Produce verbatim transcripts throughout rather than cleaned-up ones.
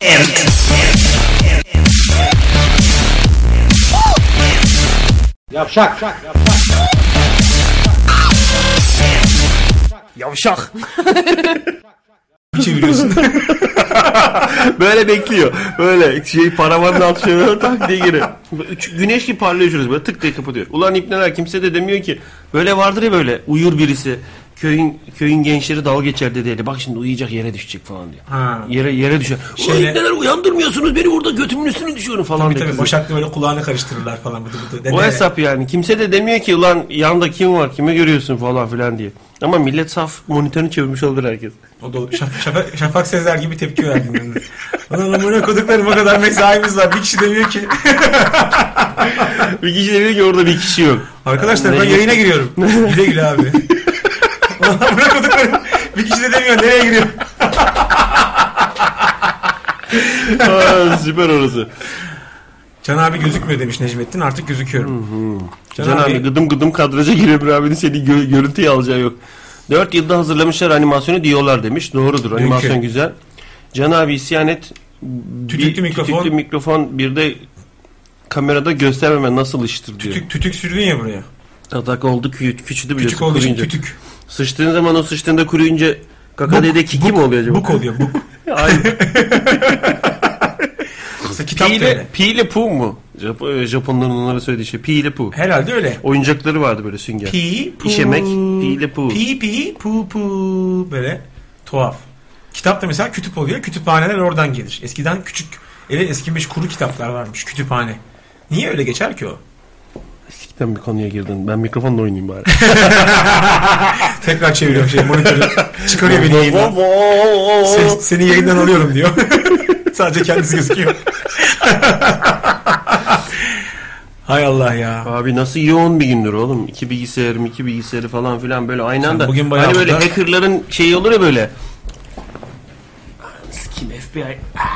Yavşak. Yavşak. Çeviriyorsun. Böyle bekliyor. Böyle şey paravanın altı şöyle tak diye giriyor. Güneş gibi parlıyor şurası böyle tık diye kapatıyor. Ulan ipneler kimse de demiyor ki. Böyle vardır ya böyle uyur birisi. Köyün köyün gençleri dalga geçer dedi. Bak şimdi uyuyacak yere düşecek falan diyor. Ha. Yere yere düşer. Şeyle... Ulan ipneler uyandırmıyorsunuz beni burada götümün üstüne düşüyorum falan tabii, diye. Tabii boşaklı böyle kulağını karıştırırlar falan. Bıdı bıdı. O hesap yani. Kimse de demiyor ki ulan yanında kim var kimi görüyorsun falan filan diye. Ama millet saf monitörünü çevirmiş olur herkes. O da Şaf, Şafak, Şafak Sezer gibi tepki verdim. Ulan amına koduklarım o kadar mesaimiz var. Bir kişi demiyor ki. Bir kişi demiyor ki orada bir kişi yok. Arkadaşlar ben yayına giriyorum. Güle güle abi. Ulan amına koduklarım. Bir kişi de demiyor nereye giriyor. Aa, süper orası. Can abi gözükmüyor demiş Necmettin. Artık gözüküyorum. Hı hı. Can, Can abi, abi gıdım gıdım kadraja giriyor. Bir abinin seni gö- görüntüyü alacağı yok. Dört yılda hazırlamışlar animasyonu diyorlar demiş. Doğrudur. Animasyon Mümkün. Güzel. Can abi isyan et. Tütüklü mikrofon. Tütüklü mikrofon bir de kamerada göstermeme nasıl iştir diyor. Tütük, tütük sürdün ya buraya. Atak oldu kü- küçüldü biliyorsun. Küçük olduğu için tütük. Sıçtığın zaman o sıçtığında kuruyunca kakadede kiki mi oluyor acaba? Buk oluyor buk. Aynen. Kitap pi ile, pi ile pu mu? Jap- Japonların onlara söylediği şey. Pi ile pu. Herhalde öyle. Oyuncakları vardı böyle sünger. Pi, pu. İşemek. Pi ile pu. Pi, pi, pu, pu. Böyle tuhaf. Kitap da mesela kütüp oluyor. Kütüphaneler oradan gelir. Eskiden küçük, evet eskimiş kuru kitaplar varmış. Kütüphane. Niye öyle geçer ki o? Eskiden bir konuya girdin. Ben mikrofonla oynayayım bari. Tekrar çeviriyorum şey monitörü. Çıkarıyor beni yayından. Sen, seni yayından alıyorum diyor. Sadece kendisi gözüküyor. Hay Allah ya. Abi nasıl yoğun bir gündür oğlum. İki bilgisayarım, iki bilgisayarı falan filan böyle aynı anda. Bugün hani böyle da... hackerların şeyi olur ya böyle. Kim F B I?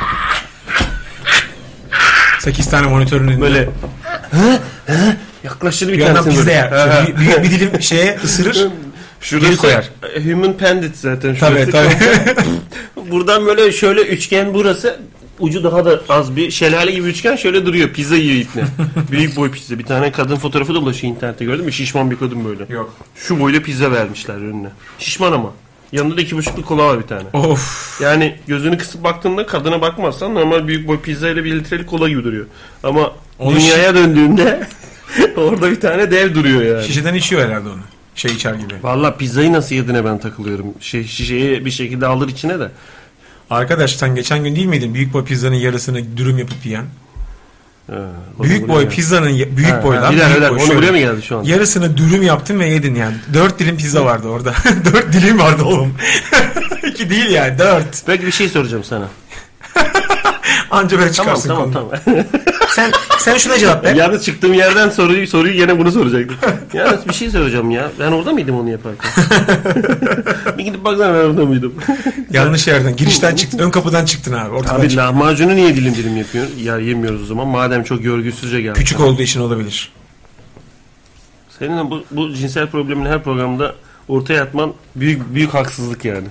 sekiz tane monitörün önünde. Böyle. Hı? Hı? Yaklaştırdı bir, bir tanesini. Bir yandan pizza yer. Büyük, büyük bir dilim şeye ısırır. Şurada geri koyar. Human Pendant zaten. Tabii tabii. Buradan böyle şöyle üçgen burası. Ucu daha da az bir şelale gibi üçgen şöyle duruyor. Pizza yiyor ipne. Büyük boy pizza. Bir tane kadın fotoğrafı da dolaşıyor internette, gördün mü? Şişman bir kadın böyle. Yok. Şu boyda pizza vermişler önüne. Şişman ama. Yanında da iki buçukluk kola var bir tane. Of. Yani gözünü kısıp baktığında kadına bakmazsan normal büyük boy pizza ile bir litrelik kola gibi duruyor. Ama onu dünyaya şi- döndüğünde orada bir tane dev duruyor yani. Şişeden içiyor herhalde onu. Şey içer gibi. Vallahi pizzayı nasıl yediğine ben takılıyorum. Şey, şişeyi bir şekilde alır içine de. Arkadaş sen geçen gün değil miydin büyük boy pizzanın yarısını dürüm yapıp yiyen? Ha, büyük boy yani. Pizzanın büyük ha, boydan bir büyük öyle, boy. Onu buraya mı geldi şu an? Yarısını dürüm yaptın ve yedin yani. Dört dilim pizza vardı orada. Dört dilim vardı oğlum. İki değil yani dört. Belki bir şey soracağım sana. Anca böyle çıkarsın. Tamam tamam tamam. sen sen şuna cevap ver. Yalnız çıktığım yerden soruyu soruyu yine bunu soracaktım. Yalnız bir şey soracağım ya. Ben orada mıydım onu yaparken? Bir gidip baksana ben orada mıydım? Yanlış yerden. Girişten çıktın. Ön kapıdan çıktın abi. Ortadan abi çıktın. Lahmacunu niye dilim dilim yapıyorsun? Ya yemiyoruz o zaman. Madem çok görgüsüzce geldi. Küçük olduğu için olabilir. Senin bu, bu cinsel problemini her programda ortaya atman büyük büyük haksızlık yani.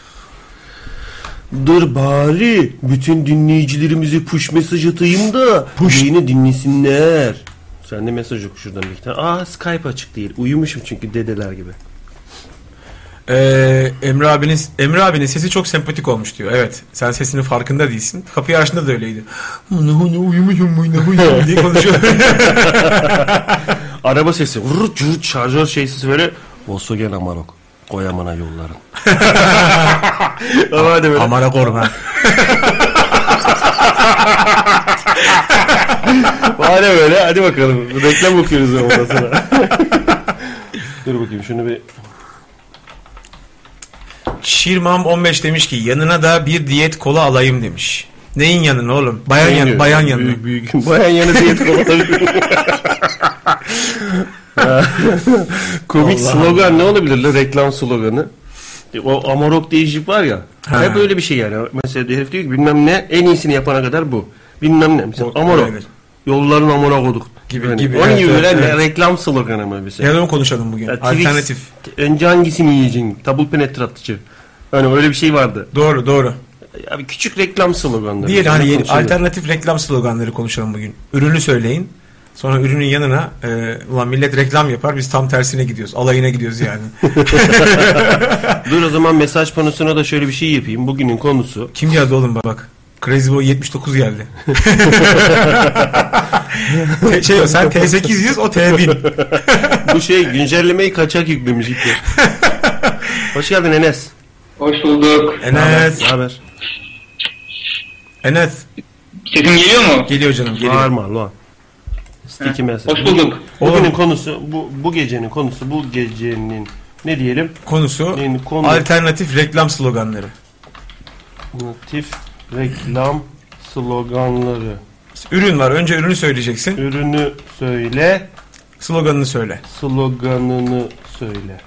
Dur bari bütün dinleyicilerimize push mesaj atayım da push. Yayını dinlesinler. Sen de mesaj oku şuradan bir tane. Aa Skype açık değil. Uyumuşum çünkü dedeler gibi. Ee, Emre abinin Emre abinin sesi çok sempatik olmuş diyor. Evet. Sen sesinin farkında değilsin. Kapıyı açtığında da öyleydi. Uyumuşum uyumuşum diye konuşuyor. Araba sesi. Vur cırt şarjör şeysiz böyle. Volkswagen Amarok. Koy amana yolların. Ama hadi böyle. Amara korma. Hadi böyle. Hadi bakalım. Reklam okuyoruz ondan sonra. Dur bakayım şunu bir. Şirmam on beş demiş ki yanına da bir diyet kola alayım demiş. Neyin yanına oğlum? Bayan yanı, bayan yanı. Büyük büyük. Bayan yanı diyet kola alabilir. Komik Allah slogan Allah. Ne olabilir la reklam sloganı? O Amarok değişik var ya. Ha. Hep böyle bir şey yani. Mesela herif diyor ki bilmem ne en iyisini yapana kadar bu. Bilmem ne. Mesela o, Amarok. Öyle. Yolların Amarok olduk. Gibi yani. gibi. Onun evet, gibi evet, böyle evet. reklam sloganı mı mesela? Ya onu konuşalım bugün. Ya, alternatif. Önce hangisini yiyeceksin? Double penetratıcı. Hani öyle bir şey vardı. Doğru doğru. Abi küçük reklam sloganları. Diyelim hani yeni, Konuşalım. alternatif reklam sloganları konuşalım bugün. Ürünü söyleyin. Sonra ürünün yanına e, ulan millet reklam yapar, biz tam tersine gidiyoruz. Alayına gidiyoruz yani. Dur o zaman mesaj panosuna da şöyle bir şey yapayım. Bugünün konusu. Kim geldi oğlum bak. Crazy Boy yetmiş dokuz geldi. Te- şey o sen T sekiz yüz, o T bin. Bu şey güncellemeyi kaçak yüklemiş ilk. Hoş geldin Enes. Hoş bulduk. Enes. Ne haber? Enes. Sesim geliyor mu? Geliyor canım, geliyor. Bağırma lan. Sticky mesaj. Hoş bulduk. Bugünün Oğlum. konusu bu bu gecenin konusu bu gecenin ne diyelim? Konusu Neyin konu? alternatif reklam sloganları. Alternatif reklam sloganları. Ürün var. Önce ürünü söyleyeceksin. Ürünü söyle, Sloganını söyle. sloganını söyle.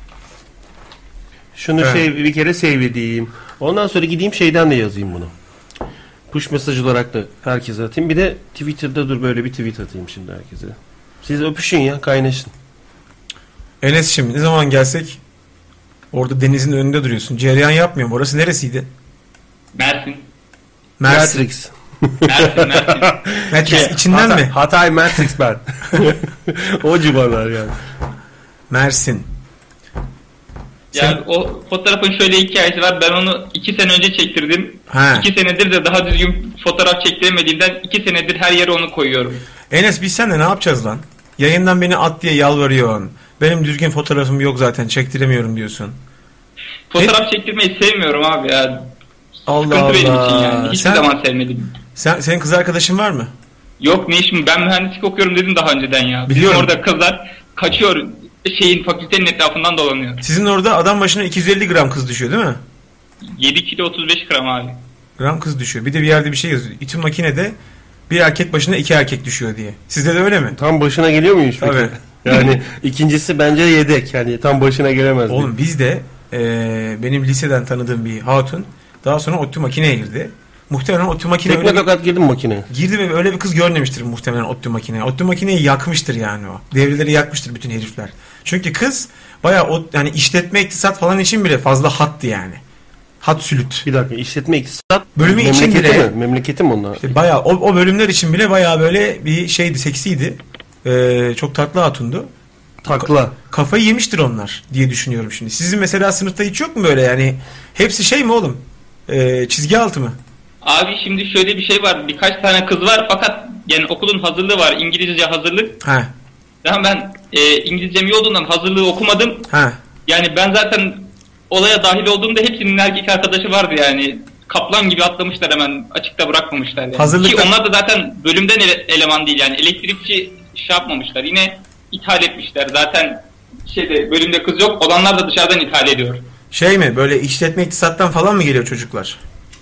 Şunu Evet. şey bir kere save edeyim. Ondan sonra gideyim şeyden de yazayım bunu. Push mesaj olarak da herkese atayım. Bir de Twitter'da dur böyle bir tweet atayım şimdi herkese. Siz öpüşün ya, kaynaşın. Enes, şimdi ne zaman gelsek orada denizin önünde duruyorsun. Cereyan yapmıyorum. Orası neresiydi? Mersin. Mersin. Matrix. Mersin, Mersin. Matrix içinden Hatay, mi? Hatay Matrix ben. O civarlar yani. Mersin. Yani o fotoğrafın şöyle hikayesi var. Ben onu iki sene önce çektirdim. Ha. İki senedir de daha düzgün fotoğraf çektiremediğimden iki senedir her yere onu koyuyorum. Enes, biz seninle ne yapacağız lan? Yayından beni at diye yalvarıyorsun. Benim düzgün fotoğrafım yok zaten, çektiremiyorum diyorsun. Fotoğraf çektirmeyi sevmiyorum abi ya. Allah Sıkıntı benim Allah. için yani. Hiçbir Sen- zaman sevmedim. Sen, senin kız arkadaşın var mı? Yok ne işim, ben mühendislik okuyorum dedim daha önceden ya. Bizim Biliyorum. orada kızlar kaçıyor, şeyin fakültenin etrafından dolanıyor. Sizin orada adam başına iki yüz elli gram kız düşüyor değil mi? yedi kilo otuz beş gram abi. Gram kız düşüyor. Bir de bir yerde bir şey yazıyor. İTÜ makinede bir erkek başına iki erkek düşüyor diye. Sizde de öyle mi? Tam başına geliyor muymuş peki? Tabii. Yani ikincisi bence yedek. Yani tam başına gelemez. Oğlum bizde eee benim liseden tanıdığım bir hatun daha sonra ODTÜ makineye girdi. Muhtemelen ODTÜ makine Tekme öyle bir, tokat girdim makineye. girdi ve öyle bir kız görmemiştir muhtemelen ODTÜ makineye. ODTÜ makineyi yakmıştır yani o. Devreleri yakmıştır bütün herifler. Çünkü kız bayağı o, yani işletme iktisat falan için bile fazla hattı yani. Hat sülüt. Bir dakika, işletme iktisat Bölümü için memleketi bile- mi? Memleketi mi onlar? İşte bayağı o, o bölümler için bile bayağı böyle bir şeydi, seksiydi. Eee, çok tatlı hatundu. Takla. Kafayı yemiştir onlar diye düşünüyorum şimdi. Sizin mesela sınıfta hiç yok mu böyle yani? Hepsi şey mi oğlum? Eee, çizgi altı mı? Abi şimdi şöyle bir şey var. Birkaç tane kız var fakat yani okulun hazırlığı var. İngilizce hazırlık. Ha. Daha ben e, İngilizcem iyi olduğundan hazırlığı okumadım. Ha. Yani ben zaten olaya dahil olduğumda hepsinin erkek arkadaşı vardı yani. Kaplan gibi atlamışlar, hemen açıkta bırakmamışlar. Yani. Hazırlıkta- Ki onlar da zaten bölümden ele- eleman değil yani. Elektrikçi şey yapmamışlar. Yine ithal etmişler. Zaten şeyde bölümde kız yok. Olanlar da dışarıdan ithal ediyor. Şey mi, böyle işletme iktisattan falan mı geliyor çocuklar?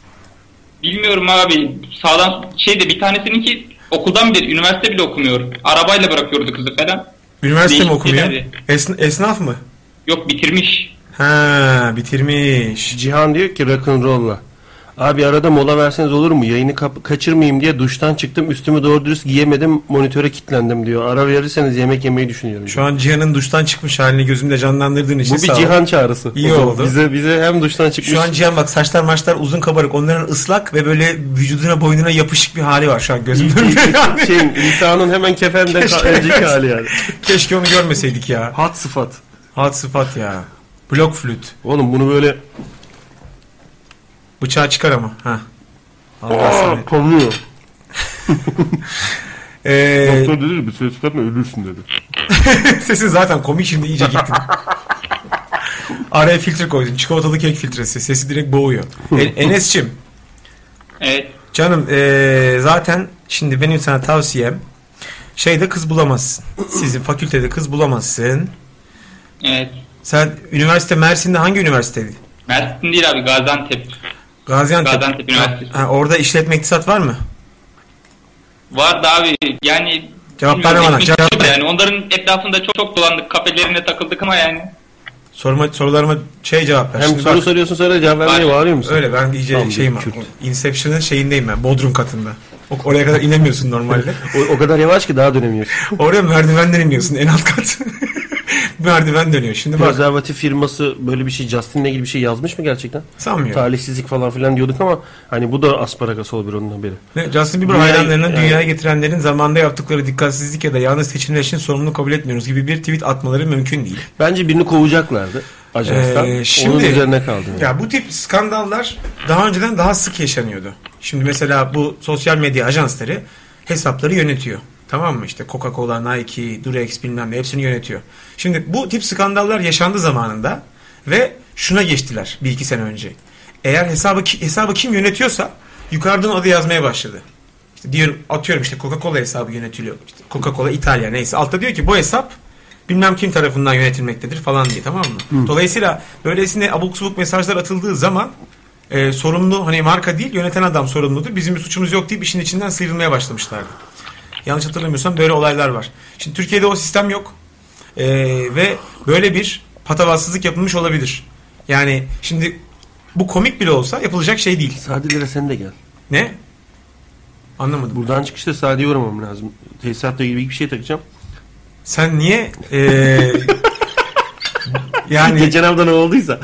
Bilmiyorum abi. Sağdan şeyde bir tanesininki okuldan bir üniversite bile okumuyor. Arabayla bırakıyordu kızı falan. Üniversite mi Değişik okumuyor? şeyler. Esn- esnaf mı? Yok bitirmiş. Ha, bitirmiş. Cihan diyor ki rock'n'roll'la. Abi arada mola verseniz olur mu? Yayını kap- kaçırmayayım diye duştan çıktım. Üstümü doğru dürüst giyemedim. Monitöre kilitlendim diyor. Ara verirseniz yemek yemeyi düşünüyorum. Şu an Cihan'ın duştan çıkmış halini gözümde canlandırdığın için Bu bir sağ ol. Cihan çağrısı. İyi O zaman oldu. Bize bize hem duştan çıkmış. Şu an Cihan bak, saçlar maçlar uzun kabarık. Onların ıslak ve böyle vücuduna boynuna yapışık bir hali var şu an gözümün önünde. şey, lisanın hemen kefenden Keşke- ka- önceki hali yani. Keşke onu görmeseydik ya. Hat sıfat. Hat sıfat ya. Blok flüt. Oğlum bunu böyle Bıçağı çıkar ama. Ha. Allah Aa, seni. konuyor. Ee, Doktor dedi bir ses çıkartma ölürsün dedi. sesin zaten komik, şimdi iyice gittin. Araya filtre koydun. Çikolatalı kek filtresi. Sesi direkt boğuyor. E- Enes'cim. Evet. Canım ee, zaten şimdi benim sana tavsiyem, şeyde kız bulamazsın. Sizin fakültede kız bulamazsın. Evet. Sen üniversite Mersin'de hangi üniversiteydi? Mersin değil abi, Gaziantep. Gaziantep. Gaziantep Üniversitesi. Ha, orada işletme iktisat var mı? Vardı abi yani. Cevap bilmiyorum, verme bana, geçmiş cevap ver. yani. Onların etrafında çok çok dolandık. Kafelerine takıldık ama yani. Sorma, sorularıma şey cevap ver. Hem Şimdi soru bak, soruyorsun sonra cevap vermeye Var. bağırıyor musun? öyle ben iyice Tam bir şeyim var. Kürt. Inception'ın şeyindeyim ben. Bodrum katında. O- Oraya kadar inemiyorsun normalde. O, o kadar yavaş ki daha dönemiyorsun. Oraya merdivenden iniyorsun en alt kat. merdiven dönüyor. Şimdi bak. Prezervatif firması böyle bir şey, Justin'le ilgili bir şey yazmış mı gerçekten? Sanmıyorum. Talihsizlik falan filan diyorduk ama hani bu da asparagas olur onun haberi. Ne, Justin Bieber Dünyayı- hayranlarına yani- dünyaya getirenlerin zamanında yaptıkları dikkatsizlik ya da yanlış seçimler için sorumluluk kabul etmiyoruz gibi bir tweet atmaları mümkün değil. Bence birini kovacaklardı ajanstan. Ee, şimdi- Onun üzerine kaldı. Yani. Ya bu tip skandallar daha önceden daha sık yaşanıyordu. Şimdi mesela bu sosyal medya ajansları hesapları yönetiyor. Tamam mı? İşte Coca-Cola, Nike, Durex bilmem ne hepsini yönetiyor. Şimdi bu tip skandallar yaşandı zamanında ve şuna geçtiler bir iki sene önce. Eğer hesabı hesabı kim yönetiyorsa yukarıdan adı yazmaya başladı. İşte diyor, atıyorum işte Coca-Cola hesabı yönetiliyor. İşte Coca-Cola İtalya neyse. Altta diyor ki bu hesap bilmem kim tarafından yönetilmektedir falan diye, tamam mı? Hı. Dolayısıyla böylesine abuk subuk mesajlar atıldığı zaman e, sorumlu, hani marka değil yöneten adam sorumludur. Bizim bir suçumuz yok deyip işin içinden sıyrılmaya başlamışlardı. Yanlış hatırlamıyorsam böyle olaylar var. Şimdi Türkiye'de o sistem yok. E, ve böyle bir patavatsızlık yapılmış olabilir. Yani şimdi bu komik bile olsa yapılacak şey değil. Sadi'lere sen de gel. Ne? Anlamadım. Buradan çıkışta Sadi'ye uğramam lazım. Tesisatla ilgili bir şey takacağım. Sen niye ee, yani Geçen hafta ne olduysa.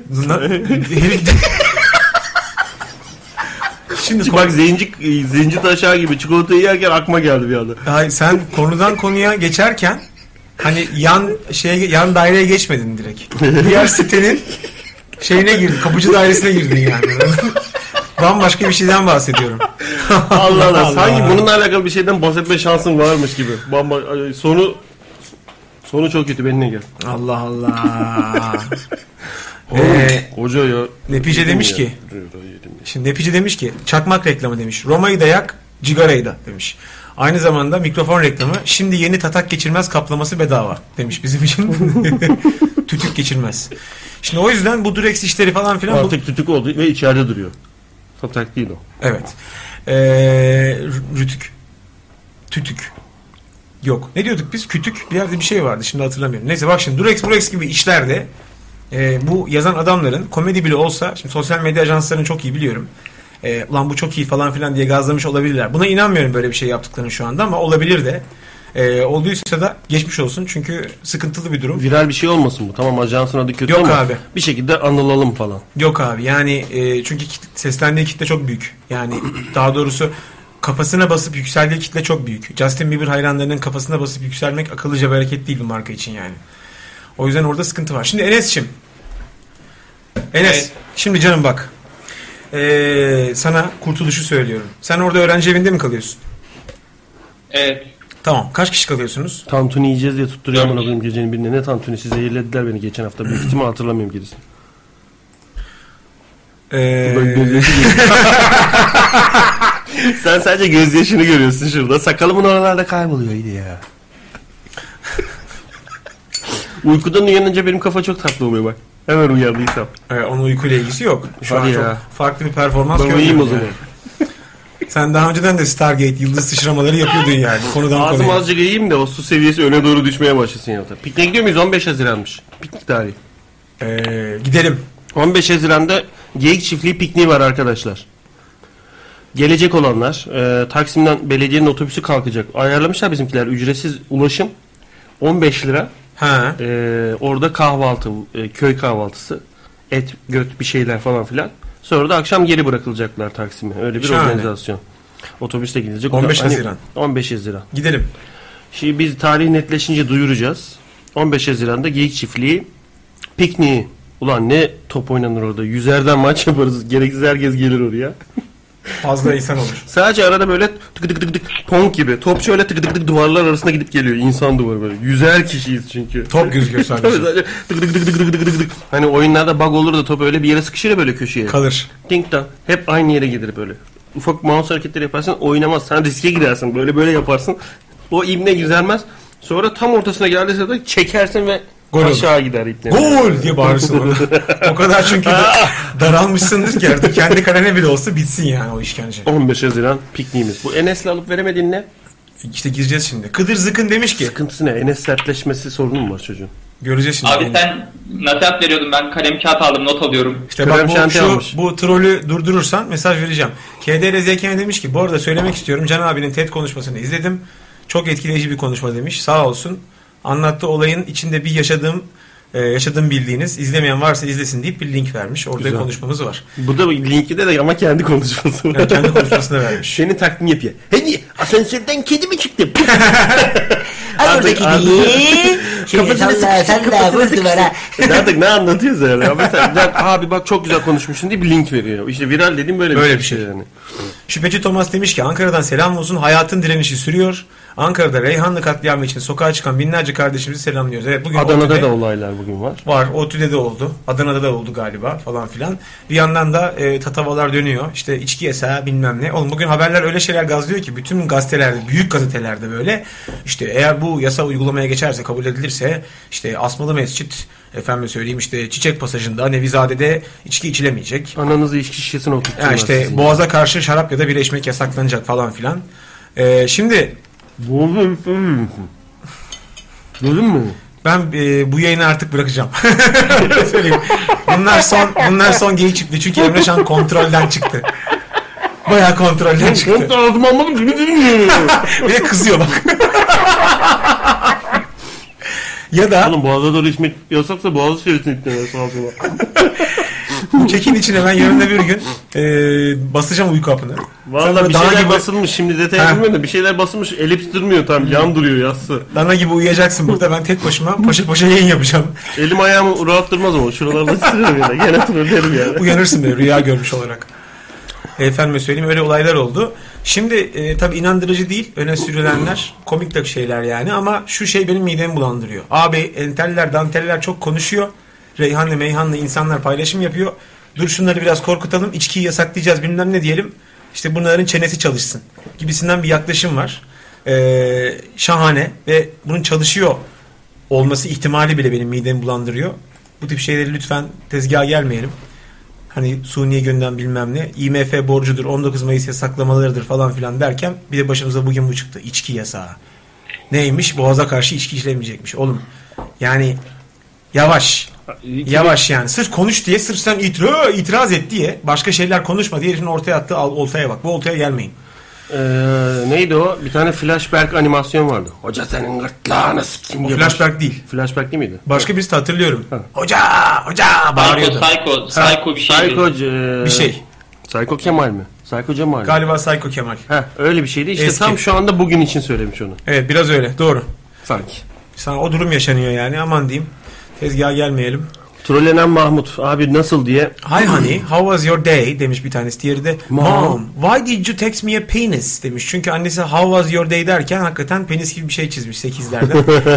Şimdi Bak zenci, zenci taşağı gibi çikolatayı yerken akma geldi bir anda. Hayır, sen konudan konuya geçerken hani yan şeye yan daireye geçmedin direkt. Diğer sitenin şeyine girdin, kapıcı dairesine girdin yani. Bambaşka bir şeyden bahsediyorum. Allah Allah. Sanki bununla alakalı bir şeyden bahsetme şansın varmış gibi. Bamba sonu sonu çok kötü, benimle gel. Allah Allah. Oğlum, ee, hoca ya. Nepice demiş ki. Şimdi Nepice demiş ki çakmak reklamı demiş. Roma'yı da yak, cigarayı da demiş. Aynı zamanda mikrofon reklamı. Şimdi yeni tatak geçirmez kaplaması bedava demiş bizim için. Tütük geçirmez. Şimdi o yüzden bu Durex işleri falan filan. Artık bu... tütük oldu ve içeride duruyor. Tatak değil o. Evet. Ee, rütük. Tütük. Yok. Ne diyorduk biz? Kütük. Bir yerde bir şey vardı. Şimdi hatırlamıyorum. Neyse bak şimdi Durex Durex gibi işlerde e, bu yazan adamların komedi bile olsa, şimdi sosyal medya ajanslarını çok iyi biliyorum. E, ulan bu çok iyi falan filan diye gazlamış olabilirler. Buna inanmıyorum böyle bir şey yaptıklarını şu anda ama olabilir de. E, olduysa da geçmiş olsun. Çünkü sıkıntılı bir durum. Viral bir şey olmasın bu. Tamam, ajansın adı kötü Yok ama abi. bir şekilde anılalım falan. Yok abi yani e, çünkü kitle, seslendiği kitle çok büyük. Yani daha doğrusu kafasına basıp yükseldiği kitle çok büyük. Justin Bieber hayranlarının kafasına basıp yükselmek akıllıca bir hareket değil bir marka için yani. O yüzden orada sıkıntı var. Şimdi Enes'cim. Enes Evet. şimdi canım bak. Ee, sana kurtuluşu söylüyorum. Sen orada öğrenci evinde mi kalıyorsun? Evet. Tamam. Kaç kişi kalıyorsunuz? Tantuni yiyeceğiz diye tutturuyor amına koyayım gecenin birinde. Ne tantunisi, zehirlediler beni geçen hafta. Büyük ihtimal hatırlamıyorum gerisini. Ee, Böyle gözyaşı geliyor. Sen sadece gözyaşını görüyorsun şurada. Sakalımın oralarda kayboluyor iyiydi ya. Uykudan uyanınca benim kafa çok tatlı oluyor bak. Hemen uyandıysam. e, onun uykuyla ilgisi yok. Şu Hadi an ya. çok farklı bir performans Ben uyuyayım görüyorum o zaman. yani. Sen daha önceden de Stargate yıldız sıçramaları yapıyordun yani. Konudan Ağzım konuya. azıcık yiyeyim de o su seviyesi öne doğru düşmeye başlasın ya. Pikniğe gidiyor muyuz? on beş Haziran'mış. Piknik tarihi. Ee, gidelim. on beş Haziran'da Geyik Çiftliği pikniği var arkadaşlar. Gelecek olanlar, e, Taksim'den belediyenin otobüsü kalkacak. Ayarlamışlar bizimkiler, ücretsiz ulaşım on beş lira. Ha. E, orada kahvaltı, e, köy kahvaltısı, et, göt bir şeyler falan filan. Sonra da akşam geri bırakılacaklar Taksim'e. Öyle bir Şahane. organizasyon. Otobüsle gidilecek. on beş Hani Haziran. on beş Haziran. Gidelim. Şimdi biz tarih netleşince duyuracağız. on beş Haziran'da Geyik Çiftliği pikniği. Ulan ne top oynanır orada. Yüzerden maç yaparız. Gereksiz herkes gelir oraya. Fazla insan olur. Sadece arada böyle tık tık tık tık pong gibi. Top şöyle tık tık tık duvarlar arasında gidip geliyor. İnsan duvarı böyle. Yüzer kişiyiz çünkü. Top gözüküyor sadece. Tabii sadece tık tık tık tık tık tık tık tık. Hani oyunlarda bug olur da top öyle bir yere sıkışır ya böyle köşeye. Kalır. Ding dong. Hep aynı yere gelir böyle. Ufak mouse hareketleri yaparsın, oynamaz. Sen riske girersin. Böyle böyle yaparsın. O ibne güzelmez. Sonra tam ortasına geldiyse de çekersin ve Gol aşağı olur. Gider ibne. Gol diye bağırırsın ona. O kadar çünkü daralmışsındır ki artık kendi kalene bile olsa bitsin yani o işkence. on beş Haziran pikniğimiz. Bu Enes'le alıp veremediğin ne? İşte gireceğiz şimdi. Kıdır Zıkın demiş ki. Sıkıntısı ne? Enes sertleşmesi sorunu mu var çocuğun? Göreceğiz şimdi. Abi onu. sen nasihat veriyordun, ben kalem kağıt aldım, not alıyorum. İşte Krem bak bu, şanti şu, almış. bu trolü durdurursan mesaj vereceğim. K D R Z K demiş ki bu arada söylemek istiyorum. Can abinin TED konuşmasını izledim. Çok etkileyici bir konuşma demiş. Sağ olsun. Anlattığı olayın içinde bir yaşadığım e, yaşadığım bildiğiniz, izlemeyen varsa izlesin deyip bir link vermiş. Orada Güzel. konuşmamız var. Bu da linki de de ama kendi konuşması var. Yani kendi konuşmasını vermiş. Senin taklidini yapıyor. Hadi asansörden kedi mi çıktı? Ay oradaki değil. Şimdi salla salla vur duvara. Artık ne anlatıyoruz yani? Ya mesela abi bak çok güzel konuşmuşsun diye bir link veriyor. İşte viral dediğim böyle, Böyle bir bir şey şey. yani. Şüpheci Thomas demiş ki Ankara'dan selam olsun. Hayatın direnişi sürüyor. Ankara'da Reyhanlı katliamı için sokağa çıkan binlerce kardeşimizi selamlıyoruz. Evet, bugün Adana'da ODTÜ'de da olaylar bugün var. var. ODTÜ'de de oldu. Adana'da da oldu galiba falan filan. Bir yandan da e, tatavalar dönüyor. İşte içki yasağı bilmem ne. Oğlum bugün haberler öyle şeyler gazlıyor ki bütün gazetelerde, büyük gazetelerde böyle işte eğer bu yasa uygulamaya geçerse, kabul edilirse işte Asmalı Mescit, efendim söyleyeyim işte Çiçek Pasajı'nda Nevizade'de içki içilemeyecek. Ananızı içki şişesine oturtsunlar. Ya işte sizin. boğaza karşı şarap ya da bira içmek yasaklanacak falan filan. E, şimdi Gördün mü? ben e, bu yayını artık bırakacağım. Söyleyeyim. Bunlar son bunlar son geyik çıktı. Çünkü Emre Şan kontrolden çıktı. Bayağı kontrolden çıktı. Çok da ağzımı almadım gibi değil mi? Bir de kızıyor bak. Ya da Oğlum boğaza doğru içmek yasaksa boğazı çevresine ittiler sağa sola. bu kekin içine ben yarın da bir gün e, basacağım uyku hapını. Valla bir Dana şeyler gibi- basılmış şimdi detaya Ha. girmiyorum da bir şeyler basılmış elips durmuyor tam yan duruyor yassı. Dana gibi uyuyacaksın burada. Ben tek başıma paşa paşa yayın yapacağım. Elim ayağımı rahat durmaz ama şuralarda sürüyorum yani gene trollerim yani. Uyanırsın böyle rüya görmüş olarak. Efendime söyleyeyim öyle olaylar oldu. Şimdi e, tabii inandırıcı değil öne sürülenler komik de şeyler yani ama şu şey benim midemi bulandırıyor. Abi enteller danteller çok konuşuyor. Reyhanlı meyhanlı insanlar paylaşım yapıyor. Dur şunları biraz korkutalım içkiyi yasaklayacağız bilmem ne diyelim. İşte bunların çenesi çalışsın gibisinden bir yaklaşım var. Ee, şahane ve bunun çalışıyor olması ihtimali bile benim midemi bulandırıyor. Bu tip şeyleri lütfen tezgaha gelmeyelim. Hani suni gündem bilmem ne. I M F borcudur, on dokuz Mayıs yasaklamalarıdır falan filan derken bir de başımıza bugün bu çıktı. İçki yasağı. Neymiş? Boğaza karşı içki içilemeyecekmiş. Oğlum yani yavaş. Yavaş yani. Sırf konuş diye, sırf sen itiraz, itiraz et diye, başka şeyler konuşma diye herifin ortaya attığı al, oltaya bak. Bu oltaya gelmeyin. Ee, neydi o? Bir tane flashback animasyon vardı. Hoca senin gırtlağını sikeyim O diye. flashback değil. Flashback değil miydi? Başka birisi de hatırlıyorum. Ha. Hoca, hoca Psycho, bağırıyordu. Psycho, Psycho bir şey. Psycho, e, Bir şey. Psycho Kemal mi? Psycho Cemal mi? Galiba Psycho Kemal. Heh, öyle bir şeydi. İşte Eski. tam şu anda bugün için söylemiş onu. Evet biraz öyle. Doğru. Sanki. Sana o durum yaşanıyor yani. Aman diyeyim. Tezgaha gelmeyelim. Trollenen Mahmut. Abi nasıl diye. Hi honey, how was your day demiş bir tanesi. Diğeri de Mom. mom, why did you text me a penis demiş. Çünkü annesi how was your day derken hakikaten penis gibi bir şey çizmiş sekizlerden.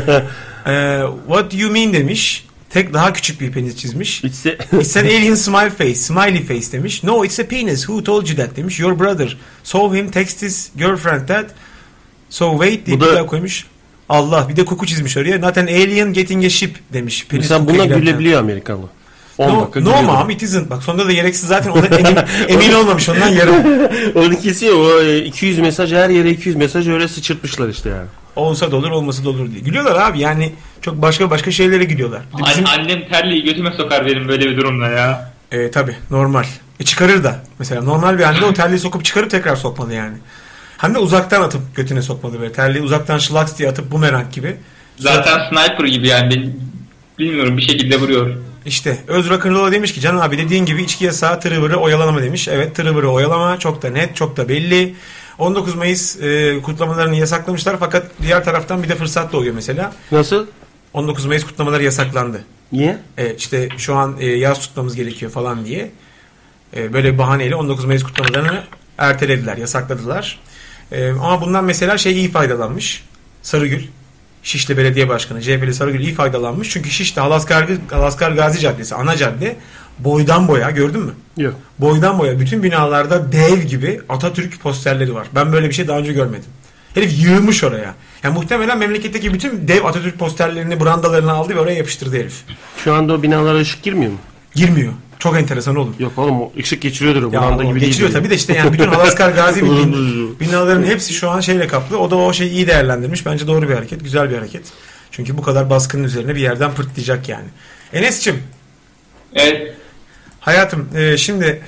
Ee, what do you mean demiş. Tek daha küçük bir penis çizmiş. It's a... It's an alien smile face, smiley face demiş. No, it's a penis. Who told you that demiş. Your brother. Saw him text his girlfriend that. So wait diye Bu bir da- daha koymuş. Allah bir de koku çizmiş oraya. Not an alien getting a ship demiş. Penis Mesela kokuya buna giderken. gülebiliyor Amerikalı. on No, dakika no gülüyordu. mom it isn't. Bak sonunda da gereksiz zaten ona emin, emin olmamış ondan yarım. Onu kesiyor. O e, iki yüz mesaj her yere iki yüz mesaj öyle sıçırtmışlar işte yani. Olsa da olur olmasa da olur diye. Gülüyorlar abi yani çok başka başka şeylere gülüyorlar. Bir de bizim, An- Annem terliği götüme sokar benim böyle bir durumda ya. e, tabii normal. E, çıkarır da. Mesela normal bir anne o terliği sokup çıkarıp tekrar sokmalı yani. Hem de uzaktan atıp götüne sokmalı böyle. Terliği uzaktan şılaks diye atıp bumerang gibi. Zaten sniper gibi yani. Ben- Bilmiyorum bir şekilde vuruyor. İşte Öz Rock'n'Roll'a demiş ki Can abi dediğin gibi içki yasağı tırıvırı oyalama demiş. Evet tırıvırı oyalama çok da net çok da belli. on dokuz Mayıs e, kutlamalarını yasaklamışlar fakat diğer taraftan bir de fırsat doğuyor mesela. Nasıl? on dokuz Mayıs kutlamaları yasaklandı. Niye? E, işte şu an e, yaz tutmamız gerekiyor falan diye. E, böyle bir bahaneyle on dokuz Mayıs kutlamalarını ertelediler, yasakladılar. E, ama bundan mesela şey iyi faydalanmış. Sarıgül. Şişli Belediye Başkanı C H P'li Sarıgül iyi faydalanmış. Çünkü Şişli Halaskar, Halaskar Gazi Caddesi ana cadde boydan boya gördün mü? Yok. Boydan boya bütün binalarda dev gibi Atatürk posterleri var. Ben böyle bir şey daha önce görmedim. Herif yığmış oraya. Yani muhtemelen memleketteki bütün dev Atatürk posterlerini, brandalarını aldı ve oraya yapıştırdı herif. Şu anda o binalara ışık girmiyor mu? Girmiyor. Çok enteresan oğlum. Yok oğlum o ışık geçiriyordur o Ya branda o gibi değil. geçiriyor tabii de işte yani bütün Halaskar Gazi bin, binaların hepsi şu an şeyle kaplı. O da o şeyi iyi değerlendirmiş. Bence doğru bir hareket, güzel bir hareket. Çünkü bu kadar baskının üzerine bir yerden pırtlayacak yani. Enes'cim, Evet. hayatım e, şimdi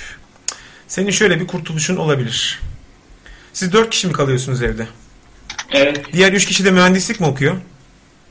senin şöyle bir kurtuluşun olabilir. Siz dört kişi mi kalıyorsunuz evde? Evet. Diğer üç kişi de mühendislik mi okuyor?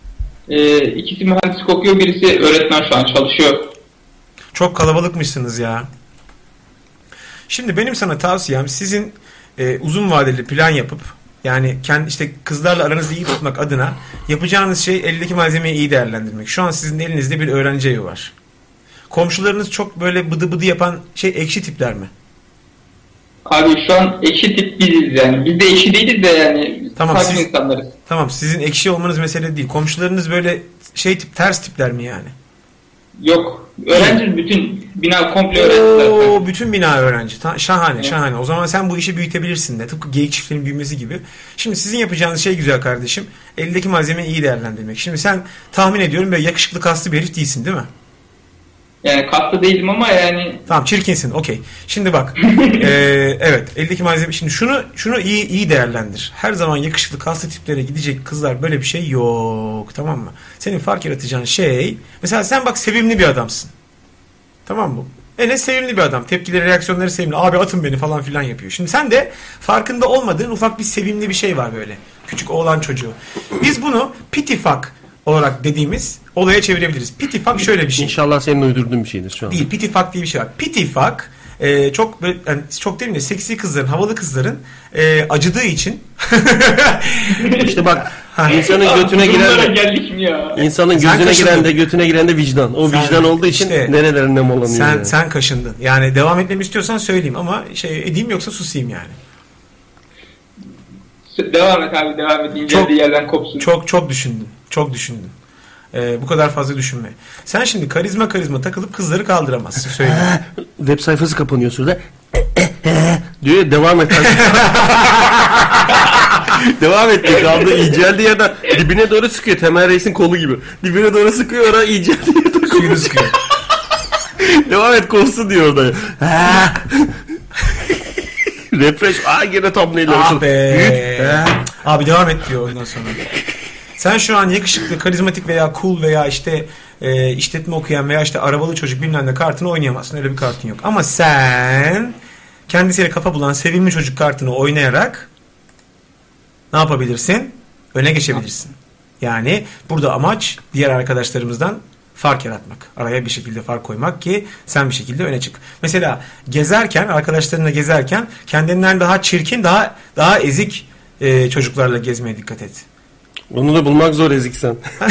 Ee, ikisi mühendislik okuyor, birisi öğretmen şu an çalışıyor. Çok kalabalıkmışsınız ya. Şimdi benim sana tavsiyem sizin e, uzun vadeli plan yapıp yani kendi işte kızlarla aranızı iyi tutmak adına yapacağınız şey eldeki malzemeyi iyi değerlendirmek. Şu an sizin elinizde bir öğrenci evi var. Komşularınız çok böyle bıdı bıdı yapan şey ekşi tipler mi? Abi şu an ekşi tip biziz yani. Biz de ekşi değiliz de yani Tamam, sakin siz- insanlarız. Tamam, sizin ekşi olmanız mesele değil. Komşularınız böyle şey tip ters tipler mi yani? Yok. Öğrenci bütün bina komple öğrenci zaten. Oo, bütün bina öğrenci. Ta- şahane, şahane. O zaman sen bu işi büyütebilirsin de. Tıpkı geyik çiftliğinin büyümesi gibi. Şimdi sizin yapacağınız şey güzel kardeşim. Eldeki malzemeyi iyi değerlendirmek. Şimdi sen tahmin ediyorum böyle yakışıklı kaslı bir herif değilsin değil mi? Yani kaslı değilim ama yani Tamam, çirkinsin. Okey. Şimdi bak. eee, evet, eldeki malzeme. Şimdi şunu şunu iyi iyi değerlendir. Her zaman yakışıklı kaslı tiplere gidecek kızlar, böyle bir şey yok. Tamam mı? Senin fark yaratacağın şey, mesela sen bak sevimli bir adamsın. Tamam mı? Enes sevimli bir adam. Tepkileri, reaksiyonları sevimli. Abi atın beni falan filan yapıyor. Şimdi sen de farkında olmadığın ufak bir sevimli bir şey var böyle. Küçük oğlan çocuğu. Biz bunu pitifak olarak dediğimiz olaya çevirebiliriz. Pitifak şöyle bir şey. İnşallah senin uydurduğun bir şeydir şu an. Değil, pitifak diye bir şey var. Pitifak e, çok böyle, yani çok değil mi? Seksi kızların, havalı kızların e, acıdığı için İşte bak, Ha. insanın Abi, götüne bu giren durumlara de, geldik mi ya? insanın Sen gözüne kaşındın. giren de götüne giren de vicdan. O Sen- vicdan olduğu için işte- nerelerine nem olamıyor. sen yani. sen kaşındın. Yani devam etmemi istiyorsan söyleyeyim ama şey edeyim yoksa susayım yani. Devam et abi, devam et. İnceldiği yerden kopsun. Çok çok düşündün. Çok düşündün. Ee, bu kadar fazla düşünme. Sen şimdi karizma karizma takılıp kızları kaldıramazsın. Söyleyeyim. Web sayfası kapanıyor şurada. Diyor ya, devam et. Devam etti, kaldı inceldi yerden dibine doğru sıkıyor. Temel Reis'in kolu gibi. Dibine doğru sıkıyor, oraya inceldi yerden Suyunu sıkıyor. devam et, kopsun diyor orada. Refresh. Aa, gene thumbnail Ah olsun. be. Büyüt. Abi devam et diyor ondan sonra. Sen şu an yakışıklı, karizmatik veya cool veya işte e, işletme okuyan veya işte arabalı çocuk bilmem ne kartını oynayamazsın. Öyle bir kartın yok. Ama sen kendisiyle kafa bulan sevimli çocuk kartını oynayarak ne yapabilirsin? Öne geçebilirsin. Yani burada amaç diğer arkadaşlarımızdan fark yaratmak. Araya bir şekilde fark koymak ki sen bir şekilde öne çık. Mesela gezerken, arkadaşlarınla gezerken kendinden daha çirkin, daha daha ezik e, çocuklarla gezmeye dikkat et. Onu da bulmak zor, eziksen.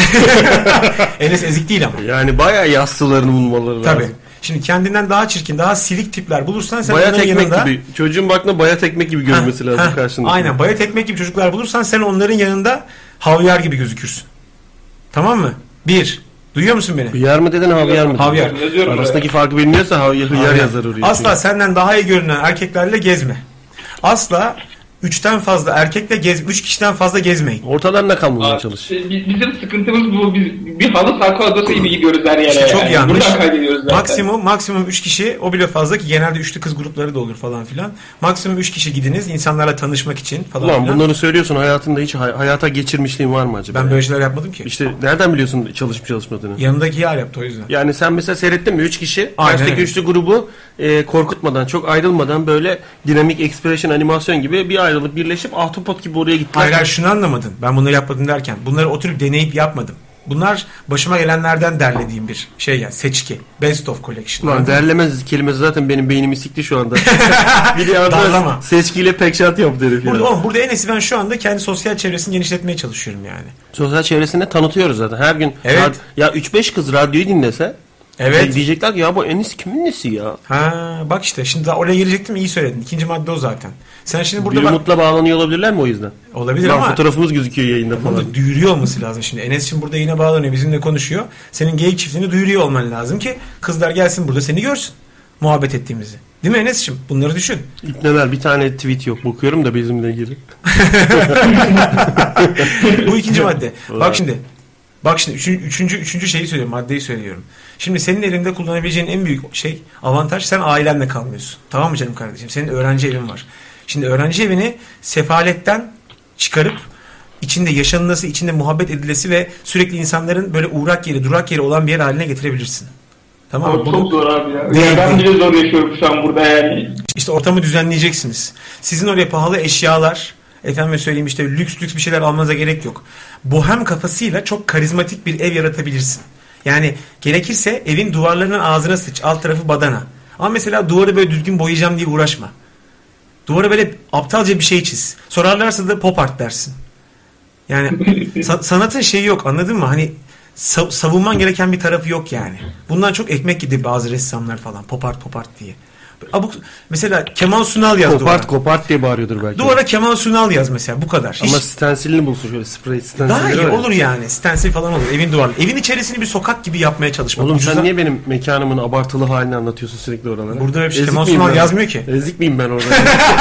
Enes ezik değil ama. Yani bayağı yassılarını bulmaları lazım. Tabii. Şimdi kendinden daha çirkin, daha silik tipler bulursan sen Bayat onların ekmek yanında... gibi. Çocuğun baktığında bayat ekmek gibi görmesi Heh, lazım heh, karşında. Aynen. Bayat ekmek gibi çocuklar bulursan sen onların yanında havyar gibi gözükürsün. Tamam mı? Bir. Duyuyor musun beni? Hıyar mı dedin, havyar mı dedin? Havyar. Yazıyorum Arasındaki buraya. farkı bilmiyorsa havyar, hıyar Havyar. yazar oraya. Asla senden daha iyi görünen erkeklerle gezme. Asla üçten fazla erkekle gez, üç kişiden fazla gezmeyin. Ortalarına kalmaya Abi, çalış. biz- bizim sıkıntımız bu. Biz bir halı saha kadrosu gibi gidiyoruz her yere. İşte çok yani. yanlış. Buradan kaydediyoruz zaten. Maksimum maksimum üç kişi, o bile fazla ki genelde üçlü kız grupları da olur falan filan. Maksimum üç kişi gidiniz insanlarla tanışmak için falan Ulan filan. bunları söylüyorsun, hayatında hiç hay- hayata geçirmişliğin var mı acaba? Ben böyle şeyler yapmadım ki. İşte nereden biliyorsun çalışıp çalışmadığını? Yanındaki yer yaptı o yüzden. Yani sen mesela seyrettin mi? Üç kişi. Aynen Karşıdaki öyle. üçlü grubu e, korkutmadan, çok ayrılmadan böyle dinamik expression animasyon gibi bir ayrılıp birleşip ahtapot gibi oraya gittiler. Hayır hayır, şunu anlamadın. Ben bunları yapmadım derken. Bunları oturup deneyip yapmadım. Bunlar başıma gelenlerden derlediğim bir şey yani. Seçki. Best of collection. Ulan Anladın mı? derlemez kelimesi zaten benim beynimi sikti şu anda. bir de Darlama. anda seçkiyle pek şart yaptı herif ya. Burada, oğlum, burada Enes'i ben şu anda kendi sosyal çevresini genişletmeye çalışıyorum yani. Sosyal çevresinde tanıtıyoruz zaten. Her gün Evet. rad- ya üç beş kız radyoyu dinlese Evet. e, diyecekler ki ya bu Enis kimin nesi ya? Ha bak işte şimdi daha oraya gelecektim, iyi söyledin. İkinci madde o zaten. Sen şimdi burada Bir bak, umutla bağlanıyor olabilirler mi o yüzden? olabilir Lan ama fotoğrafımız gözüküyor yayında falan. burada duyuruyor olması lazım şimdi. Enes şimdi burada yine bağlanıyor, bizimle konuşuyor. Senin geyik çiftliğini duyuruyor olman lazım ki kızlar gelsin burada seni görsün. Muhabbet ettiğimizi. Değil mi Enes'ciğim? Bunları düşün. İpneler, bir tane tweet yok. Bakıyorum da bizimle ilgili. Bu ikinci madde. Ulan. Bak şimdi. Bak şimdi üçüncü, üçüncü, üçüncü şeyi söylüyorum. Maddeyi söylüyorum. Şimdi senin elinde kullanabileceğin en büyük şey, avantaj, sen ailenle kalmıyorsun. Tamam mı canım kardeşim? Senin öğrenci evin var. Şimdi öğrenci evini sefaletten çıkarıp içinde yaşanılması, içinde muhabbet edilesi ve sürekli insanların böyle uğrak yeri, durak yeri olan bir yer haline getirebilirsin. Tamam mı? Abi Bunu- çok zor abi ya. Değil, Ya ben değil. bile zor yaşıyorum şu an burada yani. İşte ortamı düzenleyeceksiniz. Sizin oraya pahalı eşyalar, efendim söyleyeyim işte lüks lüks bir şeyler almanıza gerek yok. Bohem kafasıyla çok karizmatik bir ev yaratabilirsin. Yani gerekirse evin duvarlarının ağzına sıç, alt tarafı badana. Ama mesela duvarı böyle düzgün boyayacağım diye uğraşma. Duvara böyle aptalca bir şey çiz. Sorarlarsa da pop art dersin. Yani sa- sanatın şeyi yok, anladın mı? Hani sav- savunman gereken bir tarafı yok yani. Bundan çok ekmek yedi bazı ressamlar falan. Pop art pop art diye. Abuk, mesela Kemal Sunal yaz Kopart duvara. kopart diye bağırıyordur belki. Duvara Kemal Sunal yaz mesela, bu kadar. Ama Hiç... stensilini bulsun şöyle spray stensilleri. Daha iyi var ya. olur yani. Stensil falan olur. Evin duvarı. Evin içerisini bir sokak gibi yapmaya çalışmak. Oğlum Ucuza... sen niye benim mekanımın abartılı halini anlatıyorsun sürekli oralara? Burada öyle bir şey. Ezik Kemal miyim Sunal ben? yazmıyor ki. Ezik miyim ben orada?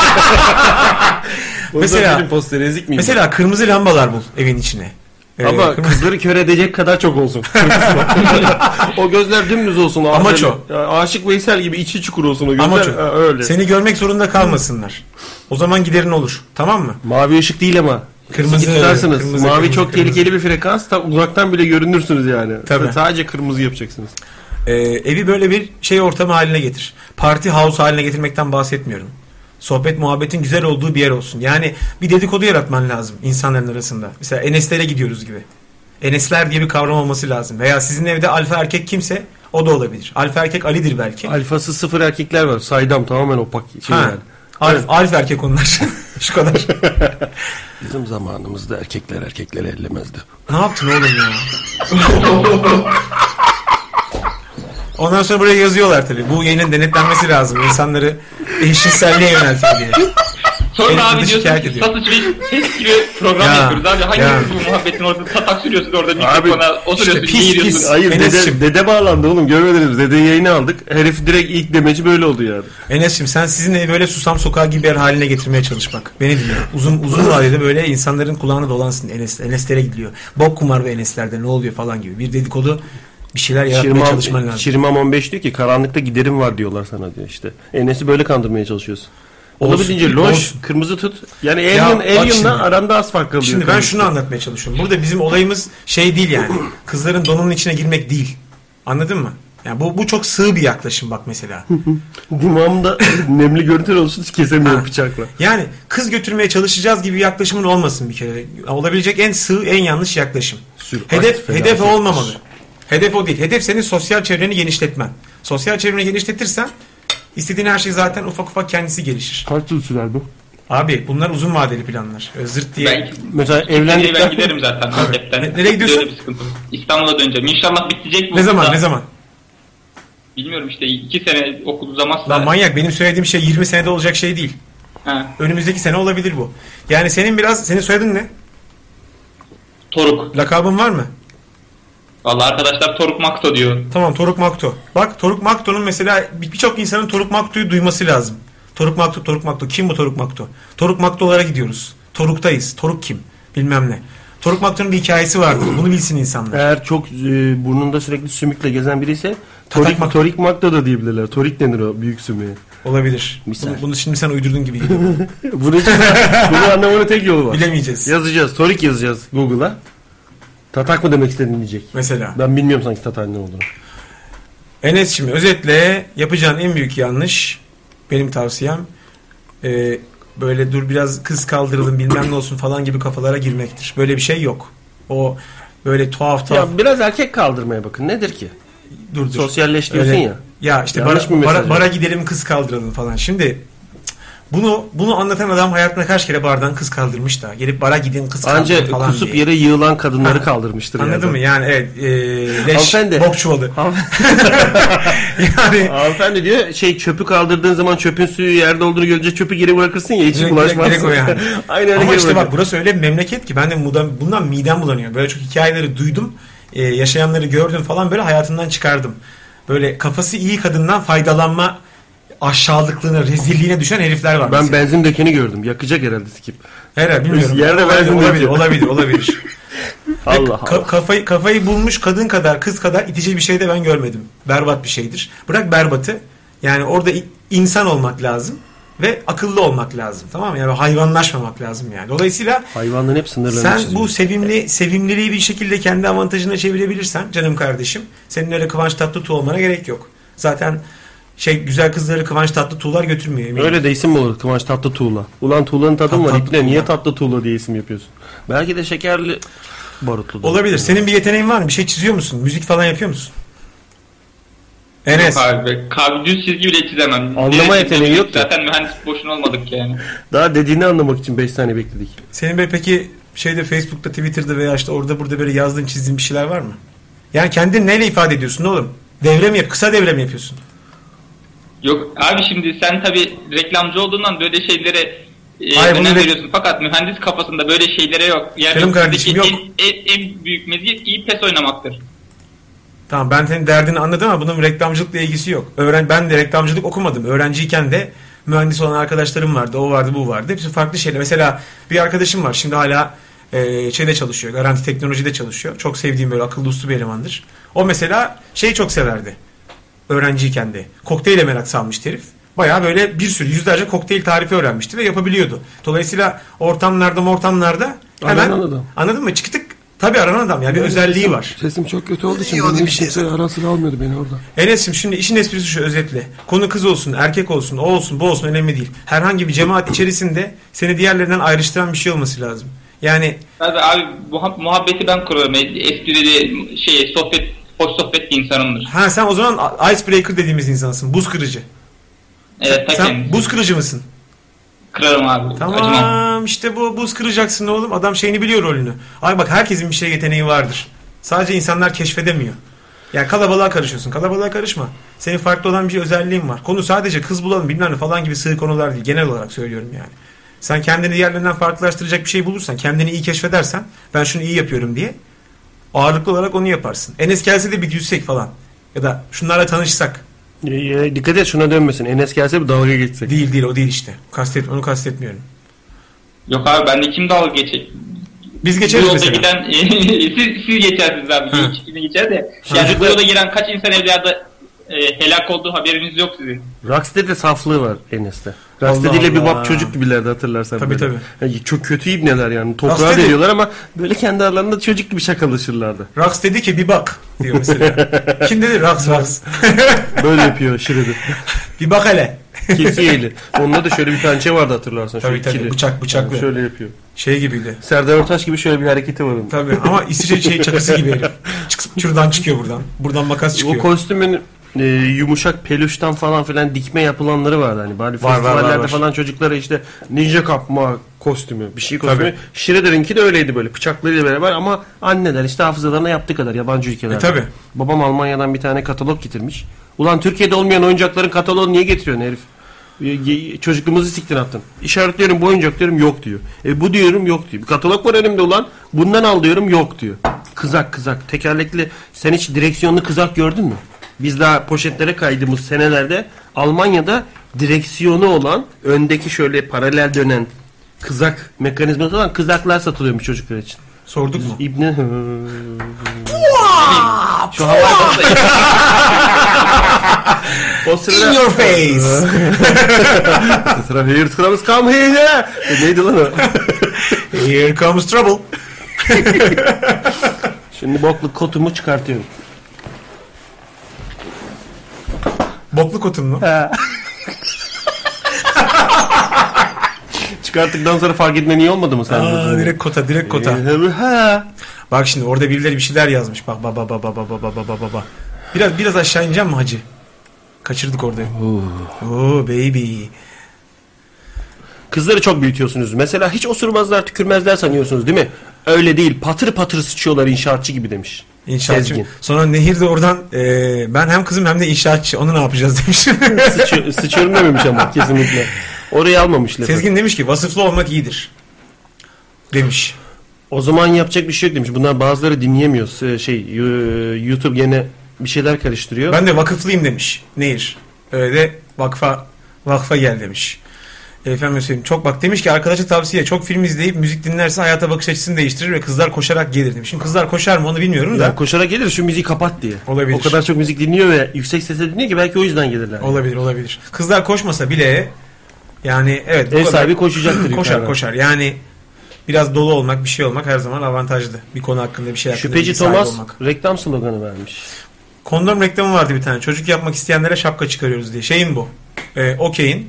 Mesela- Mesela posteri ezik miyim? Mesela kırmızı lambalar bul evin içine. Ee, Ama kırmızı- kızları kör edecek kadar çok olsun. O gözler dümdüz olsun. Amaç Böyle- o. Ya, Aşık Veysel gibi içi çukur olsun o gözler. Amaç o. Ha, öyle. Seni görmek zorunda kalmasınlar. O zaman giderin olur. Tamam mı? Mavi ışık değil ama. Kırmızı, Kırmızı tutarsınız. kırmızı, Mavi kırmızı, çok kırmızı. tehlikeli bir frekans. Tam uzaktan bile görünürsünüz yani. Tabii. Sadece kırmızı yapacaksınız. Ee, evi böyle bir şey ortamı haline getir. Party house haline getirmekten bahsetmiyorum. Sohbet muhabbetin güzel olduğu bir yer olsun. Yani bir dedikodu yaratman lazım insanların arasında. Mesela Enes'lere gidiyoruz gibi. Enesler diye bir kavram olması lazım. Veya sizin evde alfa erkek kimse o da olabilir. Alfa erkek Ali'dir belki. Alfası sıfır erkekler var. Saydam tamamen opak şey Ha. yani. Alf, Evet. alfa erkek onlar. Şu kadar. Bizim zamanımızda erkekler erkekleri ellemezdi. Ne yaptın oğlum ya? Ondan sonra buraya yazıyorlar tabii. Bu yayının denetlenmesi lazım. İnsanları eşcinselliğe yöneltiyor diye. Sonra Herif abi bizi diyorsun şikayet ki ediyor. satış ve ses gibi program Ya, yapıyoruz abi. Hangi ya. bu muhabbetin orada tatak sürüyorsun orada Abi, mikrofona oturuyorsun işte pis, yiyiriyorsun. pis. Hayır dede, Enes'cim. dede bağlandı oğlum görmediniz. Dede yayını aldık. Herif direkt ilk demeci böyle oldu yani. Enes'cim sen sizin evi böyle susam sokağı gibi bir yer haline getirmeye çalış bak. Beni dinle. Uzun uzun vadede böyle insanların kulağına dolansın. Enes, Enes'lere gidiliyor. Bok kumar ve Enes'lerde ne oluyor falan gibi. Bir dedikodu bir şeyler yaratmaya çalışman Şirmam, lazım. Şirmam on beş diyor ki karanlıkta giderim var diyorlar sana diyor işte. Enes'i böyle kandırmaya çalışıyorsun. Olsun, Olabildiğince loş, olsun. kırmızı tut. Yani Ya, Alien, bak şimdi. Alien'la aranda az fark kalıyor. Şimdi ben kırmızı şunu tut. anlatmaya çalışıyorum. Burada bizim olayımız şey değil yani. Kızların donunun içine girmek değil. Anladın mı? Yani bu bu çok sığ bir yaklaşım bak mesela. Dimağımda nemli görüntüler olsun hiç kesemiyorum Ha. bıçakla. Yani kız götürmeye çalışacağız gibi bir yaklaşımın olmasın bir kere. Olabilecek en sığ, en yanlış yaklaşım. Sür- Hedef felaket. hedef o olmamalı. Hedef o değil. Hedef senin sosyal çevreni genişletmen. Sosyal çevreni genişletirsen istediğin her şey zaten ufak ufak kendisi gelişir. Kaç yıl sürer bu? Abi bunlar uzun vadeli planlar. Öyle zırt diye. Ben, Mesela evlendikten... evlendikten ben giderim zaten Antep'ten. Ne- nereye gidiyorsun? Böyle bir sıkıntı. İstanbul'a döneceğim. İnşallah bitecek bu. Ne zaman da. ne zaman? Bilmiyorum işte iki sene okul uzamazsa. Lan manyak, benim söylediğim şey yirmi senede olacak şey değil. Ha, Önümüzdeki sene olabilir bu. Yani senin biraz, senin soyadın ne? Toruk. Lakabın var mı? Vallahi arkadaşlar Toruk Makto diyor. Tamam, Toruk Makto. Bak Toruk Makto'nun mesela bir- birçok insanın Toruk Makto'yu duyması lazım. Toruk Makto, Toruk Makto. Kim bu Toruk Makto? Toruk Makto'lara gidiyoruz. Toruk'tayız. Toruk kim? Bilmem ne. Toruk Makto'nun bir hikayesi vardır. Bunu bilsin insanlar. eğer çok e, burnunda sürekli sümükle gezen biri ise Tatak Torik, mak- Torik Makto da diyebilirler. Torik denir o büyük sümüğe. Olabilir. Misal. Bunu, bunu şimdi sen uydurdun gibi geliyor. Bunu, bunu anlamanın tek yolu var. Bilemeyeceğiz. Yazacağız. Torik yazacağız Google'a. Tatak mı demek istediğini diyecek. Mesela. Ben bilmiyorum sanki Tatak ne olduğunu. Enes'cim özetle yapacağın en büyük yanlış, benim tavsiyem e, böyle dur biraz kız kaldıralım bilmem ne olsun falan gibi kafalara girmektir. Böyle bir şey yok. O böyle tuhaf tuhaf Ya biraz erkek kaldırmaya bakın. Nedir ki? dur dur. Sosyalleş diyorsun Öyle- ya. Ya işte Yanlış bara, bir mesaj bara, var. bara gidelim kız kaldıralım falan. Şimdi cık, bunu bunu anlatan adam hayatında kaç kere bardan kız kaldırmış da gelip bara gidin kız kaldırın Anca falan kusup diye. yere yığılan kadınları Ha, kaldırmıştır. Anladın mı? Yani evet e, leş, Hanımefendi. bok çuvalı. Han- Yani Hanımefendi diyor şey çöpü kaldırdığın zaman çöpün suyu yerde olduğunu görünce çöpü geri bırakırsın ya hiç Direkt- bulaşmazsın. direkt o yani. Aynen öyle ama geri işte bak bırakır. burası öyle bir memleket ki ben de bundan, bundan midem bulanıyor. Böyle çok hikayeleri duydum. e, yaşayanları gördüm falan, böyle hayatından çıkardım. Böyle kafası iyi kadından faydalanma aşağılıklığına, rezilliğine düşen herifler var. Ben mesela. benzin dökeni gördüm. Yakacak herhalde sikip. Herhalde bilmiyorum. Yerde olabilir, benzin olabilir, döküyor. olabilir, olabilir. Allah Ve Allah. ka- kafayı, kafayı bulmuş kadın kadar, kız kadar itici bir şey de ben görmedim. Berbat bir şeydir. Bırak berbatı. Yani orada i- insan olmak lazım ve akıllı olmak lazım. Tamam mı? Yani hayvanlaşmamak lazım yani. Dolayısıyla Hayvanların hep sınırlarını sen çiziyor. bu sevimli sevimliliği bir şekilde kendi avantajına çevirebilirsen canım kardeşim, senin öyle Kıvanç Tatlıtuğ olmana gerek yok. Zaten şey güzel kızları Kıvanç Tatlıtuğ'lar götürmüyor. Eminim. Öyle de isim mi olur Kıvanç Tatlıtuğ'la? Ulan Tuğla'nın tadı mı var? Tatlı İpne Tuğla. niye Tatlıtuğ'la diye isim yapıyorsun? Belki de şekerli barutlu. da. Olabilir. Senin bir yeteneğin var mı? Bir şey çiziyor musun? Müzik falan yapıyor musun? Enes. Yok abi. Abi düz çizgi bile çizemem. Anlama Direkt yeteneği çizgi- yok ki. Zaten mühendis boşuna olmadık yani. Daha dediğini anlamak için beş saniye bekledik. Senin böyle peki şeyde Facebook'ta, Twitter'da veya işte orada burada böyle yazdığın, çizdiğin bir şeyler var mı? Yani kendini neyle ifade ediyorsun oğlum? Devre mi yap? Kısa devre mi yapıyorsun? Yok abi, şimdi sen tabii reklamcı olduğundan böyle şeylere e, Hayır, bunu önem re- veriyorsun. Fakat mühendis kafasında böyle şeylere yok. Yani Canım kardeşim, bizdeki yok. En, en, en büyük meziyet iyi pes oynamaktır. Tamam, ben senin derdini anladım ama bunun reklamcılıkla ilgisi yok. Öğren ben de reklamcılık okumadım. Öğrenciyken de mühendis olan arkadaşlarım vardı. O vardı, bu vardı. Hepsi farklı şeyler. Mesela bir arkadaşım var. Şimdi hala e, şeyde çalışıyor. Garanti Teknoloji'de çalışıyor. Çok sevdiğim böyle akıllı uslu bir elemandır. O mesela şeyi çok severdi. Öğrenciyken de. Kokteyle merak salmıştı herif. Bayağı böyle bir sürü yüzlerce kokteyl tarifi öğrenmişti ve yapabiliyordu. Dolayısıyla ortamlarda ortamlarda hemen Aranan adam. anladın mı? Çıktık. Tabii aranan adam ya, bir özelliği var. Sesim çok kötü olduğu için İyi, o da benim bir şey. kimse arasını almıyordu beni orada. Enes'cim, şimdi işin esprisi şu, özetle. Konu kız olsun, erkek olsun, o olsun, bu olsun önemli değil. Herhangi bir cemaat içerisinde seni diğerlerinden ayrıştıran bir şey olması lazım. Yani Abi, abi bu muhabbeti ben kuruyorum. Esprili şey, sohbet, hoş sohbet bir insanımdır. ha sen o zaman icebreaker dediğimiz insansın. Buz kırıcı. Evet, ta Sen kendisi. buz kırıcı mısın? Kırarım abi. Tamam, Acımam. işte bu buz kıracaksın oğlum. Adam şeyini biliyor, rolünü. Ay bak, herkesin bir şey yeteneği vardır. Sadece insanlar keşfedemiyor. Yani kalabalığa karışıyorsun. Kalabalığa karışma. Senin farklı olan bir özelliğin var. Konu sadece kız bulalım bilmem ne falan gibi sığ konular değil. Genel olarak söylüyorum yani. Sen kendini diğerlerinden farklılaştıracak bir şey bulursan, kendini iyi keşfedersen, ben şunu iyi yapıyorum diye ağırlıklı olarak onu yaparsın. Enes gelse de bir yüzsek falan. Ya da şunlarla tanışsak. Ya, ya, dikkat et şuna dönmesin. Enes gelse bir dalga geçsek. Değil değil, o değil işte. Kastet, onu kastetmiyorum. Yok abi, ben de kim dalga geçecek? Biz Bu geçeriz yolda mesela. giden siz, siz geçersiniz abi. Ha. Hiç geçer de. Ha. Yani bu yolda giren kaç insan evlerde e, helak olduğu haberiniz yok sizin. Rocksteady saflığı var Enes'te. Allah Rocksteady ile bir Allah. bak çocuk gibilerdi, hatırlarsan. Tabii, böyle. tabii. Yani çok kötü ibneler yani. Toprağa Rocksteady- veriyorlar ama böyle kendi aralarında çocuk gibi şakalaşırlardı. Rax dedi ki bir bak diyor mesela. Kim dedi? Rax Rax. Böyle yapıyor Şirin. Bir bak hele. Kesiyeli. Onda da şöyle bir pençe vardı, hatırlarsan. Tabii, Şöyle tabii. ikili. Bıçak, bıçaklı. Yani şöyle yapıyor. Şey gibiydi. Serdar Ortaç gibi şöyle bir hareketi var onun. Tabii ama İsviçre şey çakısı gibi herif. Çık, şuradan çıkıyor buradan. Buradan makas çıkıyor. O kostümün e, yumuşak peluştan falan filan dikme yapılanları vardı hani. Bari Var, var, festivallerde var, var. falan çocuklara işte ninja kapma kostümü, bir şey kostümü. Tabii. Shredder'inki de öyleydi böyle bıçaklarıyla beraber ama anneler işte hafızalarına yaptığı kadar yabancı ülkelerde. E, tabii. Babam Almanya'dan bir tane katalog getirmiş. Ulan Türkiye'de olmayan oyuncakların kataloğunu niye getiriyorsun herif? E, Çocukluğumuzu siktin attın. İşaretliyorum, bu oyuncak diyorum, yok diyor. E bu diyorum, yok diyor. Bir katalog var elimde ulan. Bundan al diyorum, yok diyor. Kızak kızak tekerlekli. Sen hiç direksiyonlu kızak gördün mü? Biz daha poşetlere kaydığımız senelerde Almanya'da direksiyonu olan, öndeki şöyle paralel dönen kızak mekanizması olan kızaklar satılıyormuş çocuklar için. Sorduk mu? İbni şu havaya o sırada In your face. Sıra here comes come here. E, neydi lan o? Here comes trouble. Şimdi bokluk kotumu çıkartıyorum. Boklu kotun mu? Çıkarttıktan sonra fark etmen iyi olmadı mı sen? Aa, direkt kota, direkt kota. Ee, ha. Bak şimdi orada birileri bir şeyler yazmış. Bak baba baba baba baba baba baba. Biraz biraz aşağı ineceğim mi hacı? Kaçırdık orada. Oo baby. Kızları çok büyütüyorsunuz. Mesela hiç osurmazlar, tükürmezler sanıyorsunuz değil mi? Öyle değil. Patır patır sıçıyorlar inşaatçı gibi demiş. İnşaatçı. Sezgin. Sonra Nehir de oradan e, ben hem kızım hem de inşaatçı. Onu ne yapacağız demiş. Sıçıyor, sıçıyorum dememiş ama kesinlikle. Orayı almamış lafı. Sezgin demiş ki vasıflı olmak iyidir. Demiş. O zaman yapacak bir şey yok demiş. Bunlar bazıları dinleyemiyor. Şey YouTube gene bir şeyler karıştırıyor. Ben de vakıflıyım demiş Nehir. Öyle de vakfa vakfa gel demiş. Efendim söyleyeyim. Çok bak demiş ki arkadaşa tavsiye, çok film izleyip müzik dinlerse hayata bakış açısını değiştirir ve kızlar koşarak gelir demiş. Şimdi kızlar koşar mı onu bilmiyorum da. Ya koşarak gelir şu müziği kapat diye. Olabilir. O kadar çok müzik dinliyor ve yüksek sesle dinliyor ki belki o yüzden gelirler. Olabilir olabilir. Kızlar koşmasa bile yani evet. bu Ev kadar- sahibi koşacaktır. koşar yukarıdan. koşar. Yani biraz dolu olmak, bir şey olmak her zaman avantajlı. Bir konu hakkında bir şey hakkında Şüpheci bilgi sahibi Thomas olmak. reklam sloganı vermiş. Kondom reklamı vardı bir tane. Çocuk yapmak isteyenlere şapka çıkarıyoruz diye. Şeyin bu. Ee, Okey'in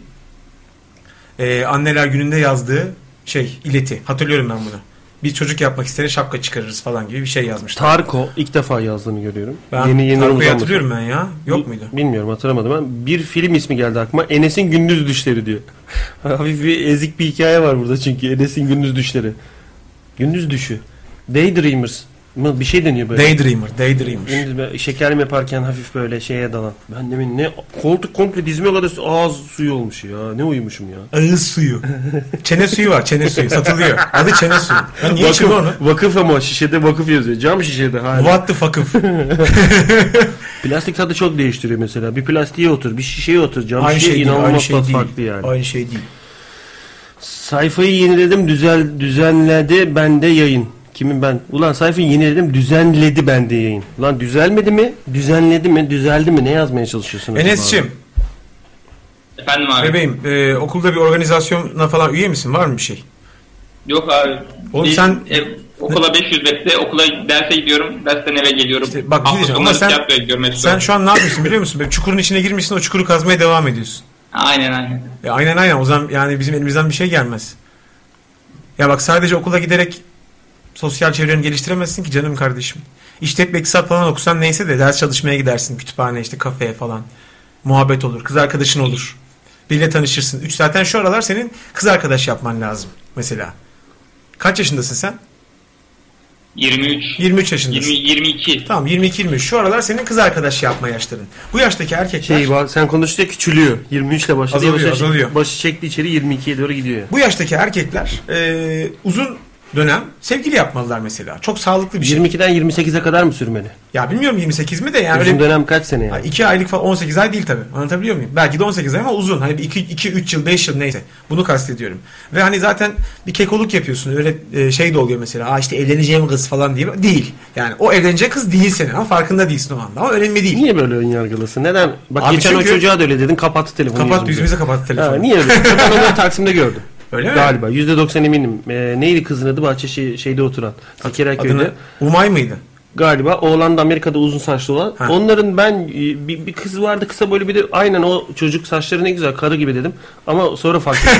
e, anneler gününde yazdığı şey ileti. Hatırlıyorum ben bunu. Biz çocuk yapmak isteyene şapka çıkarırız falan gibi bir şey yazmışlar. Tarko ilk defa yazdığını görüyorum. Ben yeni, yeni Tarko'yu hatırlıyorum ben ya. Yok muydu? Bilmiyorum, hatırlamadım ben. Bir film ismi geldi aklıma. Enes'in Gündüz Düşleri diyor. Hafif bir ezik bir hikaye var burada çünkü. Enes'in Gündüz Düşleri. Gündüz düşü. Daydreamers. Bir şey deniyor böyle. Daydreamer, Daydreamer. Gündüz şekerleme yaparken hafif böyle şeye dalan. Ben demin ne koltuk komple dizime kadar ağız suyu olmuş ya. Ne uyumuşum ya. Ağız suyu. Çene suyu var, çene suyu satılıyor. Adı çene suyu. Ben niye içiyorum onu? Vakıf ama şişede vakıf yazıyor. Cam şişede hala. What the vakıf. Plastik tadı çok değiştiriyor mesela. Bir plastiğe otur, bir şişeye otur. Cam aynı şişe şey inanılmaz aynı şey farklı değil. yani. Aynı şey değil. Sayfayı yeniledim, düzel düzenledi bende yayın. Kimin ben? Ulan sayfayı yeniledim, düzenledi bende yayın. Ulan düzelmedi mi? Düzenledi mi? Düzeldi mi? Ne yazmaya çalışıyorsun? Enes'ciğim. Efendim abi. Bebeğim, e, okulda bir organizasyona falan üye misin? Var mı bir şey? Yok abi. Oğlum Biz, sen e, okula beş yüz metre, okula derse gidiyorum, dersten eve geliyorum. İşte bak Hafta diyeceğim ama sen, sen şu an ne yapıyorsun biliyor musun? Böyle çukurun içine girmişsin, o çukuru kazmaya devam ediyorsun. Aynen aynen. E, aynen aynen, o zaman yani bizim elimizden bir şey gelmez. Ya bak, sadece okula giderek sosyal çevreni geliştiremezsin ki canım kardeşim. İşletme, iktisat falan okusan neyse de ders çalışmaya gidersin. Kütüphane, işte kafeye falan. Muhabbet olur. Kız arkadaşın olur. Biriyle tanışırsın. Üç zaten şu aralar senin kız arkadaş yapman lazım mesela. Kaç yaşındasın sen? yirmi üç. yirmi üç yaşındasın. yirmi, yirmi iki. Tamam, yirmi iki yirmi üç. Şu aralar senin kız arkadaş yapma yaşların. Bu yaştaki erkekler... Şey, sen konuştukça küçülüyor. yirmi üçle başladı. Azalıyor, azalıyor. Başı çekti içeri, yirmi ikiye doğru gidiyor. Bu yaştaki erkekler e, uzun dönem sevgili yapmalılar mesela. Çok sağlıklı bir şey. yirmi ikiden yirmi sekize kadar mı sürmeli? Ya bilmiyorum yirmi sekiz mi de yani. Uzun öyle... dönem kaç sene yani? iki aylık falan, on sekiz ay değil tabii. Anlatabiliyor muyum? Belki de on sekiz ay ama uzun. Hani iki üç yıl, beş yıl neyse. Bunu kastediyorum. Ve hani zaten bir kekoluk yapıyorsun. Öyle şey de oluyor mesela. Aa işte evleneceğim kız falan diye. Değil. Yani o evlenecek kız değil senin ama farkında değilsin o anda. Ama önemli değil. Niye böyle ön yargılısın? Neden? Bak Abi geçen çünkü... o çocuğa da öyle dedin. Kapattı telefonu. Kapattı, yüzümüze kapattı telefonu. Ha, niye öyle? Ben onları Taksim'de gördüm. Öyle mi? Galiba. yüzde doksan eminim. Ee, neydi kızın adı? Bahçeşehir şeyde oturan. Tekereköy'de. Umay mıydı? Galiba. Oğlan da Amerika'da uzun saçlı olan. Ha. Onların ben bir, bir kız vardı kısa böyle, bir de aynen o çocuk, saçları ne güzel, karı gibi dedim. Ama sonra fark ettim.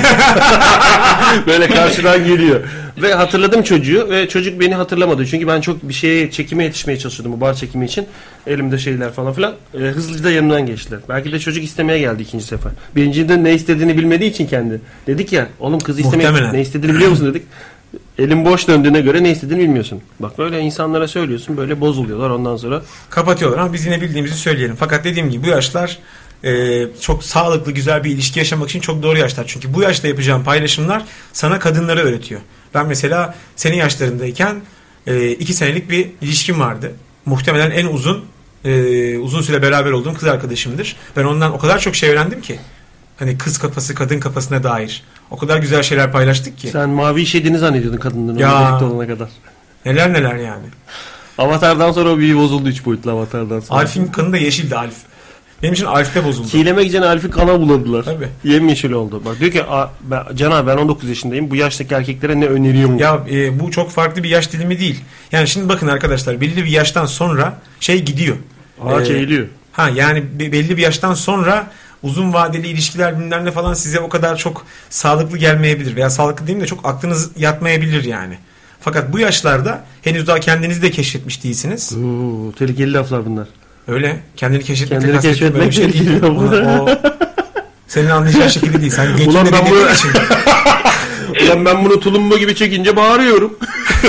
Böyle karşıdan geliyor. Ve hatırladım çocuğu ve çocuk beni hatırlamadı. Çünkü ben çok bir şeye, çekime yetişmeye çalışıyordum, bu bar çekimi için. Elimde şeyler falan filan. Ee, hızlıca da yanından geçtiler. Belki de çocuk istemeye geldi ikinci sefer. Birincide ne istediğini bilmediği için kendi. Dedik ya oğlum kızı istemeye, ne istediğini biliyor musun dedik. Elin boş döndüğüne göre ne istediğini bilmiyorsun. Bak böyle insanlara söylüyorsun, böyle bozuluyorlar, ondan sonra kapatıyorlar. Ama biz yine bildiğimizi söyleyelim. Fakat dediğim gibi bu yaşlar e, çok sağlıklı, güzel bir ilişki yaşamak için çok doğru yaşlar. Çünkü bu yaşta yapacağım paylaşımlar sana kadınları öğretiyor. Ben mesela senin yaşlarındayken e, iki senelik bir ilişkim vardı. Muhtemelen en uzun e, uzun süre beraber olduğum kız arkadaşımdır. Ben ondan o kadar çok şey öğrendim ki. Hani kız kafası, kadın kafasına dair. O kadar güzel şeyler paylaştık ki. Sen mavi işediğini zannediyordun kadınların ya, birlikte olana kadar. Neler neler yani. Avatar'dan sonra o bir bozuldu, üç boyutlu Avatar'dan sonra. Alf'in kanı da yeşildi, Alf. Benim için Alf'te bozuldu. Çiğlemek için Alf'i kana buladılar. Tabii. Yemyeşil oldu. Bak diyor ki Can abi ben on dokuz yaşındayım. Bu yaştaki erkeklere ne öneriyorum? Ya e, bu çok farklı bir yaş dilimi değil. Yani şimdi bakın arkadaşlar, belli bir yaştan sonra şey gidiyor. Ağaç ee, eğiliyor. Ha yani belli bir yaştan sonra uzun vadeli ilişkiler bilmem ne falan size o kadar çok sağlıklı gelmeyebilir. Veya sağlıklı değil mi de çok aklınız yatmayabilir yani. Fakat bu yaşlarda henüz daha kendinizi de keşfetmiş değilsiniz. Oo, tehlikeli laflar bunlar. Öyle. Kendini keşfetmek Kendini keşfetmek böyle bir şey değil. Ona, o senin anlayacağın şekilde değil. Sen geçimde Ulan ben, bunu... için. Ulan ben bunu tulumba gibi çekince bağırıyorum.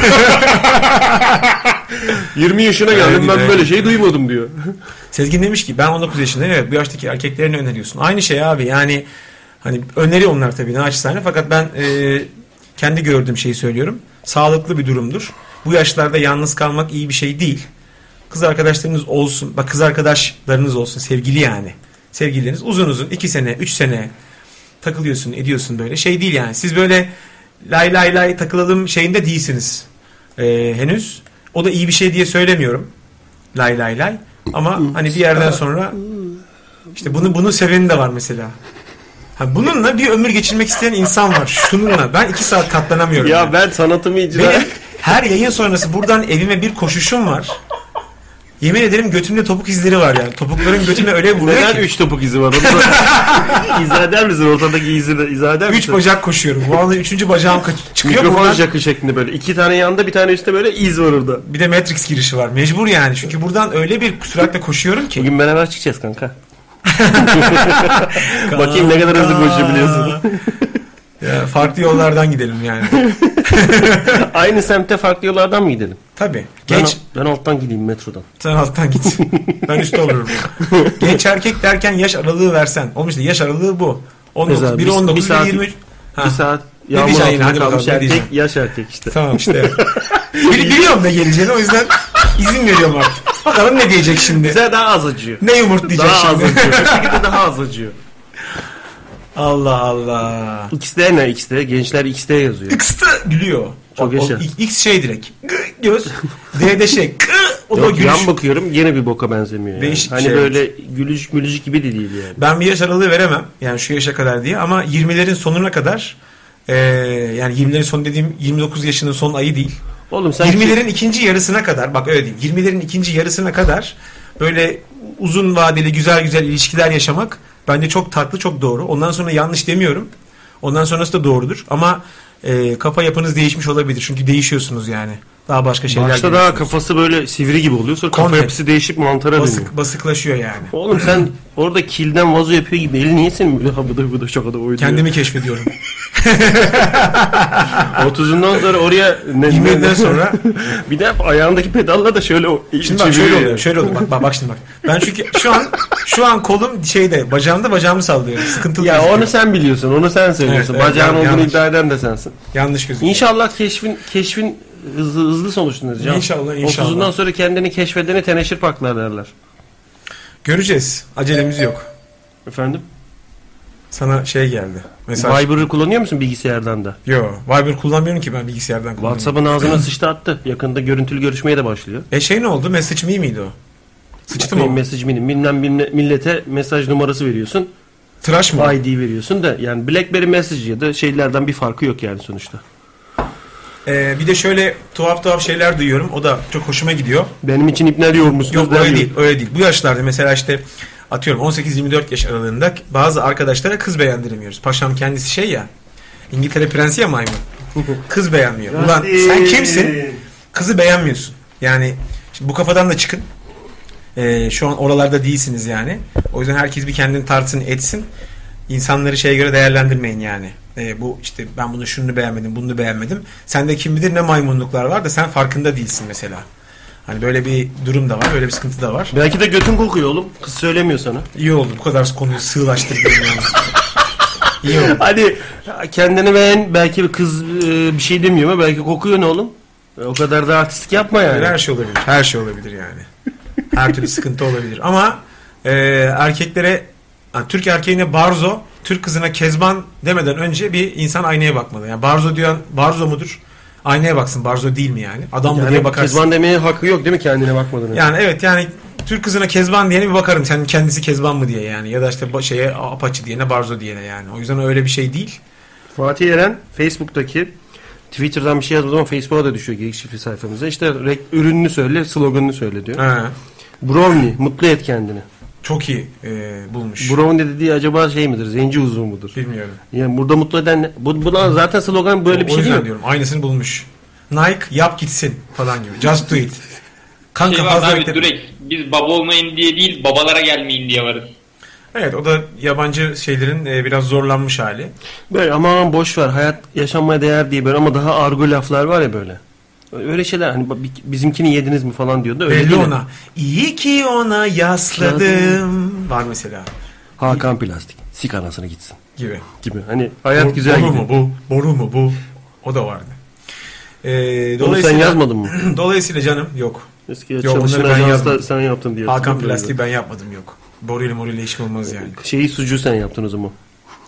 yirmi yaşına geldim, evet, ben evet. Böyle şey duymadım diyor. Sezgin demiş ki ben on dokuz yaşındayım, evet, bu yaştaki erkeklerine öneriyorsun. Aynı şey abi, yani hani öneri onlar tabii naçizane, fakat ben e, kendi gördüğüm şeyi söylüyorum. Sağlıklı bir durumdur. Bu yaşlarda yalnız kalmak iyi bir şey değil. Kız arkadaşlarınız olsun, bak kız arkadaşlarınız olsun, sevgili yani. Sevgilileriniz uzun uzun iki sene, üç sene takılıyorsun, ediyorsun böyle. Şey değil yani. Siz böyle lay lay lay takılalım şeyinde değilsiniz. Ee, henüz. O da iyi bir şey diye söylemiyorum. Lay lay lay. Ama hani bir yerden sonra işte bunu bunu seveni de var mesela. Ha, bununla bir ömür geçirmek isteyen insan var. Şununla. Ben iki saat katlanamıyorum. Ya yani. Ben sanatımı icra... Benim her yayın sonrası buradan evime bir koşuşum var. Yemin ederim götümde topuk izleri var yani. Topukların götüme öyle vuruyor Neden ki. üç topuk izi var? Onu da izah eder misin? Ortadaki izi de izah eder misin? Üç bacak koşuyorum. Bu anda üçüncü bacağım kaç- çıkıyor Mikrofon buradan. jakı şeklinde böyle. İki tane yanda bir tane üstte böyle iz var orada. Bir de Matrix girişi var. Mecbur yani. Çünkü buradan öyle bir süratle koşuyorum ki. Bugün beraber çıkacağız kanka. Bakayım ne kadar hızlı koşabiliyorsun. Ya, farklı yollardan gidelim yani. Aynı semte farklı yollardan mı gidelim? Tabii. Ben, Genç ben alttan gideyim metrodan. sen alttan git. Ben üstte olurum. Genç erkek derken yaş aralığı versen. Oğlum işte yaş aralığı bu. on dokuz, Mesela biri bir- on dokuz, bir saat- biri yirmi üç. Ha. Bir saat Ne yağmur diyeceksin yine? altında Hadi kalmış bakalım, ne erkek, diyeceksin? yaş erkek işte. Tamam işte. Bili- biliyorum ne geleceğini, o yüzden izin veriyorum artık. Bakalım ne diyecek şimdi. Bize daha az acıyor. Ne yumurtlayacak Daha az şimdi. acıyor. Bu şekilde daha az acıyor. Allah Allah. X D ne X D? Gençler X D yazıyor. X de gülüyor. Çok O- o- yaşa. X şey direkt. G göz. D'de şey. G, o da Yok, gülüş. yan bakıyorum gene bir boka benzemiyor. Yani. Değişik bir hani şey, böyle gülücük mülücük gibi de değil yani. Ben bir yaş aralığı veremem. Yani şu yaşa kadar diye. Ama yirmilerin sonuna kadar e, yani yirmilerin sonu dediğim yirmi dokuz yaşının son ayı değil. Oğlum sen yirmilerin ikinci yarısına kadar, bak öyle diyeyim. yirmilerin ikinci yarısına kadar böyle uzun vadeli güzel güzel ilişkiler yaşamak bence çok tatlı, çok doğru. Ondan sonra yanlış demiyorum. Ondan sonrası da doğrudur. Ama e, kafa yapınız değişmiş olabilir. Çünkü değişiyorsunuz yani. Daha başka şeyler başta daha görüyorsunuz. kafası böyle sivri gibi oluyor. Sonra kafa Kontent. yapısı değişip mantara dönüyor. Basık, basıklaşıyor yani. Oğlum sen orada kilden vazo yapıyor gibi eli niye senin böyle habıda habıda şakada oynuyor? Kendimi keşfediyorum. otuzundan sonra oraya ne, yirmiden sonra bir de ayağındaki pedalla da şöyle o- şimdi bak çeviriyor şöyle yani. oluyor. Şöyle oluyor. Bak, bak bak şimdi bak. Ben çünkü şu an şu an kolum şeyde, bacağımda, bacağımı sallıyorum. Sıkıntılı. Ya gözüküyor. onu sen biliyorsun. Onu sen söylüyorsun. Evet, evet, Bacağın yan- olduğunu yanlış. iddia eden de sensin. Yanlış gözüküyor. İnşallah keşfin keşfin hızlı hızlı sonuçlanır canım. İnşallah, inşallah. otuzundan sonra kendini keşfedene teneşir paklar derler. Göreceğiz. Acelemiz yok. Efendim? Sana şey geldi. Mesaj. Viber'ı kullanıyor musun bilgisayardan da? Yo, Viber kullanmıyorum ki ben, bilgisayardan kullanıyorum. WhatsApp'ın ağzına sıçtı attı. Yakında görüntülü görüşmeye de başlıyor. E şey ne oldu? Message me miydi o? Sıçtı mı Benim o? mesaj benim. Bilmem bilmem- millete mesaj numarası veriyorsun. Tıraş mı? I D veriyorsun da yani BlackBerry Message ya da şeylerden bir farkı yok yani sonuçta. Ee, bir de şöyle tuhaf tuhaf şeyler duyuyorum. O da çok hoşuma gidiyor. Benim için ipler yormuşsunuz. Yok der öyle gibi. değil, öyle değil. Bu yaşlarda mesela işte atıyorum on sekiz yirmi dört yaş aralığında bazı arkadaşlara kız beğendiremiyoruz. Paşam kendisi şey ya, İngiltere prensi ya, maymun. Kız beğenmiyor. Ulan sen kimsin? Kızı beğenmiyorsun. Yani şimdi bu kafadan da çıkın. Ee, şu an oralarda değilsiniz yani. O yüzden herkes bir kendini tartsın etsin. İnsanları şeye göre değerlendirmeyin yani. Ee, bu işte ben bunu şunu beğenmedim, bunu beğenmedim. Sende kim bilir ne maymunluklar var da sen farkında değilsin mesela. Hani böyle bir durum da var, böyle bir sıkıntı da var. Belki de götün kokuyor oğlum. Kız söylemiyor sana. İyi oldu, bu kadar konuyu sığlaştırdım yani. İyi oldu. Hadi kendini beğen. Belki bir kız e, bir şey demiyor ama belki kokuyor ne oğlum? E, O kadar da artistik yapma yani. Her şey olabilir. Her şey olabilir yani. Her türlü sıkıntı olabilir. Ama e, erkeklere, yani Türk erkeğine barzo, Türk kızına kezban demeden önce bir insan aynaya bakmalı. Yani barzo diyen barzo mudur? Aynaya baksın, barzo değil mi yani? Adam mı diye Yani bakarsın. kezban demeye hakkı yok değil mi kendine bakmadan önce? Yani evet, yani Türk kızına kezban diyene bir bakarım. Sen kendisi kezban mı diye yani. Ya da işte ba- şeye apaçı diyene, barzo diyene yani. O yüzden öyle bir şey değil. Fatih Eren Facebook'taki, Twitter'dan bir şey yazmadı ama Facebook'a da düşüyor Geyik Çiftliği sayfamıza. İşte rek- ürününü söyle, sloganını söyle diyor. He. Brownie, mutlu et kendini. Çok iyi e, bulmuş. Brownie dediği acaba şey midir? Zenci uzun mudur? Bilmiyorum. Yani burada mutlu eden ne? Bu, bu da zaten slogan böyle O bir şey yüzden değil mi? diyorum. Aynısını bulmuş. Nike yap gitsin falan gibi. Just do it. Kanka Şey var fazla abi bekle- direkt biz baba olmayın diye değil babalara gelmeyin diye varız. Evet, o da yabancı şeylerin e, biraz zorlanmış hali. Böyle aman boş ver hayat yaşanmaya değer diye böyle ama daha argo laflar var ya böyle. Öyle şeyler hani bi- bizimkini yediniz mi falan diyordu. Öyle Belli değil. ona. İyi ki ona yasladım. Var mesela. Hakan Plastik. Sik anasını gitsin. Gibi. Gibi. Hani hayat Bo- güzel boru gidiyor. mu bu? Boru mu bu? O da vardı. Ee, Onu sen dolayısıyla, yazmadın mı? Dolayısıyla canım yok. Eski Yok, çalışan bunları ben ajansta yazmadım. sen yaptın diye. Hakan hatırlıyorum Plastik'i ben yapmadım, yok. Boruyla moruyla işim olmaz yani. böyle. Şeyi sucuğu sen yaptın o zaman.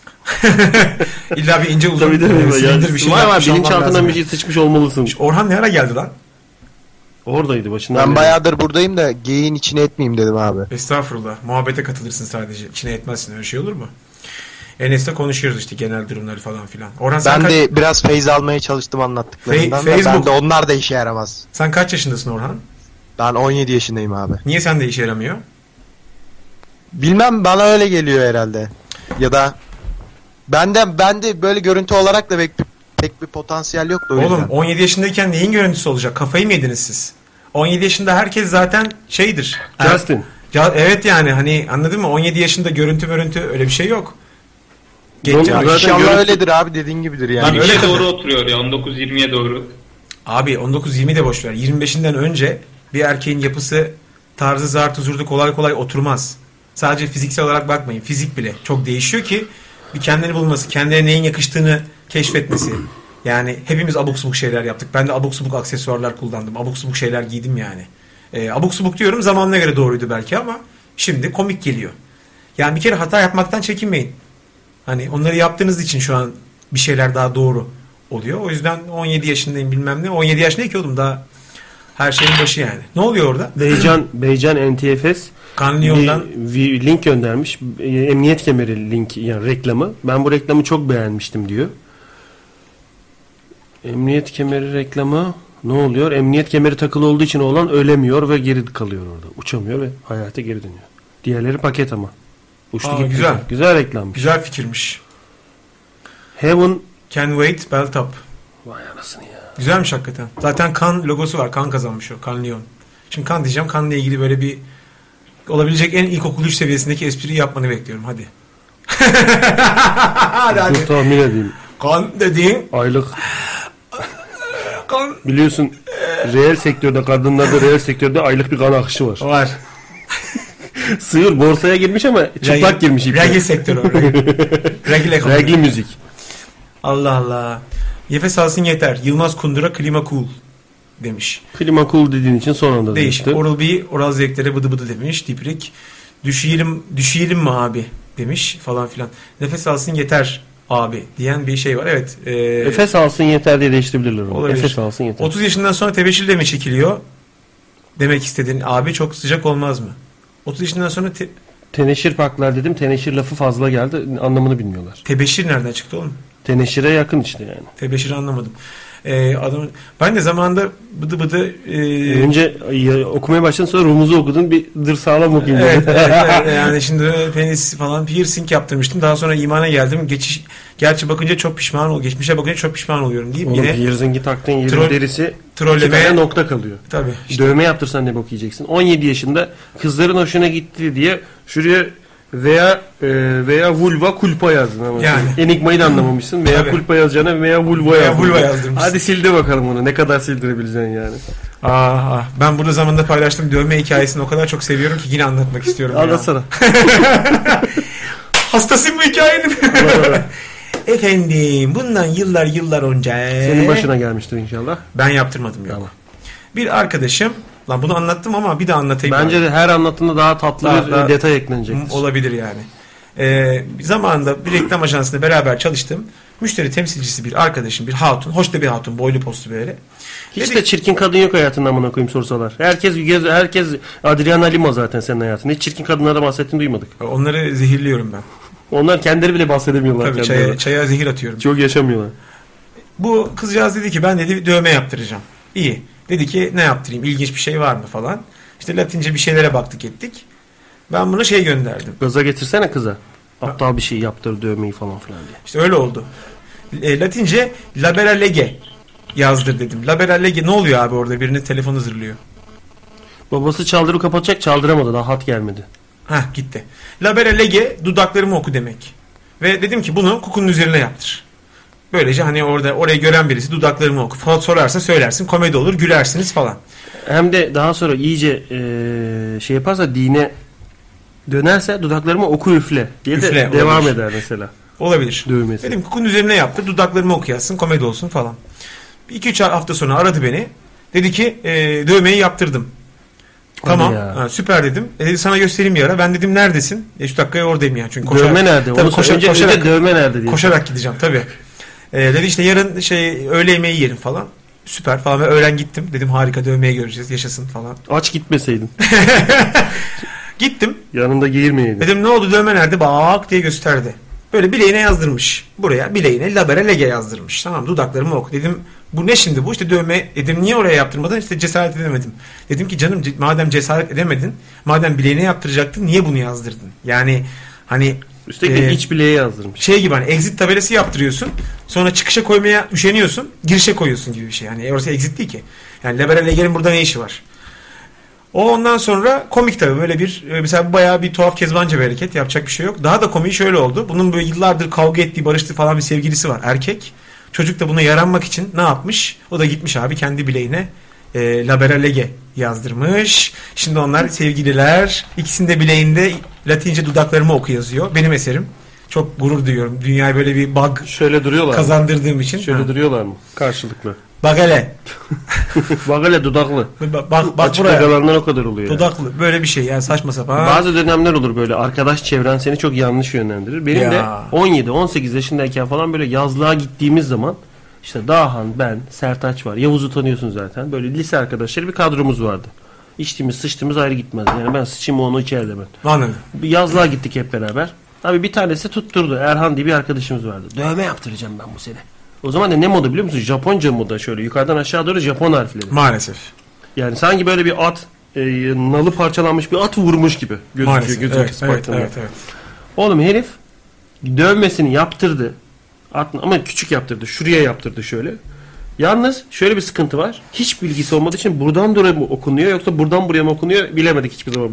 İlla bir ince uzun Tabii tabii. e, silindir bir şey var var yapmış olmam bilinçaltından lazım bir şey yani. sıçmış olmalısın. Orhan ne ara geldi lan? Oradaydı başından Ben beri. bayağıdır buradayım da geyiğin içine etmeyeyim dedim abi. Estağfurullah. Muhabbete katılırsın sadece. İçine etmezsin, öyle şey olur mu? Enes'le konuşuyoruz işte genel durumları falan filan. Orhan sen, Ben kaç, de biraz feyz almaya çalıştım anlattıklarından. Fe- da. Facebook- Ben de onlar da işe yaramaz. sen kaç yaşındasın Orhan? Ben on yedi yaşındayım abi. Niye sende işe yaramıyor? Bilmem, bana öyle geliyor herhalde. Ya da bende bende böyle görüntü olarak da pek bir, pek bir potansiyel yok da o Oğlum yüzden. on yedi yaşındayken neyin görüntüsü olacak? Kafayı mı yediniz siz? on yedi yaşında herkes zaten şeydir. Justin. Ya, evet yani hani anladın mı? on yedi yaşında görüntü görüntü öyle bir şey yok. Geç Oğlum, abi. zaten İnşallah görüntü- öyledir abi, dediğin gibidir yani. Lan öyle Öyle tabii. doğru oturuyor ya on dokuz yirmiye doğru. Abi on dokuz yirmi de boş ver. yirmi beşinden önce bir erkeğin yapısı, tarzı, zartı, zurdu kolay kolay oturmaz. Sadece fiziksel olarak bakmayın. Fizik bile çok değişiyor ki bir kendini bulması, kendine neyin yakıştığını keşfetmesi. Yani hepimiz abuk subuk şeyler yaptık. Ben de abuk subuk aksesuarlar kullandım. Abuk subuk şeyler giydim yani. Ee, abuk subuk diyorum, zamanına göre doğruydu belki ama şimdi komik geliyor. Yani bir kere hata yapmaktan çekinmeyin. Hani onları yaptığınız için şu an bir şeyler daha doğru oluyor. O yüzden on yedi yaşındayım bilmem ne. on yedi yaş ne ki oğlum, daha her şeyin başı yani. Ne oluyor orada? Beycan, Beycan N T F S Kanliyon'dan bir, bir link göndermiş. E, Emniyet kemeri link, yani reklamı. Ben bu reklamı çok beğenmiştim diyor. Emniyet kemeri reklamı ne oluyor? Emniyet kemeri takılı olduğu için oğlan ölemiyor ve geri kalıyor orada. Uçamıyor ve hayata geri dönüyor. Diğerleri paket ama. Uçtu Aa, gitti. güzel. Güzel reklammış. güzel fikirmiş. Heaven. Can wait, belt up. Vay anasını ya. Güzelmiş hakikaten. Zaten kan logosu var. Kan kazanmış o. Kanlion. Şimdi kan diyeceğim. Kanla ilgili böyle bir olabilecek en ilkokul üç seviyesindeki espriyi yapmanı bekliyorum. Hadi. hadi Dur hadi. tahmin edeyim. Kan dediğin Aylık. kan Biliyorsun reel sektörde, kadınlarda reel sektörde aylık bir kan akışı var. var. Sığır borsaya girmiş ama çıplak girmiş. ipne. Regil sektörü. Regil. Regil ekonomi. Regli müzik. Allah Allah. Nefes alsın yeter. Yılmaz Kundura klima cool demiş. Klima cool dediğin için son anda Değişik. değişti. Oral B oral zevklere bıdı bıdı demiş. Diprik. Düşüyelim, düşüyelim mi abi demiş falan filan. Nefes alsın yeter abi diyen bir şey var. Evet. E, Nefes alsın yeter diye değiştirebilirler onu. Olabilir. Nefes alsın yeter. otuz yaşından sonra tebeşirle mi çekiliyor? Demek istediğin abi çok sıcak olmaz mı? otuz yaşından sonra te- Teneşir paklar dedim. Teneşir lafı fazla geldi. Anlamını bilmiyorlar. tebeşir nereden çıktı oğlum? Teneşire yakın işte yani. Tebeşiri anlamadım. Ee, adam, ben de zamanında bıdı bıdı e, Önce ya, okumaya başladın, sonra rumuzu okudun. Bir dır sağlam okuyayım. evet, dedim. evet, evet, yani şimdi penis falan piercing yaptırmıştım. Daha sonra imana geldim. Geçiş, gerçi bakınca çok pişman ol. Geçmişe bakınca çok pişman oluyorum diyeyim. Oğlum Yine piercing'i taktığın yerin Troll- derisi iki trolleme- tane nokta kalıyor. tabii. işte Dövme yaptırsan ne bok yiyeceksin? on yedi yaşında kızların hoşuna gitti diye şuraya veya e, veya vulva kulpa yazdın ama. Yani. Enigmayı da anlamamışsın. Veya Tabii. kulpa yazacağına veya vulva Veya yazdın. vulva yazdırmışsın. Hadi sildi bakalım onu. Ne kadar sildirebileceksin yani. Aa, aa, ben burada zamanında paylaştığım dövme hikayesini o kadar çok seviyorum ki yine anlatmak istiyorum. ya. Anlatsana. Hastasıyım bu hikayenin. Efendim bundan yıllar yıllar önce Senin başına gelmiştir inşallah. ben yaptırmadım yok. Tamam. Bir arkadaşım, lan bunu anlattım ama bir de anlatayım. Bence abi. de her anlattığında daha tatlı Daha- bir daha- detay eklenecektir. Olabilir yani. Ee, zamanında bir reklam ajansında beraber çalıştım. Müşteri temsilcisi bir arkadaşım, bir hatun, hoş da bir hatun, boylu postlu böyle. Hiç Dedi- de çirkin kadın yok hayatında amına koyayım sorsalar. Herkes herkes Adriana Lima zaten senin hayatında. Hiç çirkin kadınlara bahsettiğini duymadık. Onları zehirliyorum ben. Onlar kendileri bile bahsedemiyorlar. Tabii kendileri. çaya, çaya zehir atıyorum. Çok yaşamıyorlar. Bu kızcağız dedi ki ben dedi bir dövme yaptıracağım. İyi. Dedi ki ne yaptırayım? İlginç bir şey var mı falan. İşte Latince bir şeylere baktık ettik. Ben buna şey gönderdim. Gaza getirsene kıza. Aptal bir şey yaptır dövmeyi falan filan diye. İşte öyle oldu. E, Latince labera lege yazdır dedim. Labera lege ne oluyor abi orada? Birinin telefonu zırlıyor. Babası çaldırıp kapatacak, çaldıramadı. Daha hat gelmedi. Heh gitti. Labera lege dudaklarımı oku demek. Ve dedim ki bunu kukunun üzerine yaptır. Böylece hani orada orayı gören birisi dudaklarımı oku falan sorarsa söylersin. Komedi olur, gülersiniz falan. Hem de daha sonra iyice eee, şey yaparsa dine dönerse dudaklarımı oku üfle diye Üfle, de devam olabilir. eder mesela. Olabilir. Dövmesi. Dedim kukunun üzerine yaptır. Dudaklarımı okuyasın. Komedi olsun falan. iki üç hafta sonra aradı beni. Dedi ki e, dövmeyi yaptırdım. Hadi Tamam. ya. Ha, süper dedim. E, dedi sana göstereyim bir ara. Ben dedim neredesin? E, şu dakikaya oradayım yani. Çünkü koşar, Dövme nerede? Tabii Onu koşar, önce, koşarak, önce dövme nerede diye. koşarak gideceğim tabii. E, dedi işte yarın şey öğle yemeği yerim falan. Süper falan. Ve öğlen gittim. Dedim harika dövmeyi göreceğiz. Yaşasın falan. Aç gitmeseydin. Gittim. Yanında geğirmeyeydin. Dedim ne oldu dövme nerede? Bak diye gösterdi. Böyle bileğine yazdırmış. Buraya bileğine labere lege yazdırmış. Tamam, dudaklarımı oku. Dedim bu ne şimdi bu? İşte dövme. Dedim niye oraya yaptırmadın? İşte cesaret edemedim. Dedim ki canım madem cesaret edemedin, madem bileğine yaptıracaktın niye bunu yazdırdın? Yani hani üstelik e, iç bileğe yazdırmış. Şey gibi hani exit tabelası yaptırıyorsun. Sonra çıkışa koymaya üşeniyorsun. Girişe koyuyorsun gibi bir şey. Yani orası exit değil ki. Yani labere lege'nin burada ne işi var? O ondan sonra komik tabii, böyle bir mesela bayağı bir tuhaf kezbanca bir hareket, yapacak bir şey yok. Daha da komiği şöyle oldu. Bunun böyle yıllardır kavga ettiği, barıştığı falan bir sevgilisi var, erkek. Çocuk da buna yaranmak için ne yapmış? O da gitmiş abi kendi bileğine e, labere lege yazdırmış. Şimdi onlar sevgililer. İkisinde bileğinde Latince dudaklarımı oku yazıyor. Benim eserim. Çok gurur duyuyorum. Dünyaya böyle bir bug şöyle duruyorlar kazandırdığım mı? için. Şöyle ha. duruyorlar mı? Karşılıklı. Bak hele. Bak hele dudaklı. Bak, bak, bak açık buraya. agalarından o kadar oluyor. Dudaklı. Yani. Böyle bir şey yani, saçma sapan. Bazı dönemler olur böyle, arkadaş çevren seni çok yanlış yönlendirir. Benim ya. de on yedi on sekiz yaşındayken falan böyle yazlığa gittiğimiz zaman işte Dahan, ben, Sertaç var. Yavuz'u tanıyorsun zaten. Böyle lise arkadaşları bir kadromuz vardı. İçtiğimiz sıçtığımız ayrı gitmez. Yani ben sıçayım onu içeride ben. Anladım. Bir yazlığa gittik hep beraber. Abi bir tanesi tutturdu. Erhan diye bir arkadaşımız vardı. Dövme yaptıracağım ben bu sene. O zaman da ne moda biliyor musun? Japonca moda, şöyle yukarıdan aşağı doğru Japon harfleri. Maalesef. Yani sanki böyle bir at e, nalı parçalanmış bir at vurmuş gibi gözüküyor. Maalesef. Gözüküyor Evet, evet, evet, evet. Oğlum herif dövmesini yaptırdı. At, ama küçük yaptırdı. Şuraya yaptırdı şöyle. Yalnız şöyle bir sıkıntı var. Hiç bilgisi olmadığı için buradan buraya mı okunuyor yoksa buradan buraya mı okunuyor bilemedik hiçbir zaman.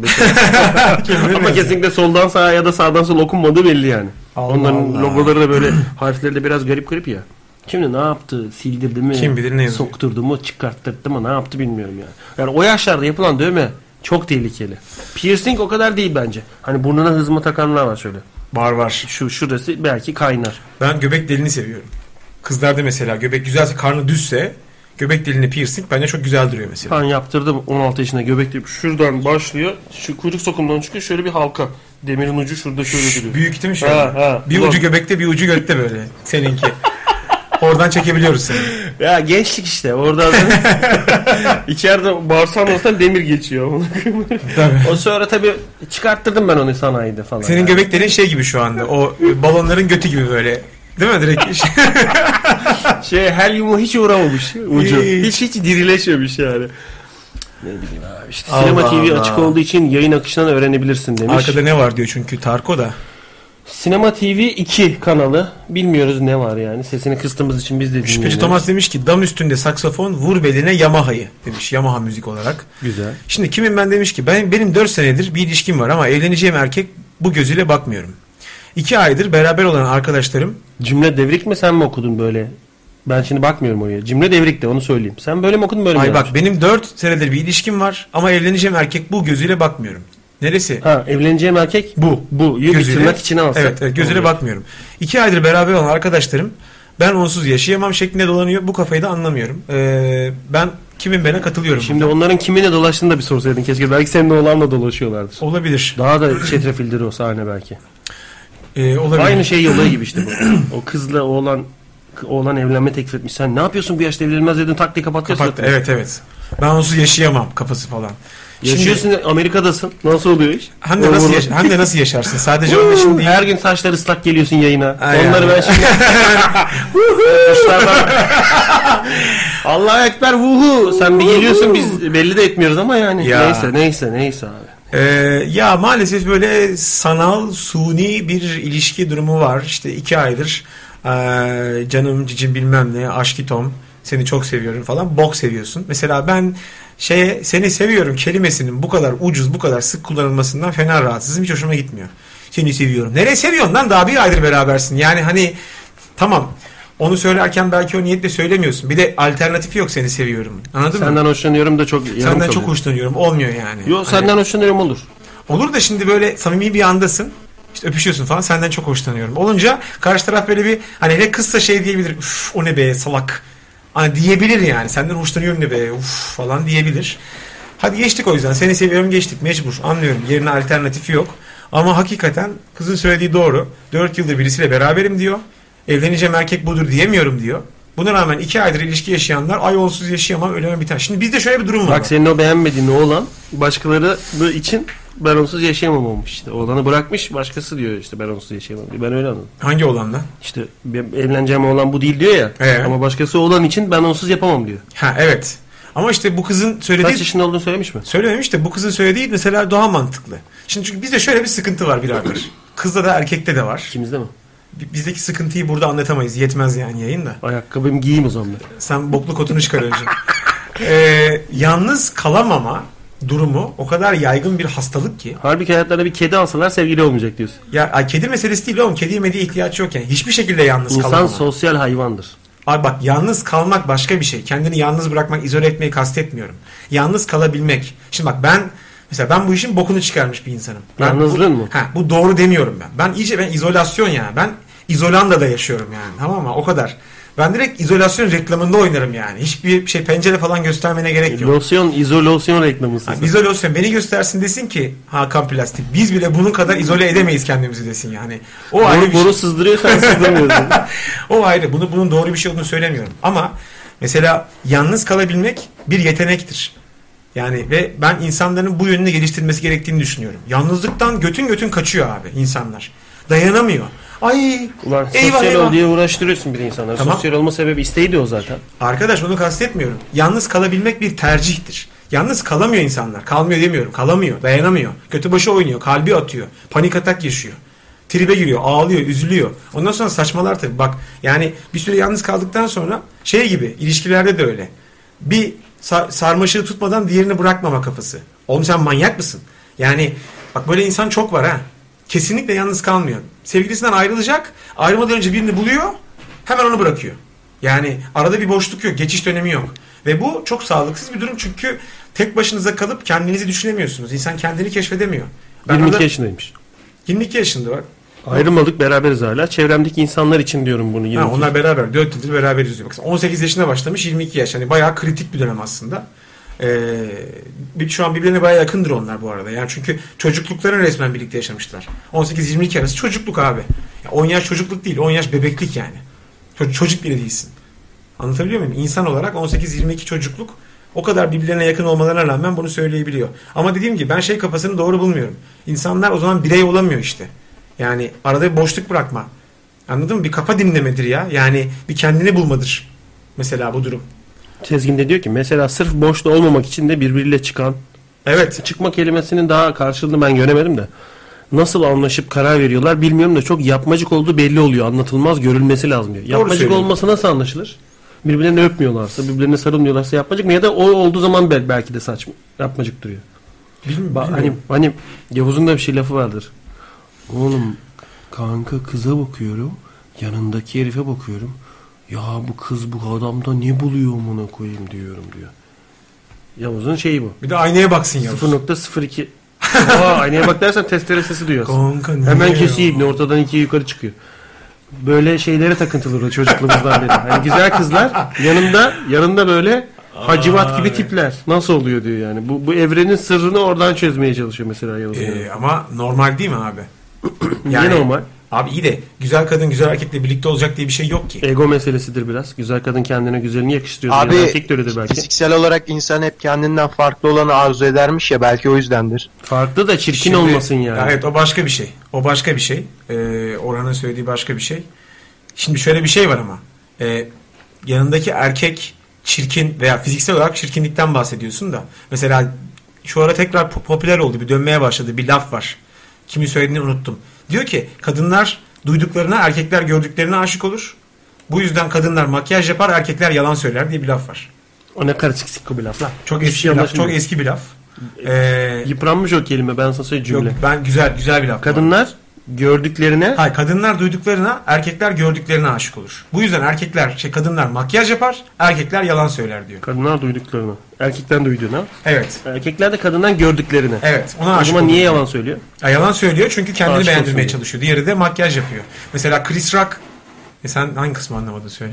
Ama kesinlikle soldan sağa ya da sağdan sola okunmadığı belli yani. Allah Onların Allah. Logoları da böyle harfleri de biraz garip garip ya. Şimdi ne yaptı? Sildirdi mi? Kim bilir ne yazıyor? Sokturdu mu? Çıkarttırdı mı? Ne yaptı bilmiyorum yani. Yani o yaşlarda yapılan dövme çok tehlikeli. Piercing o kadar değil bence. Hani burnuna hızma takanlar var şöyle. Var var. Şu şurası belki kaynar. Ben göbek deliğini seviyorum. Kızlarda mesela göbek güzelse, karnı düzse göbek deliğine piercing bence çok güzel duruyor mesela. Ben yaptırdım on altı yaşında göbek deliği. Şuradan başlıyor. Şu kuyruk sokumundan çıkıyor. Şöyle bir halka. Demirin ucu şurada şöyle duruyor. Büyük değil mi şöyle? Ha, ha. Bir Ulan. Ucu göbekte bir ucu götte böyle. Seninki. Oradan çekebiliyoruz seni. Ya gençlik işte. Oradan içeride bağırsağın olsa demir geçiyor. O sonra tabii çıkarttırdım ben onu sanayide falan. Senin yani. Göbek deliğin şey gibi şu anda. O balonların götü gibi böyle. Değil mi direkt? şey helyumu hiç uğramamış ucu. Hiç hiç dirileşmemiş yani. Ne bileyim abi işte. Allah Sinema T V Allah. Açık olduğu için yayın akışından öğrenebilirsin demiş. Arkada ne var diyor çünkü Tarko da. Sinema T V iki kanalı. Bilmiyoruz ne var yani. Sesini kıstığımız için biz de dinliyoruz. Şüpheci Thomas demiş ki dam üstünde saksafon, vur beline Yamaha'yı demiş. Yamaha müzik olarak. Güzel. Şimdi kimin ben demiş ki ben benim dört senedir bir ilişkim var ama evleneceğim erkek bu gözüyle bakmıyorum. iki aydır beraber olan arkadaşlarım. Cümle devrik mi sen mi okudun böyle? Ben şimdi bakmıyorum oraya. Cümle devrik de onu söyleyeyim. Sen böyle mi okudun böyle mi? Ay bak benim dört senedir bir ilişkim var ama evleneceğim erkek bu gözüyle bakmıyorum. Neresi? Ha evleneceğim erkek bu. Bu. Gözüyle, tırnak içine alsın. Evet, evet gözüyle Olmuyor. bakmıyorum. iki aydır beraber olan arkadaşlarım ben onsuz yaşayamam şeklinde dolanıyor. Bu kafayı da anlamıyorum. Ee, ben kimin bana katılıyorum. Şimdi burada. onların kiminle dolaştığını da bir sorsaydın keşke. Belki seninle oğlanla dolaşıyorlardır. Olabilir. Daha da çetrefildir o sahne belki. Ee, olabilir. Aynı şey olayı gibi işte bu. O kızla oğlan oğlan evlenme teklif etmiş. Sen ne yapıyorsun bu yaşta evlenilmez dedin, tak diye kapatıyorsun. Kapattı. Evet evet. Ben onsuz yaşayamam kafası falan. Yaşıyorsun, şimdi, Amerika'dasın. Nasıl oluyor iş? Hem de nasıl, yaş- hem de nasıl yaşarsın? Sadece onun için değil. Her gün saçlar ıslak geliyorsun yayına. Ay Onları yani. ben şimdi Allahu Ekber vuhu. Sen bir geliyorsun, biz belli de etmiyoruz ama yani. Ya. Neyse neyse neyse abi. Ee, ya maalesef böyle sanal, suni bir ilişki durumu var. İşte iki aydır ee, canım cicim bilmem ne, aşkitom, seni çok seviyorum falan. Bok seviyorsun. Mesela ben şeye seni seviyorum kelimesinin bu kadar ucuz, bu kadar sık kullanılmasından fena rahatsızım. Hiç hoşuma gitmiyor. Seni seviyorum. Nereye seviyorsun lan? Daha bir aydır berabersin. Yani hani tamam. Onu söylerken belki o niyetle söylemiyorsun. Bir de alternatifi yok seni seviyorum. Anladın senden mı? Senden hoşlanıyorum da çok yarım Senden kalıyor. çok hoşlanıyorum. Olmuyor yani. Yok senden hani, hoşlanıyorum olur. Olur da şimdi böyle samimi bir andasın. İşte öpüşüyorsun falan. Senden çok hoşlanıyorum. Olunca karşı taraf böyle bir hani hele kızsa şey diyebilir. Üf o ne be salak. Hani diyebilir yani. Senden hoşlanıyorum ne be uf falan diyebilir. Hadi geçtik o yüzden. Seni seviyorum geçtik. Mecbur. Anlıyorum. Yerine alternatifi yok. Ama hakikaten kızın söylediği doğru. Dört yıldır birisiyle beraberim diyor. Evleneceğim erkek budur diyemiyorum diyor. Buna rağmen iki aydır ilişki yaşayanlar ay onsuz yaşayamam ölümden biter. Şimdi bizde şöyle bir durum var. Bak senin o beğenmediğin oğlan başkaları için ben onsuz yaşayamam olmuş işte. Oğlanı bırakmış, başkası diyor işte ben onsuz yaşayamam diyor. Ben öyle anladım. Hangi oğlanla? İşte ben- evleneceğim oğlan bu değil diyor ya. Ee? Ama başkası oğlan için ben onsuz yapamam diyor. Ha evet. Ama işte bu kızın söylediği... Kaç yaşında olduğunu söylemiş mi? Söylememiş de bu kızın söylediği mesela daha mantıklı. Şimdi çünkü bizde şöyle bir sıkıntı var birader. Kızda da erkekte de var. İkimizde mi? Bi- Bizdeki sıkıntıyı burada anlatamayız. Yetmez yani yayında. Ayakkabımı giyeyim o zaman ben. Sen boklu kotunu çıkar önce. Ee, yalnız kalamama durumu o kadar yaygın bir hastalık ki. Halbuki hayatlarında bir kedi alsalar sevgili olmayacak diyorsun. Ya ay, kedi meselesi değil oğlum. Kediye mediye ihtiyaç yok yani. Hiçbir şekilde yalnız İnsan kalamama. sosyal hayvandır. Abi bak yalnız kalmak başka bir şey. Kendini yalnız bırakmak, izole etmeyi kastetmiyorum. Yalnız kalabilmek. Şimdi bak ben mesela ben bu işin bokunu çıkarmış bir insanım. Ben Yalnızlığın bu, mı? Ha, bu doğru demiyorum ben. Ben iyice ben izolasyon yani. Ben İzolanda'da yaşıyorum yani. Tamam mı? O kadar. Ben direkt izolasyon reklamında oynarım yani. Hiçbir şey pencere falan göstermene gerek yok. Losyon, izolasyon reklamısı. Ha, izolasyon beni göstersin desin ki Hakan Plastik biz bile bunun kadar izole edemeyiz kendimizi desin yani. O ayrı Boru, bir şey. boru sızdırıyor sen sızdırmıyorsun. O ayrı. Bunu bunun doğru bir şey olduğunu söylemiyorum. Ama mesela yalnız kalabilmek bir yetenektir. Yani ve ben insanların bu yönünü geliştirmesi gerektiğini düşünüyorum. Yalnızlıktan götün götün kaçıyor abi insanlar. Dayanamıyor. Ay Ulan eyvah sosyal eyvah. ol diye uğraştırıyorsun bir insanları. Tamam. Sosyal olma sebebi isteği de o zaten. Arkadaş onu kastetmiyorum. Yalnız kalabilmek bir tercihtir. Yalnız kalamıyor insanlar. Kalmıyor demiyorum. Kalamıyor. Dayanamıyor. Kötü başı oynuyor. Kalbi atıyor. Panik atak yaşıyor. Tribe giriyor. Ağlıyor. Üzülüyor. Ondan sonra saçmalar tabii. Bak yani bir süre yalnız kaldıktan sonra şey gibi ilişkilerde de öyle. Bir sar- sarmaşığı tutmadan diğerini bırakmama kafası. Oğlum sen manyak mısın? Yani bak böyle insan çok var ha. Kesinlikle yalnız kalmıyor. Sevgilisinden ayrılacak. Ayrılmadan önce birini buluyor. Hemen onu bırakıyor. Yani arada bir boşluk yok. Geçiş dönemi yok. Ve bu çok sağlıksız bir durum çünkü tek başınıza kalıp kendinizi düşünemiyorsunuz. İnsan kendini keşfedemiyor. Ben yirmi iki orada- yaşındaymış. yirmi iki yaşında var. Ayrılmadık, beraberiz hala. Çevremdeki insanlar için diyorum bunu. yirmi iki. Ha, onlar beraber. dört yıldır beraberiz diyor. Bak, on sekiz yaşında başlamış, yirmi iki yaş. Hani bayağı kritik bir dönem aslında. Ee, bir- şu an birbirine bayağı yakındır onlar bu arada. Yani çünkü çocukluklarını resmen birlikte yaşamışlar. on sekiz yirmi iki arası çocukluk abi. Ya on yaş çocukluk değil, on yaş bebeklik yani. Ço- çocuk bile değilsin. Anlatabiliyor muyum? İnsan olarak on sekiz yirmi iki çocukluk o kadar birbirlerine yakın olmalarına rağmen bunu söyleyebiliyor. Ama dediğim gibi ben şey kafasını doğru bulmuyorum. İnsanlar o zaman birey olamıyor işte. Yani arada bir boşluk bırakma. Anladın mı? Bir kafa dinlemedir ya. Yani bir kendini bulmadır. Mesela bu durum. Sezgin de diyor ki mesela sırf boşta olmamak için de birbiriyle çıkan. Evet. Çıkma kelimesinin daha karşılığını ben göremedim de. Nasıl anlaşıp karar veriyorlar bilmiyorum da çok yapmacık olduğu belli oluyor. Anlatılmaz, görülmesi lazım diyor. Yapmacık söylüyorsun. olması nasıl anlaşılır? Birbirlerini öpmüyorlarsa, birbirlerine sarılmıyorlarsa yapmacık mı? Ya da o olduğu zaman bel- belki de saçma. Yapmacık duruyor. Bilmiyorum. Ba- hani hani Yavuz'un da bir şey lafı vardır. Oğlum kanka kıza bakıyorum. Yanındaki herife bakıyorum. Ya bu kız bu adamda ne buluyor amına koyayım diyorum diyor. Yavuz'un şeyi bu. Bir de aynaya baksın Yavuz. sıfır nokta sıfır iki. Aa, aynaya bak dersen testere sesi duyuyorsun. Kanka niye Hemen ya? kesiyor ibni, ortadan ikiye yukarı çıkıyor. Böyle şeylere takıntılı o çocukluğumuzdan beri. Yani güzel kızlar yanında yanında böyle hacivat gibi tipler. Nasıl oluyor diyor yani. Bu, bu evrenin sırrını oradan çözmeye çalışıyor mesela Yavuz. Ee, ama normal değil mi abi? Niye normal? Abi iyi de güzel kadın güzel erkekle birlikte olacak diye bir şey yok ki. Ego meselesidir biraz. Güzel kadın kendine güzelini yakıştırıyor. Abi Yani erkek de öyledir belki. fiziksel olarak insan hep kendinden farklı olanı arzu edermiş ya, belki o yüzdendir. Farklı da çirkin Şimdi- olmasın yani. Evet o başka bir şey. O başka bir şey. Ee, Orhan'ın söylediği başka bir şey. Şimdi şöyle bir şey var ama. Ee, yanındaki erkek çirkin veya fiziksel olarak çirkinlikten bahsediyorsun da. Mesela şu ara tekrar po- popüler oldu. Bir dönmeye başladı. Bir laf var. Kimin söylediğini unuttum. Diyor ki kadınlar duyduklarına erkekler gördüklerine aşık olur. Bu yüzden kadınlar makyaj yapar erkekler yalan söyler diye bir laf var. O ne karışık sikko bir laf lan. Çok Hiçbir eski şey bir laf. anlaşılmıyor. Çok eski bir laf. Ee, Yıpranmış o kelime, ben sana söyleyeyim yok, cümle. ben güzel güzel bir laf. Kadınlar gördüklerine Hayır, kadınlar duyduklarına, erkekler gördüklerine aşık olur. Bu yüzden erkekler, şey kadınlar makyaj yapar, erkekler yalan söyler diyor. kadınlar duyduklarına. Erkekten duyduğuna. Evet. Erkekler de kadından gördüklerine. Evet. Ona O aşık zaman olur. niye yalan söylüyor? Ya, yalan söylüyor çünkü kendini Aşık beğendirmeye olsun. çalışıyor. Diğeri de makyaj yapıyor. Mesela Chris Rock. E sen hangi kısmı anlamadın söyle.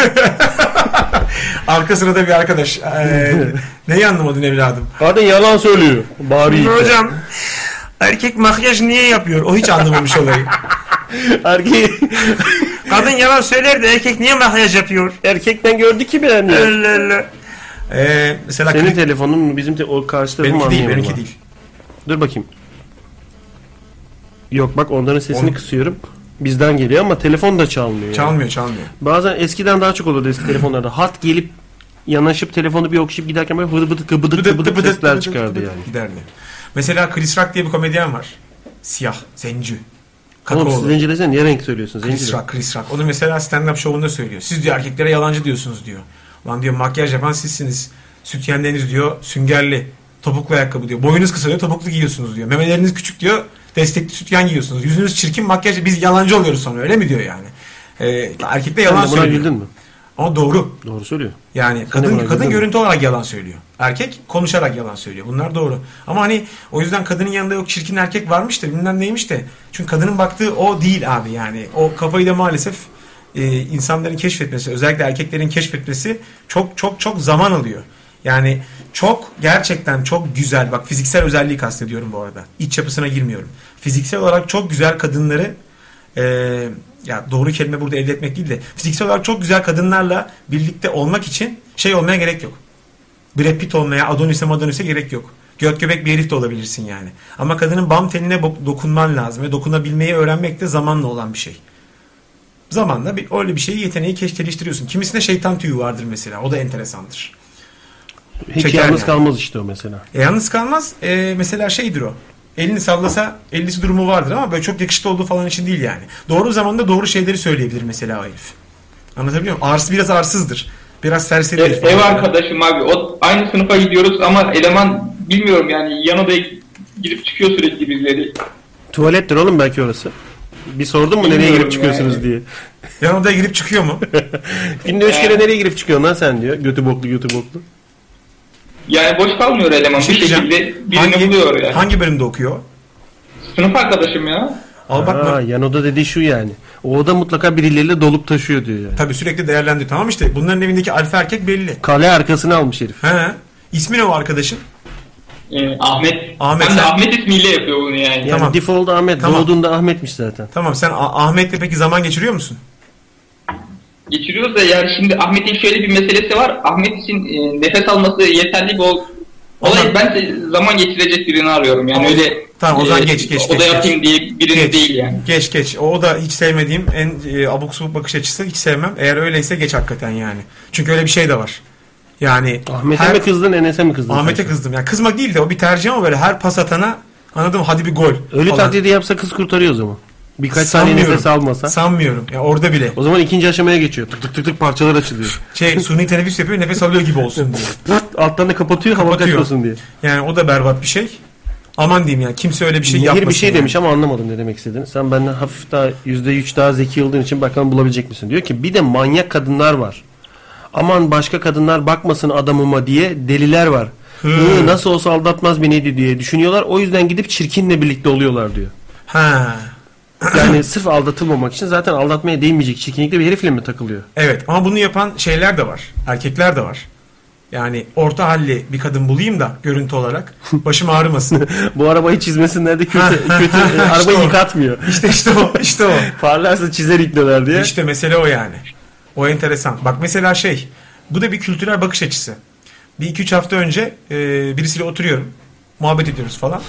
Arka sırada bir arkadaş. Ee, neyi anlamadın evladım? Kadın yalan söylüyor. Bari Hocam erkek makyaj niye yapıyor? O hiç anlamamış olayı. Erkek, Kadın yalan söyler de erkek niye makyaj yapıyor? erkekten gördü ki beğenmiyor. Allah Allah. Ee, mesela Senin Chris- telefonun mu bizim te- o karşı tarafı mı benimki değil, anlayamadım benimki ben. değil. Dur bakayım. Yok bak onların sesini On- kısıyorum. Bizden geliyor ama telefon da çalmıyor. yani. Çalmıyor çalmıyor. Bazen eskiden daha çok olurdu eski telefonlarda. Hat gelip yanaşıp telefonu bir okşayıp giderken böyle hıdı bıdık gıbıdık Bıdık gıbıdık bıdık sesler bıdık çıkardı bıdık yani. Giderdi. Mesela Chris Rock diye bir komedyen var. Siyah, zenci. Oğlum Kakaolu. siz zenci desene niye renk söylüyorsun? Zenci Chris de. Rock, Chris Rock. Onu mesela stand-up şovunda söylüyor. Siz diyor erkeklere yalancı diyorsunuz diyor. Lan diyor makyaj yapan sizsiniz. Sütyenleriniz diyor süngerli. Topuklu ayakkabı diyor. Boyunuz kısa diyor topuklu giyiyorsunuz diyor. Memeleriniz küçük diyor. Destekli sütyen giyiyorsunuz. Yüzünüz çirkin makyaj. Biz yalancı oluyoruz sonra öyle mi diyor yani. Ee, erkekte yalan Sen de buna söylüyor. güldün mü? Ama doğru. Doğru söylüyor. Yani Sen de kadın buna kadın güldün mü? görüntü olarak yalan söylüyor. Erkek konuşarak yalan söylüyor. Bunlar doğru. Ama hani o yüzden kadının yanında yok çirkin erkek varmış da bilmem neymiş de. Çünkü kadının baktığı o değil abi yani. O kafayı da maalesef e, insanların keşfetmesi, özellikle erkeklerin keşfetmesi çok çok çok zaman alıyor. Yani çok gerçekten çok güzel. Bak fiziksel özelliği kastediyorum bu arada. İç yapısına girmiyorum. Fiziksel olarak çok güzel kadınları e, ya doğru kelime burada elde etmek değil de fiziksel olarak çok güzel kadınlarla birlikte olmak için şey olmaya gerek yok. Brad Pitt olmaya, Adonis'e Madonis'e gerek yok. Göt göbek bir herif de olabilirsin yani. Ama kadının bam teline bo- dokunman lazım ve dokunabilmeyi öğrenmek de zamanla olan bir şey. Zamanla bir, öyle bir şeyi yeteneği keş geliştiriyorsun. Kimisinde şeytan tüyü vardır mesela. O da enteresandır. Hiç Çeker yalnız yani. kalmaz işte o mesela. E, yalnız kalmaz. E, mesela şeydir o. Elini sallasa ellisi durumu vardır ama böyle çok yakışıklı olduğu falan için değil yani. Doğru zamanda doğru şeyleri söyleyebilir mesela o herif. Anlatabiliyor muyum? Ars, biraz arsızdır. Biraz serseri Ev, herif. ev arkadaşım abi. O, aynı sınıfa gidiyoruz ama eleman bilmiyorum yani yan odaya girip çıkıyor sürekli birileri. Tuvalettir oğlum belki orası. Bir sordun mu nereye Bilmiyorum girip çıkıyorsunuz yani. diye. Yan odaya girip çıkıyor mu? Günde üç kere nereye girip çıkıyorsun lan sen diyor. Götü boklu götü boklu. Yani boş kalmıyor eleman. şey Bir diyeceğim. şekilde birini hangi, buluyor yani. hangi bölümde okuyor? Sınıf arkadaşım ya. Al bak Ha, bak. yan oda dediği şu yani. O oda mutlaka birileriyle dolup taşıyor diyor yani. Tabii sürekli değerlendiriyor. Tamam işte bunların evindeki alfa erkek belli. Kale arkasını almış herif. He. İsmi ne o arkadaşın? Ee, Ahmet. Ahmet Hem de sen- Ahmet ismiyle yapıyor bunu yani. Yani Tamam. default Ahmet. Tamam. Doğduğunda Ahmet'miş zaten. Tamam sen A- Ahmet'le peki zaman geçiriyor musun? Geçiriyoruz da yani şimdi Ahmet'in şöyle bir meselesi var. Ahmet için e, nefes alması yeterli bir ol- olay. Ama- Ben de zaman geçirecek birini arıyorum. Yani Ama- öyle Tamam, o zaman e, geç, geç, o da geç, yapayım diye birini Geç, değil yani. Geç geç. O da hiç sevmediğim en e, abuk subuk bakış açısı. Hiç sevmem. Eğer öyleyse geç hakikaten yani. Çünkü öyle bir şey de var. Yani Ahmet'e her- mi kızdın Enes'e mi kızdın? Ahmet'e sen? kızdım. Yani kızmak değil de o bir tercih ama böyle her pas atana anladım hadi bir gol. Ölü falan. taklidi yapsa kız kurtarıyor o zaman. Birkaç saniye Sanmıyorum. nefes almasa. Sanmıyorum. Ya orada bile. O zaman ikinci aşamaya geçiyor. Tık tık tık tık parçalar açılıyor. Şey suni teneffüs yapıyor nefes alıyor gibi olsun diye. Alttan da kapatıyor hava Kapatıyor. kaçmasın diye. Yani o da berbat bir şey. Aman diyeyim ya kimse öyle bir şey Nehir yapmasın. bir şey yani. demiş ama anlamadım ne demek istediğini. Sen benden hafif daha yüzde üç daha zeki olduğun için bakalım bulabilecek misin? Diyor ki bir de manyak kadınlar var. Aman başka kadınlar bakmasın adamıma diye deliler var. Hı. Hı, nasıl olsa aldatmaz beni diye düşünüyorlar. O yüzden gidip çirkinle birlikte oluyorlar diyor. Ha. Yani sırf aldatılmamak için zaten aldatmaya değmeyecek çirkinlikte bir herifle mi takılıyor? Evet ama bunu yapan şeyler de var. Erkekler de var. Yani orta halli bir kadın bulayım da görüntü olarak başım ağrımasın. Bu arabayı çizmesinler de kötü, kötü e, İşte arabayı o. yıkatmıyor. İşte işte o. İşte o. Parlarsa çizer ipneler diye. İşte mesele o yani. O enteresan. Bak mesela şey. Bu da bir kültürel bakış açısı. Bir iki üç hafta önce e, birisiyle oturuyorum. Muhabbet ediyoruz falan.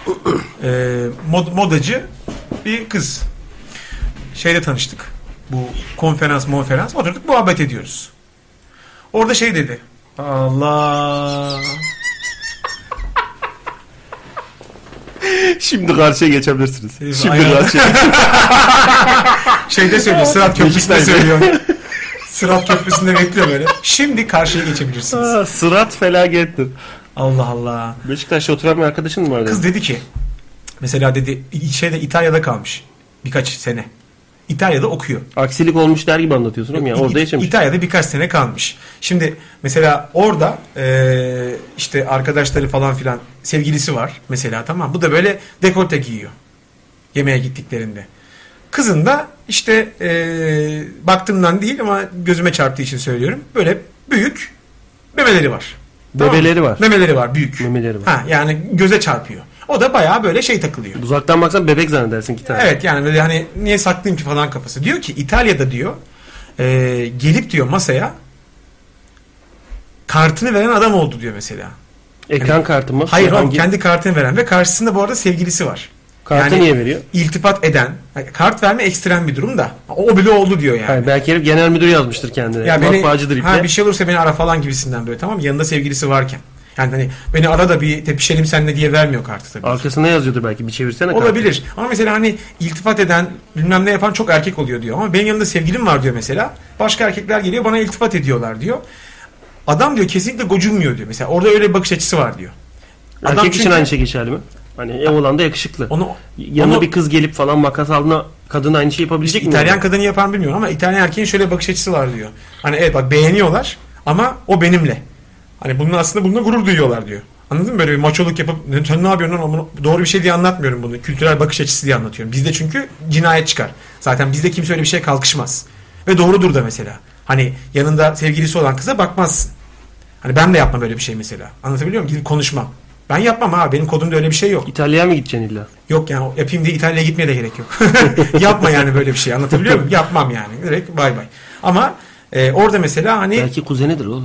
E, mod, modacı bir kız. Şeyde tanıştık. Bu konferans konferans. Oturduk muhabbet ediyoruz. Orada şey dedi. Allah. Şimdi karşıya geçebilirsiniz. Ee, Şimdi aynen. karşıya. Şeyde söylüyor. Sırat Köprüsü'nde Beşiktaş'ta. söylüyor. Sırat Köprüsü'nde bekliyor böyle. Şimdi karşıya geçebilirsiniz. Aa, Sırat felakettir. Allah Allah. Beşiktaş'ta oturan bir arkadaşın mı vardı? Kız dedi ki mesela dedi şeyde İtalya'da kalmış birkaç sene. İtalya'da okuyor. Aksilik olmuş der gibi anlatıyorsun ama ya İ- orada İ- yaşamış. İtalya'da birkaç sene kalmış. Şimdi mesela orada e, işte arkadaşları falan filan sevgilisi var mesela tamam. Bu da böyle dekolte giyiyor. Yemeğe gittiklerinde. Kızın da işte e, baktığımdan değil ama gözüme çarptığı için söylüyorum. Böyle büyük memeleri var. Tamam mı? Memeleri var. Memeleri var büyük. Memeleri var. Ha, yani göze çarpıyor. O da bayağı böyle şey takılıyor. Uzaktan baksan bebek zannedersin ki tane. Evet yani böyle hani niye saklayayım ki falan kafası. Diyor ki İtalya'da diyor e, gelip diyor masaya kartını veren adam oldu diyor mesela. Ekran kartı mı? Hayır oğlum Hangi- kendi kartını veren ve karşısında bu arada sevgilisi var. Kartı Yani niye veriyor? İltifat eden. Yani kart verme ekstrem bir durum da. O bile oldu diyor yani. Hayır, belki herif genel müdür yazmıştır kendine. Ya beni, Matbaacıdır iple. ha, bir şey olursa beni ara falan gibisinden böyle, tamam mı? Yanında sevgilisi varken. Yani hani beni ara da bir tepişelim seninle diye vermiyor kartı tabii. Arkasında yazıyordur belki, bir çevirsene kartı. Olabilir. Ama mesela hani iltifat eden, bilmem ne yapan çok erkek oluyor diyor. Ama benim yanımda sevgilim var diyor mesela. Başka erkekler geliyor bana iltifat ediyorlar diyor. Adam diyor kesinlikle gocunmuyor diyor. Mesela orada öyle bir bakış açısı var diyor. Erkek Adam için çünkü- aynı şey geçerli mi? Hani ev olan da yakışıklı. Onu, Yanına onu- bir kız gelip falan makas aldığında kadın aynı şey yapabilecek mi? İtalyan kadını yapan bilmiyorum ama İtalyan erkeğin şöyle bakış açısı var diyor. Hani evet bak beğeniyorlar ama o benimle. Hani bunun aslında bununla gurur duyuyorlar diyor. Anladın mı? Böyle bir maçoluk yapıp sen ne yapıyorsun lan? Bunu- doğru bir şey diye anlatmıyorum bunu. Kültürel bakış açısı diye anlatıyorum. Bizde çünkü cinayet çıkar. Zaten bizde kimse öyle bir şeye kalkışmaz. Ve doğrudur da mesela. Hani yanında sevgilisi olan kıza bakmazsın. Hani ben de yapmam böyle bir şey mesela. Anlatabiliyor muyum? Gidip konuşmam. Ben yapmam ha. Benim kodumda öyle bir şey yok. İtalya'ya mı gideceksin illa? Yok yani yapayım diye İtalya'ya gitmeye de gerek yok. Yapma yani böyle bir şey. Anlatabiliyor muyum? Yapmam yani. Direkt bay bay. Ama e, orada mesela hani Belki kuzenidir oğlum.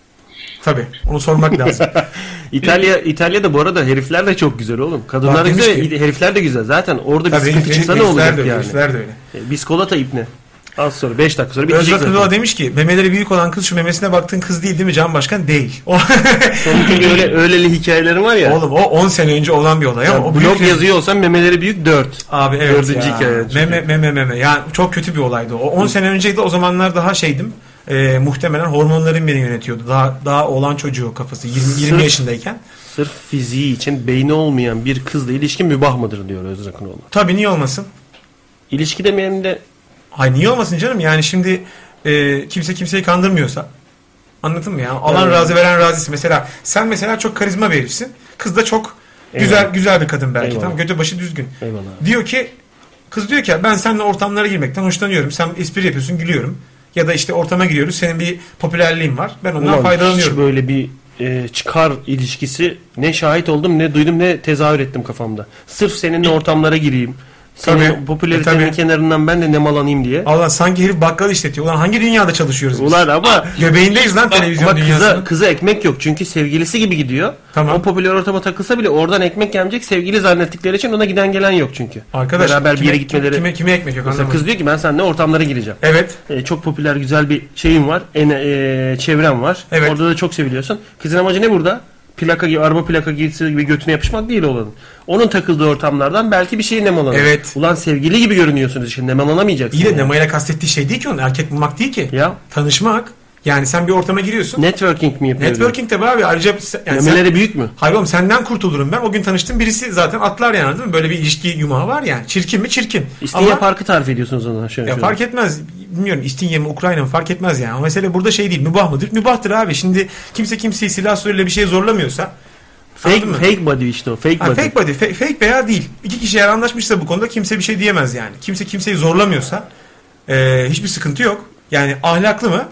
tabii onu sormak lazım. İtalya İtalya'da bu arada herifler de çok güzel oğlum. Kadınlar Bak da demiş güzel, ki- herifler de güzel. Zaten orada bir Tabii sıkıntı herif- çıksa ne herifler olacak de öyle, yani? herifler de öyle. E, Biskolata ipne. Az sonra beş dakika sonra bitecek Özra zaten. Kılıva demiş ki memeleri büyük olan kız şu memesine baktığın kız değil değil mi Can Başkan? Değil. O, Senin çünkü öyle öyleli hikayelerin var ya. oğlum o on sene önce olan bir olay ama Ya o blog büyük- yazıyor olsan memeleri büyük dört. Abi evet Dördüncü ya. hikaye çünkü. Meme meme meme. Yani çok kötü bir olaydı o. on sene önceydi, o zamanlar daha şeydim. Ee, muhtemelen hormonlarım beni yönetiyordu. Daha daha oğlan çocuğu kafası yirmi, yirmi Sırf- yaşındayken. Sırf fiziği için beyni olmayan bir kızla ilişki mübah mıdır diyor Özra Kınoğlu. Tabii niye olmasın? İlişki demeyelim de Hay niye olmasın canım? Yani şimdi e, kimse kimseyi kandırmıyorsa, anladın mı ya? Alan Evet. razı veren razısı. Mesela sen mesela çok karizma bir herifsin. Kız da çok güzel Eyvallah. güzel bir kadın belki. Eyvallah. Tamam, götü başı düzgün. eyvallah. Diyor ki kız diyor ki ben seninle ortamlara girmekten hoşlanıyorum. Sen espri yapıyorsun, gülüyorum. Ya da işte ortama giriyoruz. Senin bir popülerliğin var. Ben ondan Ulan hiç faydalanıyorum. böyle bir e, çıkar ilişkisi ne şahit oldum ne duydum ne tezahür ettim kafamda. Sırf seninle ortamlara gireyim. Senin Tabii. popülaritenin E, tabii. kenarından ben de nemalanayım diye. Allah sanki herif bakkal işletiyor. Ulan hangi dünyada çalışıyoruz biz? Ulan ama Göbeğindeyiz lan televizyon ama dünyasının. kıza, kıza ekmek yok çünkü sevgilisi gibi gidiyor. Tamam. O popüler ortama takılsa bile oradan ekmek yemeyecek, sevgili zannettikleri için ona giden gelen yok çünkü. Arkadaş Beraber bir kime, yere gitmeleri. Kime, kime ekmek yok Mesela anlamadım. kız diyor ki ben seninle ortamlara gireceğim. Evet. E, çok popüler güzel bir şeyim var. En, e, çevrem var. Evet. Orada da çok seviliyorsun. Kızın amacı ne burada? Plaka gibi, araba plaka giysi gibi götüne yapışmak değil olanın. Onun takıldığı ortamlardan belki bir şey nemalanır. Evet. Ulan sevgili gibi görünüyorsunuz işte nemalanamayacaksın. İyi de yani. Nemayla kastettiği şey değil ki onun. Erkek bulmak değil ki. Ya Tanışmak. Yani sen bir ortama giriyorsun. networking mi yapıyor? Networking tabii abi. Ayrıca sen- yani sen, Memeleri büyük mü? hayır oğlum senden kurtulurum ben. O gün tanıştığım birisi zaten atlar yani, değil mi? Böyle bir ilişki yumağı var yani. Çirkin mi? Çirkin. İstinye Ama Parkı tarif ediyorsunuz o zaman. Şöyle ya şöyle. fark etmez. Bilmiyorum İstinye mi Ukrayna mı fark etmez yani. Ama mesele burada şey değil. Mübah mıdır? Mübahtır abi. Şimdi kimse kimseyi silah sürüyle bir şey zorlamıyorsa. Fake, anladın mı? fake body işte o. Fake Ha, body. fake body. Fake, fake veya değil. İki kişi eğer anlaşmışsa bu konuda kimse bir şey diyemez yani. Kimse kimseyi zorlamıyorsa e, hiçbir sıkıntı yok. Yani ahlaklı mı?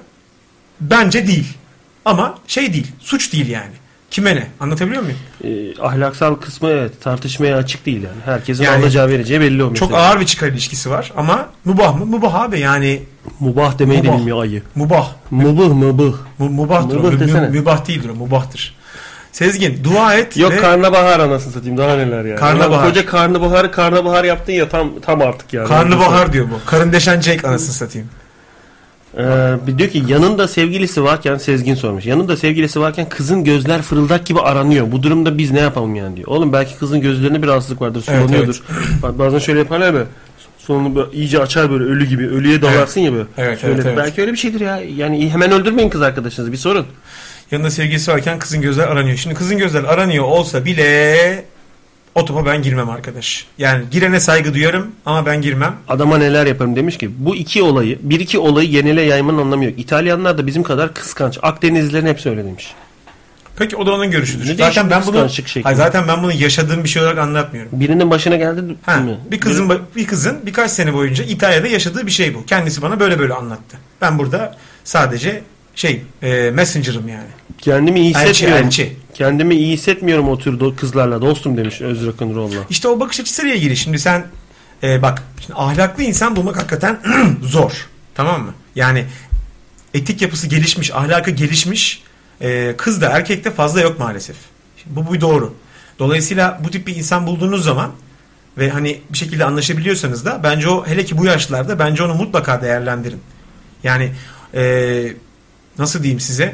Bence değil. Ama şey değil. Suç değil yani. Kime ne? Anlatabiliyor muyum? E, ahlaksal kısmı evet tartışmaya açık değil yani. Herkesin Yani alacağı vereceği belli o Çok mesela. ağır bir çıkar ilişkisi var ama mübah mı? Mübah abi yani Mubah demeyi de Mubah. bilmiyor ayı. mübah. Mubah mubah. Mu, mubahtır o. Mübah Mü- desene. mübah değildir o. Mubahtır. Sezgin dua et Yok ve karnabahar anasını satayım daha neler yani. Karnabahar. Ulan Koca karnabaharı karnabahar yaptın ya tam tam artık yani. karnabahar diyor bu. Karın deşen Jake anasını satayım. Ee, bir diyor ki yanında sevgilisi varken Sezgin sormuş. Yanında sevgilisi varken kızın gözler fırıldak gibi aranıyor. Bu durumda biz ne yapalım yani diyor. Oğlum belki kızın gözlerinde bir rahatsızlık vardır. Evet, Sulanıyordur. Bak bazen şöyle yaparlar be. Sonunu böyle iyice açar böyle ölü gibi. Ölüye dalarsın ya böyle. Evet, Şöyle, evet, evet. belki öyle bir şeydir ya. Yani hemen öldürmeyin kız arkadaşınızı. Bir sorun. Yanında sevgilisi varken kızın gözler aranıyor. Şimdi kızın gözler aranıyor olsa bile o topa ben girmem arkadaş. Yani girene saygı duyarım ama ben girmem. Adama neler yaparım demiş ki bu iki olayı bir iki olayı genele yaymanın anlamı yok. İtalyanlar da bizim kadar kıskanç. Akdenizlilerin hepsi öyle demiş. Peki o da onun görüşüdür. Ne değişik Zaten bir ben bunu kıskançlık şekli. hayır, zaten ben bunu yaşadığım bir şey olarak anlatmıyorum. Birinin başına geldi Ha, mi? bir kızın bir kızın birkaç sene boyunca İtalya'da yaşadığı bir şey bu. Kendisi bana böyle böyle anlattı. Ben burada sadece şey e, messenger'ım yani. Kendimi iyi Elçi, hissetmiyorum. elçi. Kendimi iyi hissetmiyorum o tür do- kızlarla dostum demiş Özgür Akınroğlu. İşte o bakış açısıyla ilgili. Şimdi sen e, bak şimdi ahlaklı insan bulmak hakikaten zor. Tamam mı? Yani etik yapısı gelişmiş, ahlakı gelişmiş e, kız da erkekte fazla yok maalesef. Şimdi bu bir doğru. Dolayısıyla bu tip bir insan bulduğunuz zaman ve hani bir şekilde anlaşabiliyorsanız da bence o, hele ki bu yaşlarda, bence onu mutlaka değerlendirin. Yani ee, nasıl diyeyim size,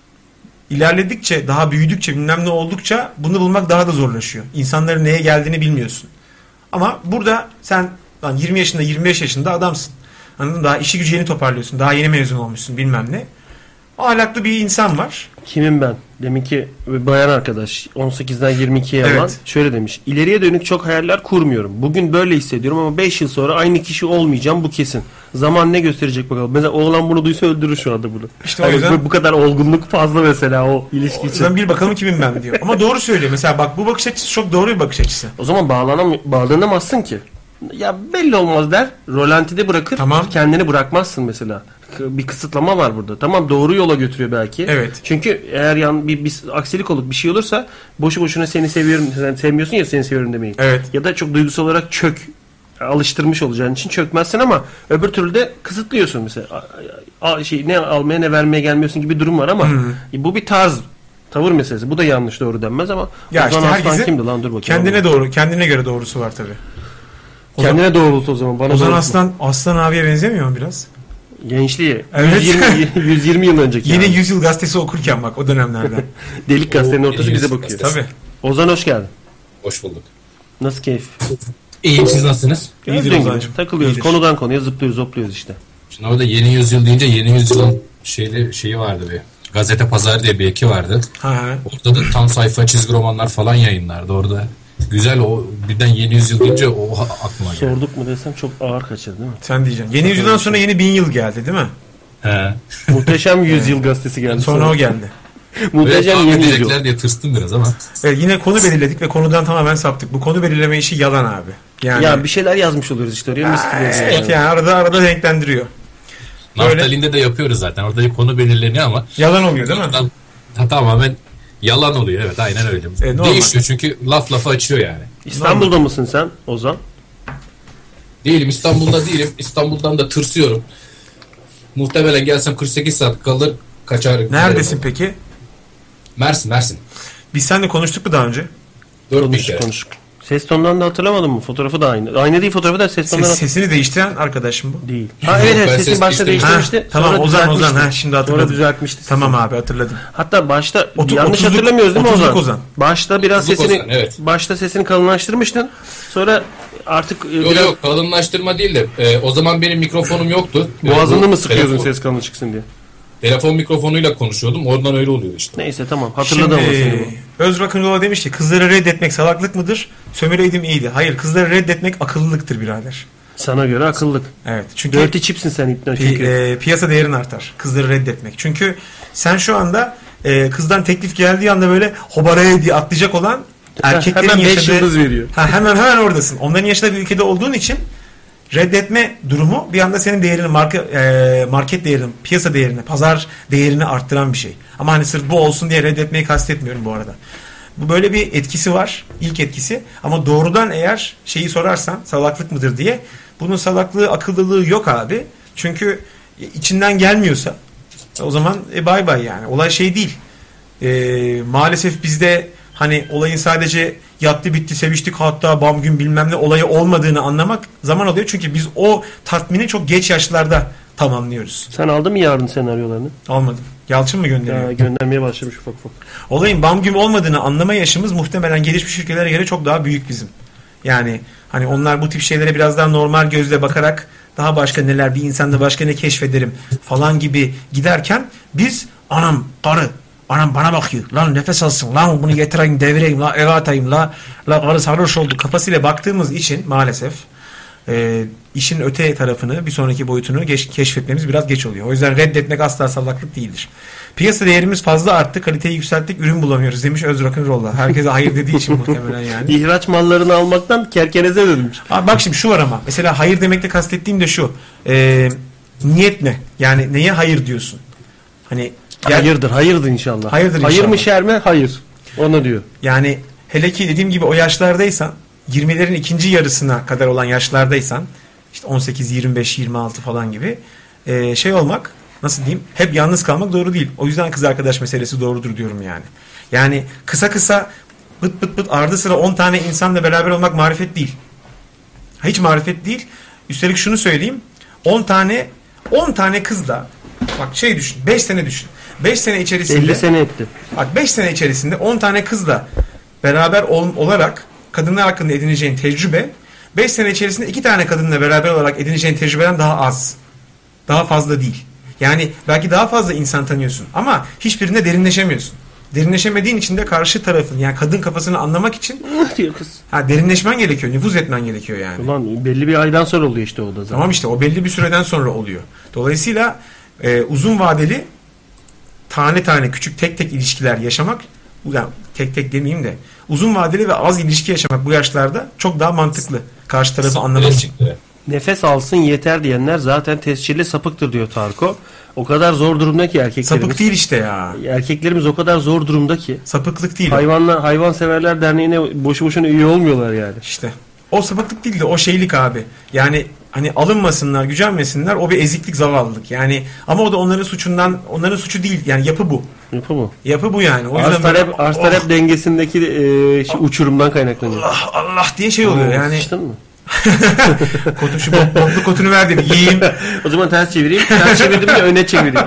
ilerledikçe, daha büyüdükçe, bilmem ne oldukça bunu bulmak daha da zorlaşıyor. İnsanların neye geldiğini bilmiyorsun. Ama burada sen lan yirmi yaşında, yirmi beş yaşında adamsın. Anladın mı? Daha işi gücü yeni toparlıyorsun. Daha yeni mezun olmuşsun, bilmem ne. Ahlaklı bir insan var. Kimim ben? Deminki bayan arkadaş on sekizden yirmi ikiye Evet. alan şöyle demiş. İleriye dönük çok hayaller kurmuyorum. Bugün böyle hissediyorum ama beş yıl sonra aynı kişi olmayacağım, bu kesin. Zaman ne gösterecek bakalım. Mesela oğlan bunu duysa öldürür şu anda bunu. İşte o Yani yüzden- bu, bu kadar olgunluk fazla mesela o ilişki O için. yüzden bir bakalım kimim ben diyor. Ama doğru söylüyor. Mesela bak, bu bakış açısı çok doğru bir bakış açısı. O zaman bağlanam bağlanamazsın ki. Ya belli olmaz der. Rolantide bırakır. Tamam. Kendini bırakmazsın mesela. K- Bir kısıtlama var burada. Tamam, doğru yola götürüyor belki. Evet. Çünkü eğer yan bir, bir aksilik olup bir şey olursa boşu boşuna seni seviyorum, sen sevmiyorsun ya, seni seviyorum demeyin. Evet. Ya da çok duygusal olarak çök, alıştırmış olacağın için çökmezsin ama öbür türlü de kısıtlıyorsun mesela. A- a- şey, ne almaya ne vermeye gelmiyorsun gibi bir durum var ama Hı. bu bir tarz, tavır meselesi. Bu da yanlış, doğru denmez ama Ya Ozan işte Aslan herkesin kimdi lan, dur bakayım. kendine doğru, kendine göre doğrusu var tabii. Ozan, Kendine doğrult o zaman. Bana Ozan doğrultma. Aslan, Aslan abiye benzemiyor mu biraz? Gençliği. Evet. yüz yirmi, yüz yirmi yıl önceki. Yine yani. Yüzyıl Gazetesi okurken bak, o dönemlerden. Delik gazetenin O ortası yeni bize Yüzyıl bakıyor. Gazetesi. Tabii. Ozan hoş geldin. Hoş bulduk. Nasıl keyif? İyiyim, siz nasılsınız? İyidir Gördüğün gibi Ozan'cığım. takılıyoruz. İyidir. Konudan konuya zıplıyoruz, hopluyoruz işte. Şimdi orada yeni yüzyıl deyince yeni yüzyılın şeyli şeyi vardı bir. Gazete Pazarı diye bir eki vardı. Ha, ha. Orada da tam sayfa çizgi romanlar falan yayınlardı orada. Güzel, o birden yeni yüzyıl deyince o ha- aklıma geldi. Sorduk mu desem çok ağır kaçır değil mi? Sen diyeceksin. Yeni yüzyıldan sonra yeni bin yıl geldi değil mi? He. Muhteşem Yüzyıl gazetesi geldi. Sonra o geldi. Böyle Muhteşem tahmin yeni yüzyıl. edecekler diye tırstım biraz ama. Evet, yine konu belirledik ve konudan tamamen saptık. Bu konu belirleme işi yalan abi. Yani, Ya bir şeyler yazmış oluyoruz işte oraya, mis gibi. evet, yani arada arada renklendiriyor. Böyle- Naftalinde de yapıyoruz zaten. Orada bir konu belirleniyor ama Yalan oluyor değil mi? oradan ta- tamamen yalan oluyor. Evet, aynen öyle. E, normal. Değişiyor çünkü laf lafı açıyor yani. İstanbul'da mısın sen Ozan? Değilim, İstanbul'da değilim. İstanbul'dan da tırsıyorum. Muhtemelen gelsem kırk sekiz saat kalır, kaçar. Neredesin giderim. peki? Mersin, Mersin. Biz seninle konuştuk mu daha önce? Dört bin Konuştuk kere. konuştuk. Ses tonundan da hatırlamadın mı? Fotoğrafı da aynı. Aynı değil fotoğrafı da, ses tonundan Ses, sesini değiştiren arkadaşım bu. değil. Ha evet, Yok, evet ben sesini ses başta değiştirmiştim. değiştirmişti. Ha, tamam, sonra Ozan, düzeltmişti. Ozan, ha, şimdi hatırladım. Sonra düzeltmişti. Tamam sesini. abi, hatırladım. Hatta başta Otu- yanlış otuzluk- hatırlamıyoruz değil mi otuzluk Ozan? Ozan. Başta biraz Otuzluk sesini Ozan, evet. başta sesini kalınlaştırmıştın. Sonra artık e, Yok biraz yok, kalınlaştırma değil de e, o zaman benim mikrofonum yoktu. boğazını E, bu mı sıkıyordun telefon, ses kalın çıksın diye? Telefon mikrofonuyla konuşuyordum. Oradan öyle oluyor işte. Neyse tamam, hatırladım ama seni Şimdi bu. Öz Rock'n'Roll'a demiş ki kızları reddetmek salaklık mıdır? Sömüreydim iyiydi. Hayır, kızları reddetmek akıllılıktır birader. Sana göre akıllık. Evet. Çünkü Dirty chipsin sen ipten pi- çünkü. e, piyasa değerin artar. Kızları reddetmek. Çünkü sen şu anda e, kızdan teklif geldiği anda böyle hobaraya diye atlayacak olan erkeklerin hemen beş yaşadığı... yıldız veriyor. Ha, hemen hemen oradasın. Onların yaşadığı bir ülkede olduğun için reddetme durumu bir anda senin değerini, marka, e, market değerini, piyasa değerini, pazar değerini arttıran bir şey. Ama hani sırf bu olsun diye reddetmeyi kastetmiyorum bu arada. Bu böyle bir etkisi var. İlk etkisi. Ama doğrudan eğer şeyi sorarsan salaklık mıdır diye, bunun salaklığı, akıllılığı yok abi. Çünkü içinden gelmiyorsa o zaman e, bay bay yani. Olay şey değil. E, maalesef bizde hani olayın sadece yattı bitti seviştik hatta bam gün bilmem ne olayı olmadığını anlamak zaman alıyor. Çünkü biz o tatmini çok geç yaşlarda tamamlıyoruz. Sen aldın mı yarın senaryolarını? Almadım. Yalçın mı gönderiyor? Ya, göndermeye başlamış ufak ufak. Olayın bam güm olmadığını anlama yaşımız muhtemelen gelişmiş ülkelere göre çok daha büyük bizim. Yani hani onlar bu tip şeylere biraz daha normal gözle bakarak daha başka neler, bir insanda başka ne keşfederim falan gibi giderken biz anam karı, anam bana bakıyor, lan nefes alsın, lan bunu getireyim devireyim, la eve atayım, la, la karı sarhoş oldu kafasıyla baktığımız için maalesef e, işin öte tarafını, bir sonraki boyutunu geç, keşfetmemiz biraz geç oluyor. O yüzden reddetmek asla salaklık değildir. Piyasa değerimiz fazla arttı, kaliteyi yükselttik, ürün bulamıyoruz demiş Öz Rock'n'Roll'la. Herkese hayır dediği için muhtemelen yani. İhraç mallarını almaktan kerkeneze dönmüş. Abi bak şimdi şu var ama. Mesela hayır demekle kastettiğim de şu. E, niyet ne? Yani neye hayır diyorsun? Hani gel- Hayırdır, hayırdır inşallah. Hayırdır Hayır mı inşallah. şer mi? Hayır. Onu diyor. Yani hele ki dediğim gibi o yaşlardaysan, yirmilerin ikinci yarısına kadar olan yaşlardaysan, işte on sekiz, yirmi beş, yirmi altı falan gibi e, şey olmak, nasıl diyeyim, hep yalnız kalmak doğru değil. O yüzden kız arkadaş meselesi doğrudur diyorum yani. Yani kısa kısa bıt bıt bıt ardı sıra on tane insanla beraber olmak marifet değil. Hiç marifet değil. Üstelik şunu söyleyeyim. on tane on tane kızla bak şey düşün. beş sene düşün. beş sene içerisinde elli sene etti. Bak beş sene içerisinde on tane kızla beraber ol, olarak kadınlar hakkında edineceğin tecrübe beş sene içerisinde iki tane kadınla beraber olarak edineceğin tecrübeden daha az. Daha fazla değil. Yani belki daha fazla insan tanıyorsun ama hiçbirinde derinleşemiyorsun. Derinleşemediğin için de karşı tarafın yani kadın kafasını anlamak için diyor kız. ha, derinleşmen gerekiyor. Nüfuz etmen gerekiyor yani. Ulan belli bir aydan sonra oluyor işte o da zaten. Tamam işte o belli bir süreden sonra oluyor. Dolayısıyla e, uzun vadeli tane tane küçük tek tek ilişkiler yaşamak yani tek tek demeyeyim de uzun vadeli ve az ilişki yaşamak bu yaşlarda çok daha mantıklı. Karşı tarafı anlamak için. Nefes alsın yeter diyenler zaten tescilli sapıktır diyor Tarko. O kadar zor durumda ki erkeklerimiz. Sapık değil işte ya. Erkeklerimiz o kadar zor durumda ki. Sapıklık değil. Hayvanlar, Hayvanseverler Derneği'ne boşu boşuna üye olmuyorlar yani. İşte. O sapıklık değil de o şeylik abi. Yani hani alınmasınlar, gücenmesinler o bir eziklik, zavallılık. Yani ama o da onların suçundan, onların suçu değil. Yani yapı bu. Yapı bu. Yapı bu yani. O Arz yüzden talep, böyle, arz oh, talep dengesindeki e, şey, uçurumdan kaynaklanıyor. Allah Allah diye şey oluyor yani. Sıçtın mı? Kotun şu bok, boklu kotunu ver de bir yiyeyim. O zaman ters çevireyim. Ters çevirdim de öne çevireyim.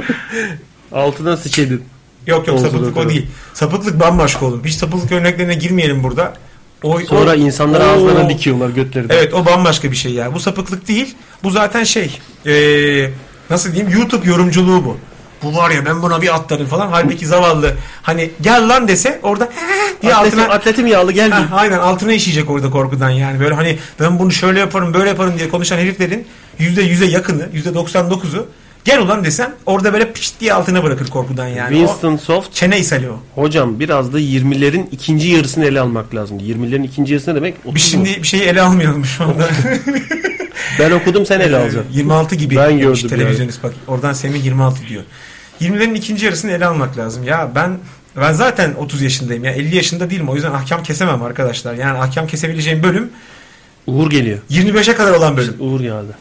Altından sıçedin. Yok yok Olsun sapıklık o o değil. Sapıklık bambaşka oğlum. Hiç sapıklık örneklerine girmeyelim burada. O, Sonra o, insanları o, ağızlarına dikiyorlar götlerinde. Evet o bambaşka bir şey ya. Bu sapıklık değil. Bu zaten şey. Ee, nasıl diyeyim? YouTube yorumculuğu bu. Bu var ya ben buna bir atlarım falan. Halbuki zavallı hani gel lan dese orada diye Atletim, altına atletim yağlı gel. ha, aynen altına işeyecek orada korkudan yani. Böyle hani ben bunu şöyle yaparım böyle yaparım diye konuşan heriflerin yüzde yüze yakını yüzde doksan dokuzu gel ulan desem orada böyle pişt diye altına bırakır korkudan yani. Winston O, Soft. çene ishali o. Hocam biraz da yirmilerin ikinci yarısını ele almak lazım. yirmilerin ikinci yarısı ne demek? Bir şimdi bir şeyi ele almayalım şu anda. Ben okudum sen ele alacaksın. yirmi altı gibi. Ben gördüm Televizyonist bak oradan Semih yirmi altı diyor. yirmilerin ikinci yarısını ele almak lazım. Ya ben ben zaten otuz yaşındayım ya elli yaşında değilim. O yüzden ahkam kesemem arkadaşlar. Yani ahkam kesebileceğim bölüm Uğur geliyor. yirmi beşe kadar olan bölüm. Uğur geldi.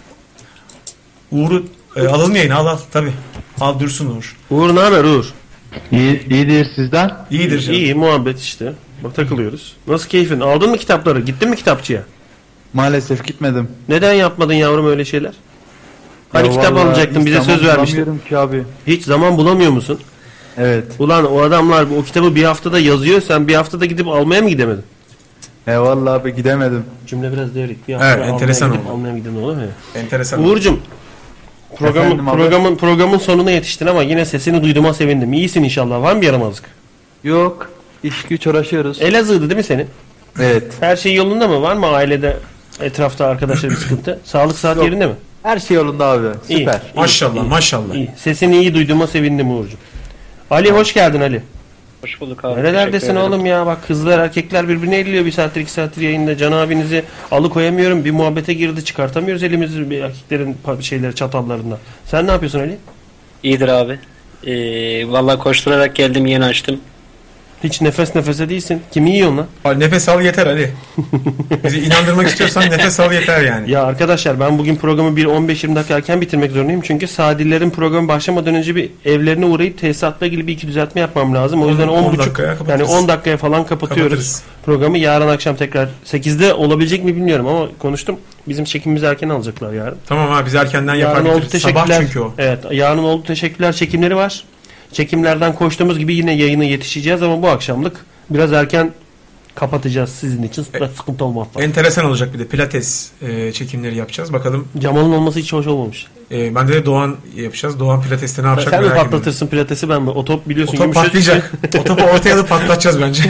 Uğur'u e, alalım yayına al al tabii. Al dursun Uğur. Uğur ne haber Uğur? İyi, iyidir sizden. İyidir canım. İyi muhabbet işte. Bak takılıyoruz. Nasıl keyfin? Aldın mı kitapları? Gittin mi kitapçıya? Maalesef gitmedim. Neden yapmadın yavrum öyle şeyler? Hani Ya kitap vallahi alacaktın hiç bize zaman söz vermiştin. bulamıyorum ki abi. Hiç zaman bulamıyor musun? Evet. Ulan o adamlar o kitabı bir haftada yazıyor, sen bir haftada gidip almaya mı gidemedin? E vallahi abi gidemedim. Cümle biraz devrik. Bir haftada Evet, almaya enteresan gidip oldu. almaya giden olur mu ya? Enteresan. Uğur'cum programın, Efendim abi? programın, programın sonuna yetiştin ama yine sesini duyduğuma sevindim. İyisin inşallah. Var mı bir yaramazlık? Yok. İş güç uğraşıyoruz. Elazığ'dı değil mi senin? Evet. Her şey yolunda mı? Var mı ailede, etrafta arkadaşlar bir sıkıntı? Sağlık saat Yok. yerinde mi? Her şey yolunda abi. İyi. Süper. Maşallah İyi, maşallah. İyi. Sesini iyi duyduğuma sevindim Uğur'cum. Ali hoş geldin Ali. Hoş bulduk abi. Nerelerdesin teşekkür ederim. oğlum ya? Bak kızlar erkekler birbirine elliyor bir saattir iki saattir yayında. Can abinizi alıkoyamıyorum. Bir muhabbete girdi çıkartamıyoruz elimizi bir erkeklerin pa- şeyleri çatallarından. Sen ne yapıyorsun Ali? İyidir abi. Ee, vallahi koşturarak geldim yeni açtım. Hiç nefes nefese değilsin. Kimi yiyorsun lan? Ali, nefes al yeter Ali. Bizi inandırmak istiyorsan nefes al yeter yani. Ya arkadaşlar ben bugün programı bir on beş yirmi dakika erken bitirmek zorundayım. Çünkü Sadillerin programı başlamadan önce bir evlerine uğrayıp tesisatla ilgili bir iki düzeltme yapmam lazım. O yüzden on on buçuk dakikaya yani kapatırız. on dakikaya falan kapatıyoruz Kapatırız. programı. Yarın akşam tekrar sekizde olabilecek mi bilmiyorum ama konuştum. Bizim çekimimizi erken alacaklar yarın. Tamam abi biz erkenden yapar Yarın oldu bitiririz. Sabah teşekkürler. çünkü o. Evet yarın oldu teşekkürler çekimleri var. Çekimlerden koştuğumuz gibi yine yayına yetişeceğiz ama bu akşamlık biraz erken kapatacağız sizin için. E, Sıkıntı olmaz. Enteresan olacak bir de pilates e, çekimleri yapacağız. Bakalım. Cemal'ın olması hiç hoş olmamış. E, ben de Doğan yapacağız. Doğan pilateste ne yapacak Sen mi merak ediyorum. patlatırsın pilatesi ben mi? O top biliyorsun. O top yumuşacık. patlayacak. O topu ortaya alıp patlatacağız bence.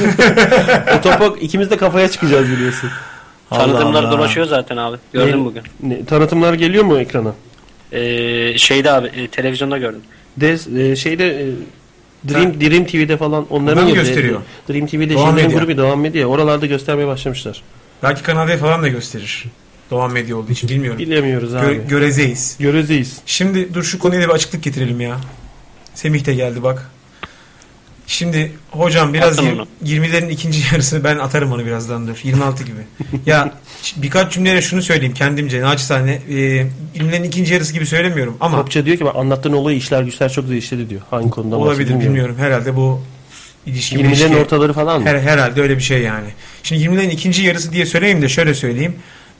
O topu ikimiz de kafaya çıkacağız biliyorsun. Tanıtımlar Allah. dolaşıyor zaten abi. Gördüm Ne- bugün. Ne, tanıtımlar geliyor mu ekrana? Ee, şeyde abi e, televizyonda gördüm. Des, e, şeyde e, Dream, Dream T V'de falan onların Ondan mı yeri- gösteriyor? Dream T V'de Doğan şeylerin Medya. grubu Doğan Medya. Oralarda göstermeye başlamışlar. Belki Kanal D falan da gösterir. Doğan Medya olduğu için bilmiyorum. Bilemiyoruz abi. Gö- görezeyiz. Görezeyiz. Şimdi dur şu konuya da bir açıklık getirelim ya. Semih de geldi bak. Şimdi hocam biraz Atın yir- onu. yirmilerin ikinci yarısını ben atarım onu birazdan dur. yirmi altı gibi. Ya ş- birkaç cümleyle şunu söyleyeyim kendimce naçizane. E, yirmilerin ikinci yarısı gibi söylemiyorum ama Topça diyor ki bak anlattığın olayı işler güçler çok değişti diyor. Hangi konuda olabilir bahsediyor bilmiyorum. Herhalde bu ilişki yirmilerin ilişki- ortaları falan mı? Her, herhalde öyle bir şey yani. Şimdi yirmilerin ikinci yarısı diye söyleyeyim de şöyle söyleyeyim.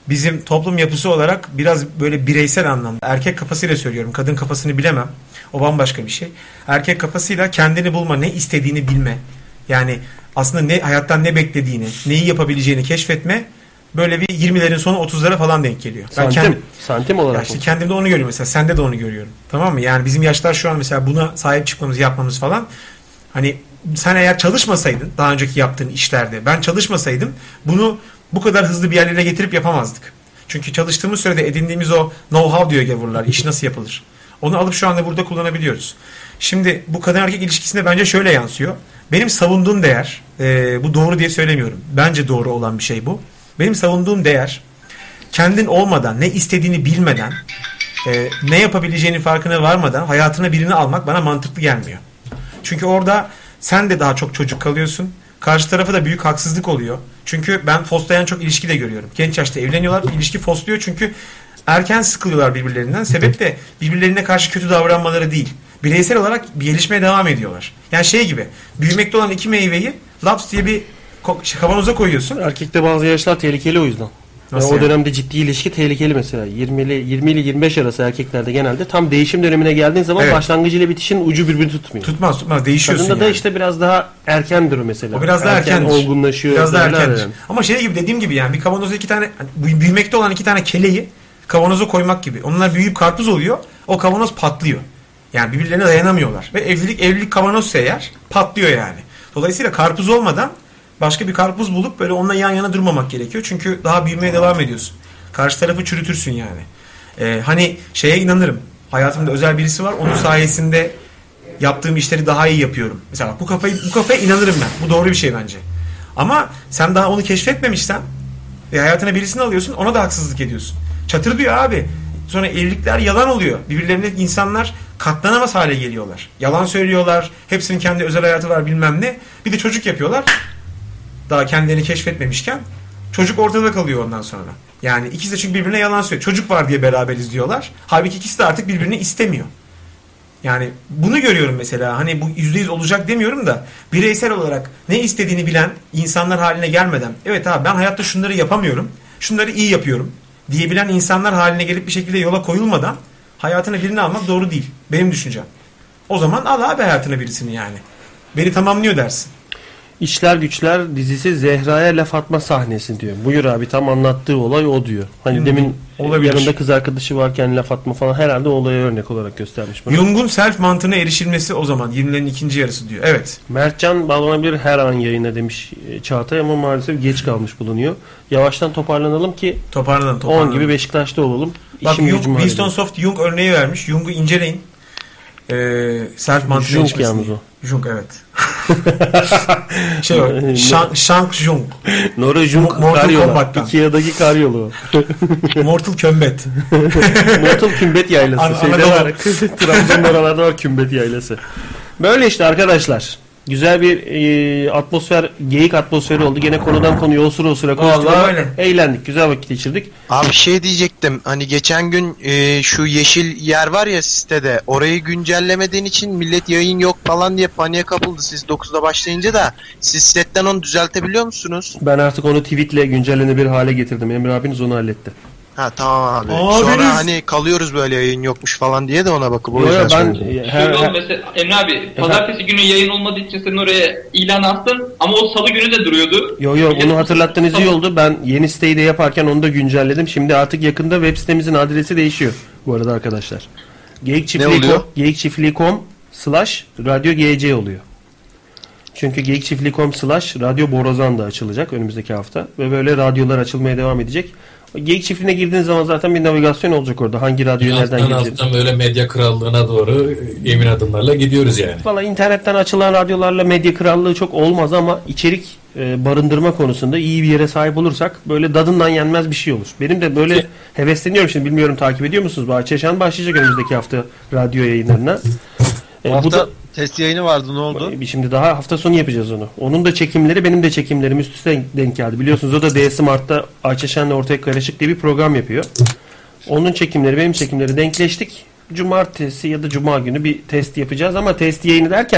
bizim toplum yapısı olarak biraz böyle bireysel anlamda, erkek kafasıyla söylüyorum, kadın kafasını bilemem, o bambaşka bir şey. Erkek kafasıyla kendini bulma, ne istediğini bilme, yani aslında ne hayattan ne beklediğini, neyi yapabileceğini keşfetme, böyle bir yirmilerin sonu otuzlara falan denk geliyor. Ben Santim, kendim, santim olarak ya işte kendimde onu görüyorum mesela, sende de onu görüyorum. Tamam mı? Yani bizim yaşlar şu an mesela buna sahip çıkmamız, yapmamız falan. Hani sen eğer çalışmasaydın daha önceki yaptığın işlerde, ben çalışmasaydım bunu bu kadar hızlı bir yerlere getirip yapamazdık. Çünkü çalıştığımız sürede edindiğimiz o know-how diyor gavurlar, iş nasıl yapılır. Onu alıp şu anda burada kullanabiliyoruz. Şimdi bu kadın erkek ilişkisinde bence şöyle yansıyor. Benim savunduğum değer, e, bu doğru diye söylemiyorum. Bence doğru olan bir şey bu. Benim savunduğum değer, kendin olmadan, ne istediğini bilmeden, e, ne yapabileceğinin farkına varmadan hayatına birini almak bana mantıklı gelmiyor. Çünkü orada sen de daha çok çocuk kalıyorsun. Karşı tarafa da büyük haksızlık oluyor. Çünkü ben fostlayan çok ilişki de görüyorum. Genç yaşta evleniyorlar, ilişki fostluyor çünkü erken sıkılıyorlar birbirlerinden. Sebep de birbirlerine karşı kötü davranmaları değil. Bireysel olarak bir gelişmeye devam ediyorlar. Yani şey gibi, büyümekte olan iki meyveyi laps diye bir kavanoza koyuyorsun. Erkekte bazı yaşlar tehlikeli o yüzden. Yani o dönemde ciddi ilişki tehlikeli mesela. yirmili yirmi ile yirmi beş arası erkeklerde genelde tam değişim dönemine geldiğin zaman evet. başlangıcı ile bitişin ucu birbirini tutmuyor. Tutmaz tutmaz değişiyorsun. Kadında yani. da işte biraz daha erkendir o mesela. O biraz daha erken erkendir. olgunlaşıyor. Biraz daha erkendir. Yani. Ama şey gibi dediğim gibi yani bir kavanoza iki tane büyümekte olan iki tane keleği kavanoza koymak gibi. Onlar büyüyüp karpuz oluyor. O kavanoz patlıyor. Yani birbirlerine dayanamıyorlar. Ve evlilik evlilik kavanozsa eğer patlıyor yani. Dolayısıyla karpuz olmadan başka bir karpuz bulup böyle onunla yan yana durmamak gerekiyor. Çünkü daha büyümeye devam ediyorsun. Karşı tarafı çürütürsün yani. Ee, hani şeye inanırım. Hayatımda özel birisi var. Onun sayesinde yaptığım işleri daha iyi yapıyorum. Mesela bu kafayı bu kafaya inanırım ben. Bu doğru bir şey bence. Ama sen daha onu keşfetmemişsen ve hayatına birisini alıyorsun, ona da haksızlık ediyorsun. Çatır diyor abi. Sonra evlilikler yalan oluyor. Birbirlerine insanlar katlanamaz hale geliyorlar. Yalan söylüyorlar. Hepsinin kendi özel hayatı var bilmem ne. Bir de çocuk yapıyorlar. Daha kendilerini keşfetmemişken çocuk ortada kalıyor ondan sonra. Yani ikisi de çünkü birbirine yalan söylüyor. Çocuk var diye beraberiz diyorlar. Halbuki ikisi de artık birbirini istemiyor. Yani bunu görüyorum mesela. Hani bu yüzde yüz olacak demiyorum da bireysel olarak ne istediğini bilen insanlar haline gelmeden evet abi ben hayatta şunları yapamıyorum. Şunları iyi yapıyorum diyebilen insanlar haline gelip bir şekilde yola koyulmadan hayatına birini almak doğru değil. Benim düşüncem. O zaman al abi hayatına birisini yani. Beni tamamlıyor dersin. İşler Güçler dizisi Zehra'ya laf atma sahnesi diyor. Buyur abi tam anlattığı olay o diyor. Hani hmm, demin olabilir. Yanında kız arkadaşı varken laf atma falan herhalde olaya örnek olarak göstermiş bunu. Jung'un self mantığına erişilmesi o zaman yirmilerin ikinci yarısı diyor. Evet. Mertcan bağlanabilir her an yayına demiş Çağatay ama maalesef geç kalmış bulunuyor. Yavaştan toparlanalım ki toparlanalım, toparlanalım. on gibi Beşiktaş'ta olalım. Bak Jung, Winston Soft Jung örneği vermiş. Jung'u inceleyin. Ee, self mantığına Jung yalnız o. Jung evet. şey o. Shang, Shang Jung. Nora Jung kar yolu. Ikea'daki kar yolu. Mortal Kombat. Mortal Kombat yaylası. An- Şeyde var. Trabzon'da oralarda var Kombat yaylası. Böyle işte arkadaşlar. Güzel bir e, atmosfer, geyik atmosferi oldu. Gene konudan konuya osura osura konuştuk. Eğlendik. Güzel vakit geçirdik. Abi şey diyecektim. Hani geçen gün e, şu yeşil yer var ya sitede. Orayı güncellemediğin için millet yayın yok falan diye paniğe kapıldı. Siz dokuzda başlayınca da siz setten onu düzeltebiliyor musunuz? Ben artık onu tweetle güncellenebilir hale getirdim. Emre abiniz onu halletti. Ha tamam abi. Abiniz. Sonra hani kalıyoruz böyle yayın yokmuş falan diye de ona bakıp o yüzden Yo, ben her, her... Şöyle mesela Emre abi pazartesi günü yayın olmadığı için sen oraya ilan attın ama o salı günü de duruyordu. Yo yo bunu hatırlattığınız iyi oldu. Ben yeni siteyi de yaparken onu da güncelledim. Şimdi artık yakında web sitemizin adresi değişiyor bu arada arkadaşlar. geyikçiftliği nokta com geyikçiftliği nokta com slash radyo gc oluyor. Çünkü geyikçiftliği nokta com slash radyo borazan da açılacak önümüzdeki hafta ve böyle radyolar açılmaya devam edecek. Geyik çiftliğine girdiğiniz zaman zaten bir navigasyon olacak orada. Hangi radyoya nereden gireceğiz? Alttan böyle medya krallığına doğru emin adımlarla gidiyoruz yani. Valla internetten açılan radyolarla medya krallığı çok olmaz ama içerik e, barındırma konusunda iyi bir yere sahip olursak böyle dadından yenmez bir şey olur. Benim de böyle hevesleniyorum şimdi, bilmiyorum takip ediyor musunuz? Bahçe Yaşan başlayacak önümüzdeki hafta radyo yayınlarına. E, bu hafta bu da test yayını vardı, ne oldu? Şimdi daha hafta sonu yapacağız onu. Onun da çekimleri benim de çekimlerim üst üste denk geldi. Biliyorsunuz o da D S Mart'ta Ayça Şen'le Ortaya Karışık diye bir program yapıyor. Onun çekimleri benim çekimleri denkleştik. Cumartesi ya da cuma günü bir test yapacağız ama test yayını derken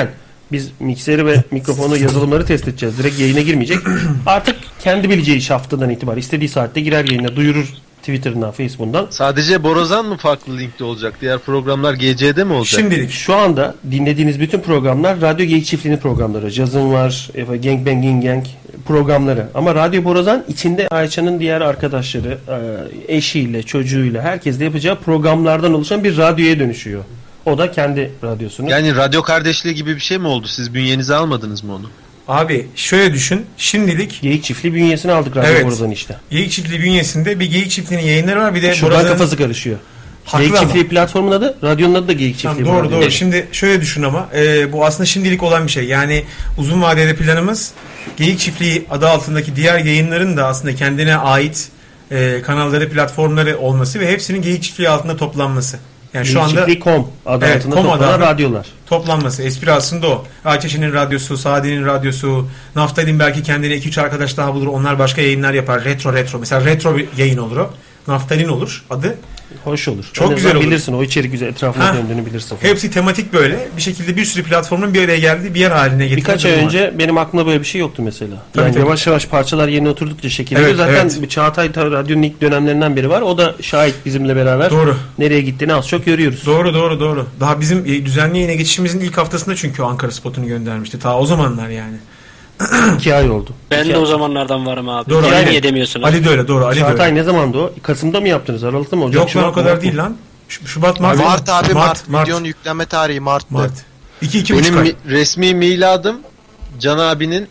Biz mikseri ve mikrofonu, yazılımları test edeceğiz. Direkt yayına girmeyecek. Artık kendi bileceği iş haftadan itibaren istediği saatte girer yayına, duyurur Twitter'dan, Facebook'dan. Sadece Borazan mı farklı linkte olacak? Diğer programlar G C'de mi olacak? Şimdilik şu anda dinlediğiniz bütün programlar Radyo Geyik Çiftliği'nin programları. Cazın var, Gang Banging Gang programları. Ama Radyo Borazan içinde Ayça'nın diğer arkadaşları, eşiyle, çocuğuyla, herkesle yapacağı programlardan oluşan bir radyoya dönüşüyor. O da kendi radyosunu. Yani radyo kardeşliği gibi bir şey mi oldu? Siz bünyenize almadınız mı onu? Abi şöyle düşün. Şimdilik Geyik Çiftliği bünyesine aldık Radyo evet, Borazan işte. Geyik Çiftliği bünyesinde bir Geyik Çiftliği'nin yayınları var. Bir de şuradan Borazan... kafası karışıyor. Haklı Geyik ama. Çiftliği platformun adı, radyonun adı da Geyik Çiftliği. Tamam, doğru doğru. Evet. Şimdi şöyle düşün ama e, bu aslında şimdilik olan bir şey. Yani uzun vadeli planımız Geyik Çiftliği adı altındaki diğer yayınların da aslında kendine ait e, kanalları, platformları olması ve hepsinin Geyik Çiftliği altında toplanması. Yani şu anda Çiftliği nokta com adı evet, altında com toplanan adı radyolar. Toplanması. Espri aslında o. Ayçeşin'in radyosu, Sadi'nin radyosu, Naftalin belki kendine iki üç arkadaş daha bulur. Onlar başka yayınlar yapar. Retro retro. Mesela retro bir yayın olur o. Naftalin olur adı. Hoş olur. Çok en güzel olur. Bilirsin o içerik güzel etrafına döndüğünü bilirsin. Hepsi tematik böyle. Bir şekilde bir sürü platformun bir araya geldiği bir yer haline getirdi. Birkaç ay önce var. Benim aklımda böyle bir şey yoktu mesela. Tabii, yani tabii. yavaş yavaş parçalar yerine oturdukça şekilleniyor. Evet, Zaten evet. Çağatay Radyo'nun ilk dönemlerinden biri var. O da şahit bizimle beraber. Doğru. Nereye gittiğini az çok görüyoruz. Doğru doğru doğru. Daha bizim düzenli yayına geçişimizin ilk haftasında çünkü o Ankara spotunu göndermişti. Ta o zamanlar yani. İki ay oldu. Ben İki de ay. o zamanlardan varım abi. Doğru, Niye Ali- niye demiyorsunuz? Ali de öyle doğru. Ali de Çağatay öyle. ne zamandı o? Kasım'da mı yaptınız? Aralık'ta mı? Ocak, Yok lan Şubat o mı? kadar değil lan. Ş- Şubat Mart. Mart abi Mart. Mart. Mart. Videonun yüklenme tarihi Mart'tı. Mart. iki iki Benim buçuk ay. mi- resmi miladım Can abinin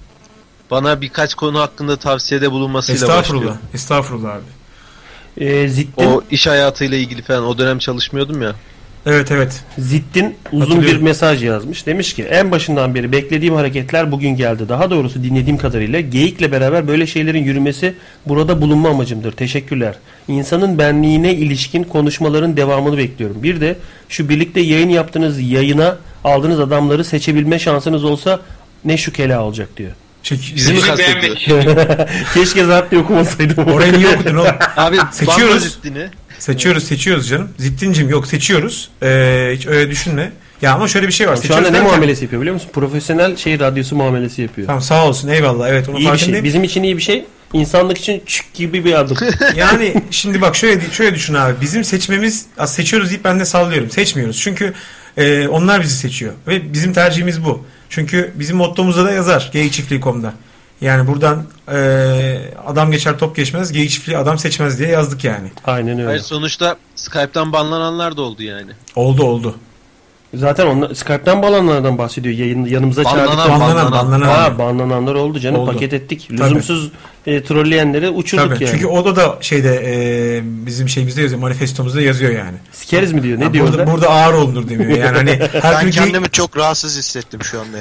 bana birkaç konu hakkında tavsiyede bulunmasıyla Estağfurullah. başlıyor. Estağfurullah abi. Ee, Zittin, O iş hayatıyla ilgili falan o dönem çalışmıyordum ya. Evet evet. Zittin uzun bir Hatırlıyorum. mesaj yazmış. Demiş ki en başından beri beklediğim hareketler bugün geldi. Daha doğrusu dinlediğim kadarıyla Geyik'le beraber böyle şeylerin yürümesi burada bulunma amacımdır. Teşekkürler. İnsanın benliğine ilişkin konuşmaların devamını bekliyorum. Bir de şu birlikte yayın yaptığınız yayına aldığınız adamları seçebilme şansınız olsa ne şu kela olacak diyor. Çek, Bizi mi Bizi kastediyor? beğenmek. Keşke zaten okumasaydım. Orayı niye okudun oğlum? Abi Seçiyoruz. banda ziddini. Seçiyoruz seçiyoruz canım. Zittincim yok seçiyoruz. Ee, hiç öyle düşünme. Ya ama şöyle bir şey var. Şu Seçiyoruz anda ne derken- muamelesi yapıyor biliyor musun? Profesyonel şey radyosu muamelesi yapıyor. Tamam sağ olsun eyvallah. Evet onun İyi bir şey. farkındayım. Bizim için iyi bir şey. İnsanlık için çük gibi bir adım. Yani şimdi bak şöyle şöyle düşün abi. Bizim seçmemiz az seçiyoruz deyip ben de sallıyorum. Seçmiyoruz. Çünkü e, onlar bizi seçiyor ve bizim tercihimiz bu. Çünkü bizim mottomuzda da yazar geyik çiftliği nokta com'da. Yani buradan e, adam geçer top geçmez, geyik çiftliği adam seçmez diye yazdık yani. Aynen öyle. Hayır sonuçta Skype'tan banlananlar da oldu yani. Oldu oldu. Zaten onlar Skype'tan bağlananlardan bahsediyor. Yayın yanımıza Banlanan, çağırdık. Banlanan banlanan. Ha, banlananlar oldu canım. Oldu. Paket ettik. Lüzumsuz e, trolleyenleri uçurduk Tabii. yani. Çünkü o da da şeyde e, bizim şeyimizde yazıyor, manifestomuzda yazıyor yani. Sikeriz mi diyor? Ne Ya diyor burada, orada? burada ağır olunur demiyor. Yani hani her Ben türlü geyik- kendimi çok rahatsız hissettim şu anda ya.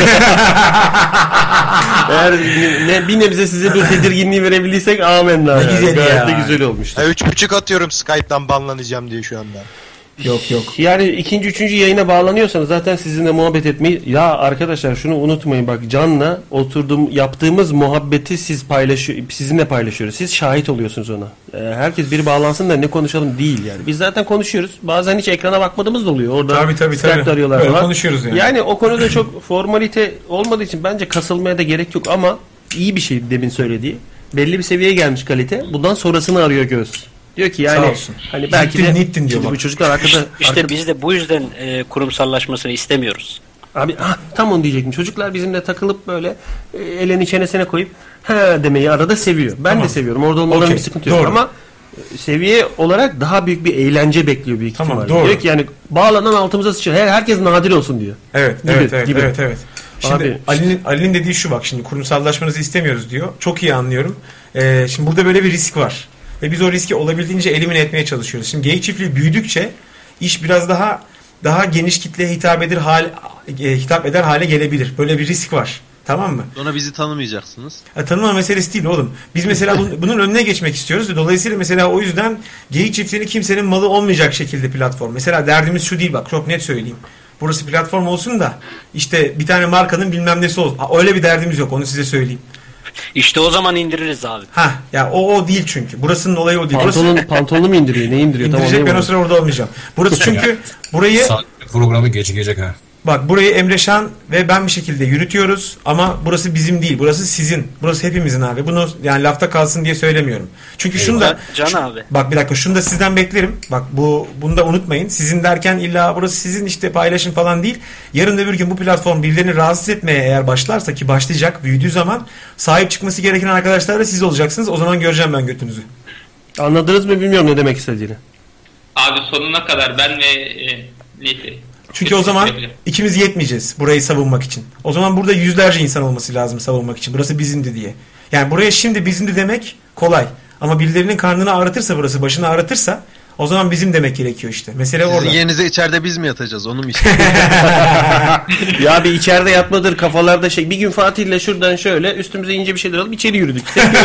Eğer ne, bir nebze size bir tedirginliği verebildiysek amenna. Ne yani. güzel Gayet ya. de güzel olmuştu. Ya üç buçuk atıyorum Skype'dan banlanacağım diye şu anda. Yok yok. Yani ikinci, üçüncü yayına bağlanıyorsanız zaten sizinle muhabbet etmeyi... Ya arkadaşlar şunu unutmayın bak Can'la oturduğum, yaptığımız muhabbeti siz paylaşıyor, sizinle paylaşıyoruz. Siz şahit oluyorsunuz ona. Ee, herkes biri bağlansın da ne konuşalım değil yani. Biz zaten konuşuyoruz. Bazen hiç ekrana bakmadığımız da oluyor. Orada Tabii, tabii, Skype'da tabii. arıyorlar Böyle falan. konuşuyoruz yani. Yani o konuda çok formalite olmadığı için bence kasılmaya da gerek yok ama iyi bir şey demin söylediği. Belli bir seviyeye gelmiş kalite. Bundan sonrasını arıyor göz. Diyor ki yani Sağ olsun. hani belki Zittin, de nittin diyor şimdi bak. bu çocuklar arkada, İşte arkada biz de bu yüzden e, kurumsallaşmasını istemiyoruz. abi ah, tam onu diyecektim. Çocuklar bizimle takılıp böyle e, elini çenesine koyup ha demeyi arada seviyor. Ben Tamam. de seviyorum. Orada olmalarının Okey, bir sıkıntı yok doğru. ama e, seviye olarak daha büyük bir eğlence bekliyor büyük Tamam, ihtimalle. doğru. Diyor ki yani bağlanan altımıza sıçıyor. Her, herkes nadir olsun diyor. Evet, Gibi, evet, evet, gibi. evet, evet. Şimdi Abi, Ali'nin Ali'nin dediği şu bak şimdi kurumsallaşmanızı istemiyoruz diyor. Çok iyi anlıyorum. Ee, şimdi burada böyle bir risk var. Ve biz o riski olabildiğince elimine etmeye çalışıyoruz. Şimdi geyik çiftliği büyüdükçe iş biraz daha daha geniş kitleye hitap eder hal e, hitap eder hale gelebilir. Böyle bir risk var. Tamam mı? Sonra bizi tanımayacaksınız. Ya, tanıma meselesi değil oğlum. Biz mesela bunun, bunun önüne geçmek istiyoruz ve dolayısıyla mesela o yüzden geyik çiftliğini kimsenin malı olmayacak şekilde platform. Mesela derdimiz şu değil bak çok net söyleyeyim. Burası platform olsun da işte bir tane markanın bilmem nesi olsun. Ha, öyle bir derdimiz yok onu size söyleyeyim. İşte o zaman indiririz abi. Ha ya o o değil çünkü. Burasının olayı o değil. Burası Pantolon, pantolonu mu indiriyor? Ne indiriyor? Tam indirecek ben o anlayamadım. sıra orada olmayacağım. Burası çünkü burayı Saat programı geçecek ha. Bak burayı Emreşan ve ben bir şekilde yürütüyoruz ama burası bizim değil. Burası sizin. Burası hepimizin abi. Bunu yani lafta kalsın diye söylemiyorum. Çünkü şunu da Can şu- abi. Bak bir dakika şunu da sizden beklerim. Bak bu bunu da unutmayın. Sizin derken illa burası sizin işte paylaşın falan değil. Yarın öbür gün bu platform birilerini rahatsız etmeye eğer başlarsa ki başlayacak büyüdüğü zaman sahip çıkması gereken arkadaşlar da siz olacaksınız. O zaman göreceğim ben götünüzü. Anladınız mı bilmiyorum ne demek istediğini. Abi sonuna kadar ben ve e, neyse. Çünkü o zaman ikimiz yetmeyeceğiz burayı savunmak için. O zaman burada yüzlerce insan olması lazım savunmak için. Burası bizimdi diye. Yani buraya şimdi bizimdi demek kolay. Ama birilerinin karnını ağrıtırsa burası, başını ağrıtırsa o zaman bizim demek gerekiyor işte. Mesele Sizin orada. yerinize içeride biz mi yatacağız? Onu mu işte? Ya bir içeride yatmadır kafalarda şey. Bir gün Fatih'le şuradan şöyle üstümüze ince bir şeyler alıp içeri yürüdük.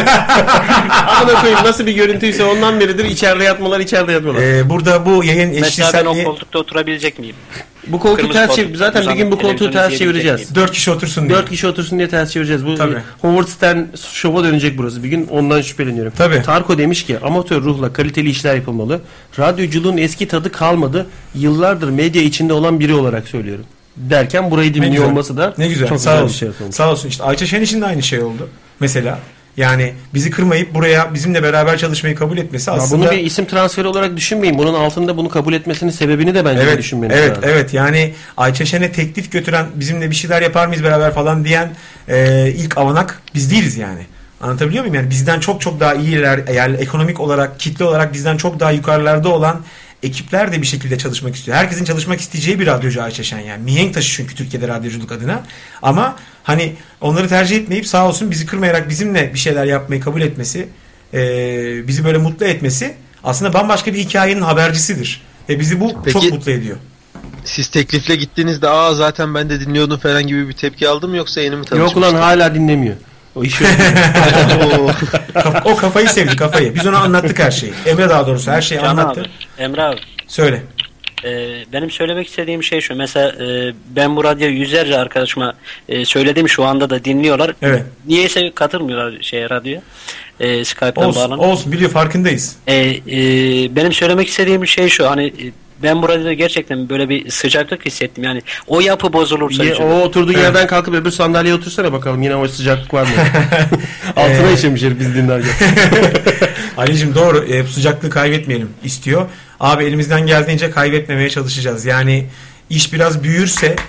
Amına koyayım nasıl bir görüntüyse ondan beridir içeride yatmalar içeride yatmalar. Ee, burada bu yayın Mesela ben o eşcinselliği koltukta oturabilecek miyim? Bu koltuğu Kırmızı ters koltuk, çevir. Zaten bir gün bu koltuğu televizyon ters izleyebilecek çevireceğiz. dört kişi otursun diye. Dört kişi otursun diye ters çevireceğiz. Bu Tabii. Howard Stern şova dönecek burası. Bir gün ondan şüpheleniyorum. Tabii. Tarko demiş ki amatör ruhla kaliteli işler yapılmalı. Radyoculuğun eski tadı kalmadı. Yıllardır medya içinde olan biri olarak söylüyorum. Derken burayı Ne dinliyor güzel. olması da Ne güzel. çok Sağ güzel bir olsun. şey yapılmış. Sağ olsun. İşte Ayça Şen için de aynı şey oldu. Mesela yani bizi kırmayıp buraya bizimle beraber çalışmayı kabul etmesi Ya aslında bunu bir isim transferi olarak düşünmeyin. Bunun altında bunu kabul etmesinin sebebini de bence evet, düşünmeniz evet, lazım. evet. Yani Ayça Şen'e teklif götüren bizimle bir şeyler yapar mıyız beraber falan diyen e, ilk avanak biz değiliz yani. Anlatabiliyor muyum? Yani bizden çok çok daha iyiler, yani ekonomik olarak, kitle olarak bizden çok daha yukarılarda olan ekipler de bir şekilde çalışmak istiyor. Herkesin çalışmak isteyeceği bir radyocu Ayça Şen yani. Mihenk taşı çünkü Türkiye'de radyoculuk adına. Ama hani onları tercih etmeyip sağ olsun bizi kırmayarak bizimle bir şeyler yapmayı kabul etmesi, e, bizi böyle mutlu etmesi aslında bambaşka bir hikayenin habercisidir. Ve bizi bu Peki- çok mutlu ediyor. Siz teklifle gittiğinizde aa zaten ben de dinliyordum falan gibi bir tepki aldım yoksa yeni mi tanışmıştık? Yok ulan hala dinlemiyor. O iş yok. Oo. Kaf- o kafayı sevdi kafayı. Biz ona anlattık her şeyi. Emre daha doğrusu her şeyi Can anlattı. abi, Emre abi. Söyle. Ee, benim söylemek istediğim şey şu. Mesela e, ben bu radyoyu yüzlerce arkadaşıma e, söyledim, şu anda da dinliyorlar. Evet. Niyeyse katılmıyorlar şeye, radyoya. E, Skype'tan Olsun, bağlanıp. olsun biliyor farkındayız. E, e, benim söylemek istediğim şey şu. Hani e, ben bu radyoda gerçekten böyle bir sıcaklık hissettim. Yani o yapı bozulursa. Ye, üzülürüm. o oturduğun yerden kalkıp öbür sandalyeye otursana bakalım yine o sıcaklık var mı? Altına işemiş herif biz dinlerken. Ali'cim doğru e, sıcaklığı kaybetmeyelim istiyor. Abi elimizden geldiğince kaybetmemeye çalışacağız. Yani iş biraz büyürse e,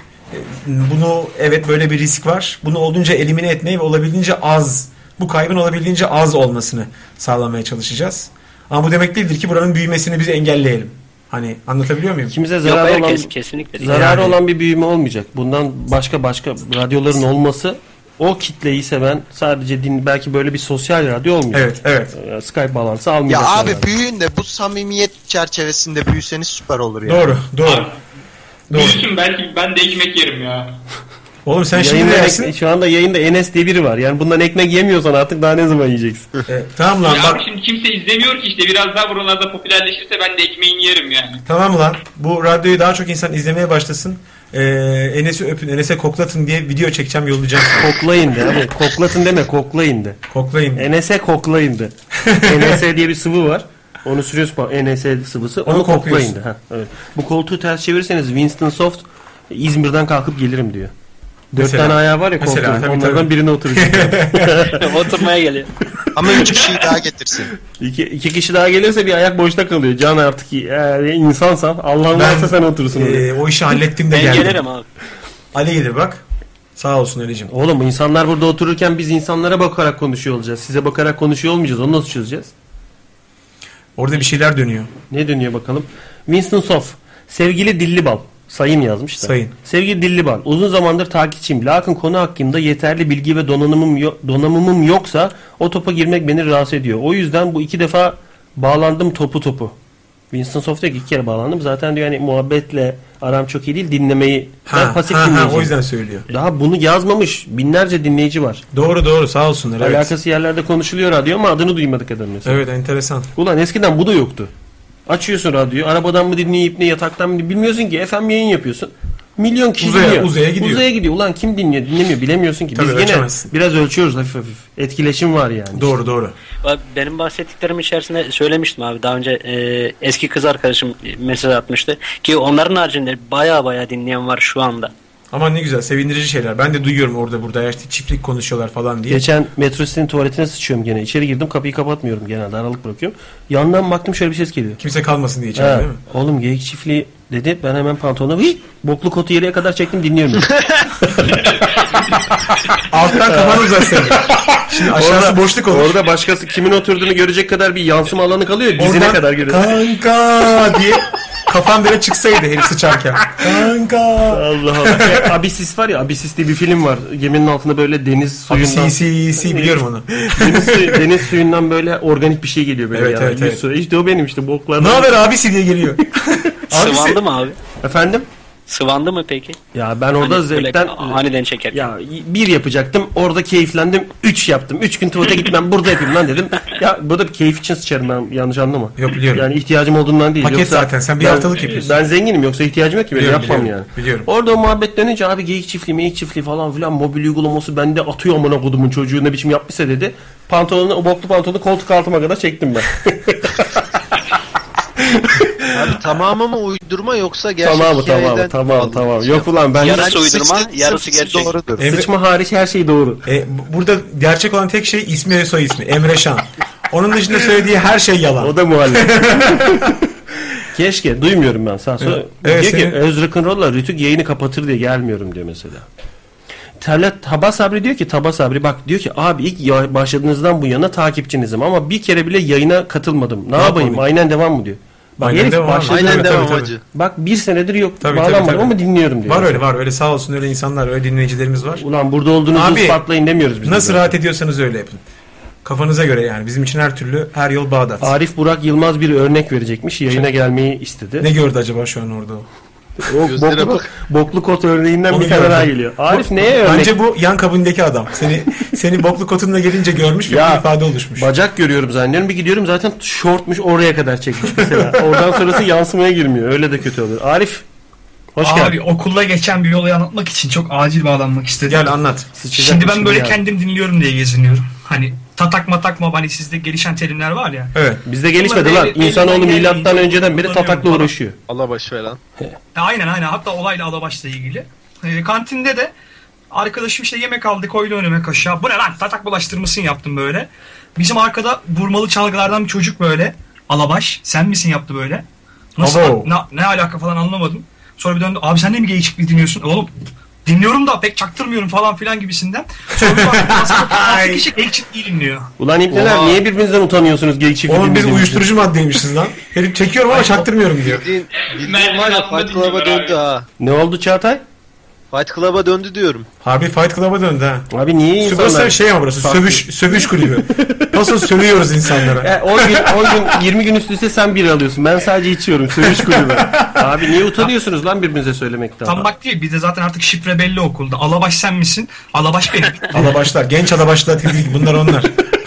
bunu evet böyle bir risk var. Bunu olduğunca elimine etmeyi ve olabildiğince az, bu kaybın olabildiğince az olmasını sağlamaya çalışacağız. Ama bu demek değildir ki buranın büyümesini biz engelleyelim. Hani anlatabiliyor muyum? İkimize Yok, zararı hayır, olan kes- kesinlikle değil. zararı Yani- olan bir büyüme olmayacak. Bundan başka başka radyoların olması o kitleyi seven sadece din belki böyle bir sosyal radyo olmayacak. Evet, evet. Ee, Skype bağlantısı Ya almayacak. abi büyüyün de bu samimiyet çerçevesinde büyüseniz süper olur ya. Doğru, doğru. Abi, Doğru. büyüsün belki ben de ekmek yerim ya. Oğlum sen şimdi Yayında de ek- yersin. şu anda yayında Enes diye biri var. Yani bundan ekmek yemiyorsan artık daha ne zaman yiyeceksin? E, tamam lan Ya bak. abi şimdi kimse izlemiyor ki, işte biraz daha buralarda popülerleşirse ben de ekmeğini yerim yani. Tamam lan. Bu radyoyu daha çok insan izlemeye başlasın. Ee, Enes'i öpün, Enes'e koklatın diye video çekeceğim, yollayacağım. Koklayın de abi. Koklatın deme koklayın de. Koklayın. Enes'e koklayın de. N S diye bir sıvı var. Onu sürüyorsun. N S sıvısı. Onu, Onu koklayın kokluyorsun. de. Ha, evet. Bu koltuğu ters çevirirseniz Winston Soft İzmir'den kalkıp gelirim diyor. Dört Mesela. tane ayağı var ya Mesela, koltuğun. tabii, Onlardan tabii. birine oturacak. Oturmaya geliyor. Ama üç kişiyi daha getirsin. iki, iki kişi daha gelirse bir ayak boşta kalıyor. Can artık yani insansan Allah'ın Ben- varsa sen oturursun. oraya. Ee, o işi hallettim de Ben geldim. gelirim abi. Ali gelir bak. Sağ olsun Ali'cim. Oğlum insanlar burada otururken biz insanlara bakarak konuşuyor olacağız. Size bakarak konuşuyor olmayacağız. Onu nasıl çözeceğiz? Orada bir şeyler dönüyor. Ne dönüyor bakalım? Winston Soft. Sevgili Dillibal. Sayın yazmış da. Sayın. Sevgili Dillibal. Uzun zamandır takipçiyim. Lakin konu hakkında yeterli bilgi ve donanımım, yo- donanımım yoksa o topa girmek beni rahatsız ediyor. O yüzden bu iki defa bağlandım topu topu. Winston Soft diyor ki iki kere bağlandım. Zaten diyor yani muhabbetle aram çok iyi değil. Dinlemeyi ben Ha, pasif ha, ha, dinleyiciyim. o yüzden söylüyor. Daha bunu yazmamış. Binlerce dinleyici var. Doğru doğru sağ olsunlar. Evet. Alakası yerlerde konuşuluyor radyo ama adını duymadık adamın mesela. Evet enteresan. Ulan eskiden bu da yoktu. Açıyorsun radyoyu. Arabadan mı dinleyip ne yataktan mı bilmiyorsun ki. F M yayın yapıyorsun. milyon kişi Uzaya- dinliyor. uzaya gidiyor. Uzaya gidiyor. Ulan kim dinliyor? Dinlemiyor. Bilemiyorsun ki. Tabii, Biz gene ölçemezsin. biraz ölçüyoruz hafif hafif. Etkileşim var yani. Doğru doğru. Benim bahsettiklerim içerisinde söylemiştim abi. Daha önce e, eski kız arkadaşım mesaj atmıştı. Ki onların haricinde baya baya dinleyen var şu anda. Aman ne güzel, sevindirici şeyler. Ben de duyuyorum orada burada ya işte çiftlik konuşuyorlar falan diye. Geçen metro sitenin tuvaletine sıçıyorum gene. İçeri girdim, kapıyı kapatmıyorum genelde. Aralık bırakıyorum. Yandan baktım, şöyle bir ses geliyor. Kimse kalmasın diye içeride Ha, değil mi? oğlum geyik çiftliği dedi. Ben hemen pantolonu hıy, boklu kotu yere kadar çektim, dinliyorum. Alttan kafanı uzatsaydın. Şimdi aşağısı Orada- boşluk olur. Orada başkası kimin oturduğunu görecek kadar bir yansıma alanı kalıyor. Dizine Oradan kadar görüyor. kanka diye kafan böyle çıksaydı herif sıçarken. Kanka. Allah Allah. Abisis var ya, Abisis diye bir film var. Geminin altında böyle deniz Abi suyundan. C C C biliyorum onu. deniz, suyu- deniz suyundan böyle organik bir şey geliyor böyle. Evet, yani. evet, Yüz evet. su. İşte o benim işte boklardan. Ne haber abisi diye geliyor. Sıvandı mı abi? Efendim? Sıvandı mı peki? Ya ben orada Hani böyle zevkten aniden çekerken. ya bir yapacaktım, orada keyiflendim, üç yaptım. Üç gün tuvalete gitmem, burada yapayım lan dedim. Ya burada bir keyif için sıçarım, ben yanlış anlama. Yok, biliyorum. Yani ihtiyacım olduğundan değil. Paket Yoksa zaten, sen bir ben- haftalık yapıyorsun. Ben zenginim, yoksa ihtiyacım yok ki, böyle Biliyorum, yapmam biliyorum, yani. biliyorum. Orada o muhabbet dönünce abi geyik çiftliği, meyik çiftliği falan filan mobil uygulaması bende atıyor, amına kodumun çocuğu ne biçim yapmışsa dedi. Pantolonu, o boklu pantolonu koltuk altıma kadar çektim ben. Abi tamamı mı uydurma yoksa gerçek tamam tamam hikayeden tamam aldın? tamam. Yok ulan ben Yarısı uydurma, sıçtı- yarısı sıçtı gerçek. Doğrudur. Emre- sıçma hariç her şey doğru. E, bu- burada gerçek olan tek şey ismi ve soy ismi. Emre Şan. Onun dışında söylediği her şey yalan. O da muhalif. Keşke, duymuyorum ben sağ sonra. Evet, diyor senin- ki Öz Rock'n'Roll'la Rütük yayını kapatır diye gelmiyorum diyor mesela. Talat Taba Sabri diyor ki, Taba Sabri bak diyor ki abi ilk ya- başladığınızdan bu yana takipçinizim ama bir kere bile yayına katılmadım. Ne, Ne yapayım? yapalım? Aynen devam mı diyor. Bak Aynen herif devam, başladı. Aynen Tabii, devam tabii, tabii. hacı. Bak bir senedir yok, Tabii, bağlanmadım tabii, tabii. ama dinliyorum diyor. Var öyle var öyle sağ olsun öyle insanlar öyle dinleyicilerimiz var. Ulan burada olduğunuzu Abi, ispatlayın demiyoruz biz. Nasıl de. rahat ediyorsanız öyle yapın. Kafanıza göre yani. Bizim için her türlü her yol Bağdat. Arif Burak Yılmaz bir örnek verecekmiş. Yayına gelmeyi istedi. Ne gördü acaba şu an orada o? O Gözlere boklu, bak. boklu kot örneğinden Onu bir tane gördüm. daha geliyor. Arif Bu- neye örnek? Bence bu yan kabindeki adam. Seni seni boklu kotunla gelince görmüş ve Ya, bir ifade oluşmuş. Bacak görüyorum zannediyorum. Bir gidiyorum zaten şortmuş, oraya kadar çekmiş mesela. Oradan sonrası yansımaya girmiyor. Öyle de kötü olur. Arif hoş Abi geldin. okulda geçen bir olayı anlatmak için çok acil bağlanmak istedim. Gel anlat. Sıçacak Şimdi bir ben şey böyle yani. kendim dinliyorum diye geziniyorum. Hani tatak matak mı, hani sizde gelişen terimler var ya. Evet. Bizde gelişmedi Bunlar lan. belli- İnsanoğlu elinden milattan geldiğince önceden beri kullanıyorum tatakla falan. uğraşıyor. Allah baş falan. Ya aynen aynen, hatta olayla Alabaş'la ilgili. Ee, kantinde de arkadaşım işte yemek aldı, koydu önüme kaşığa. Bu ne lan, tatak bulaştırmasın yaptım böyle. Bizim arkada vurmalı çalgılardan bir çocuk böyle. Alabaş sen misin yaptı böyle. Nasıl Abo. ne, ne alaka falan anlamadım. Sonra bir döndü, abi sen de mi geyikçikli dinliyorsun? Oğlum dinliyorum da pek çaktırmıyorum falan filan gibisinden. Sonra bir baktım masada altı kişi geyikçikliği dinliyor. Ulan ipneler Oha. niye birbirinizden utanıyorsunuz geyik çiftliği? Onun bir dinlediğiniz uyuşturucu maddeymişiz lan. Herif çekiyorum ama çaktırmıyorum diyor. Bildiğin, bildiğin Merdiven var ya altında Fight Club'a dinliyorlar döndü abi. ha. Ne oldu Çağatay? Fight Club'a döndü diyorum. Harbi Fight Club'a döndü ha. Abi niye Burası insanlar... şey ama burası Farklı. sövüş, sövüş kulübü. Nasıl sövüyoruz insanlara. E, on gün, on gün, yirmi gün üst üste sen biri alıyorsun. Ben sadece içiyorum. Sövüş kulübü. Abi niye utanıyorsunuz lan birbirinize söylemekten? Tam bak değil, bizde zaten artık şifre belli okulda. Alabaş sen misin? Alabaş benim. Alabaşlar, genç alabaşlar dedik bunlar onlar.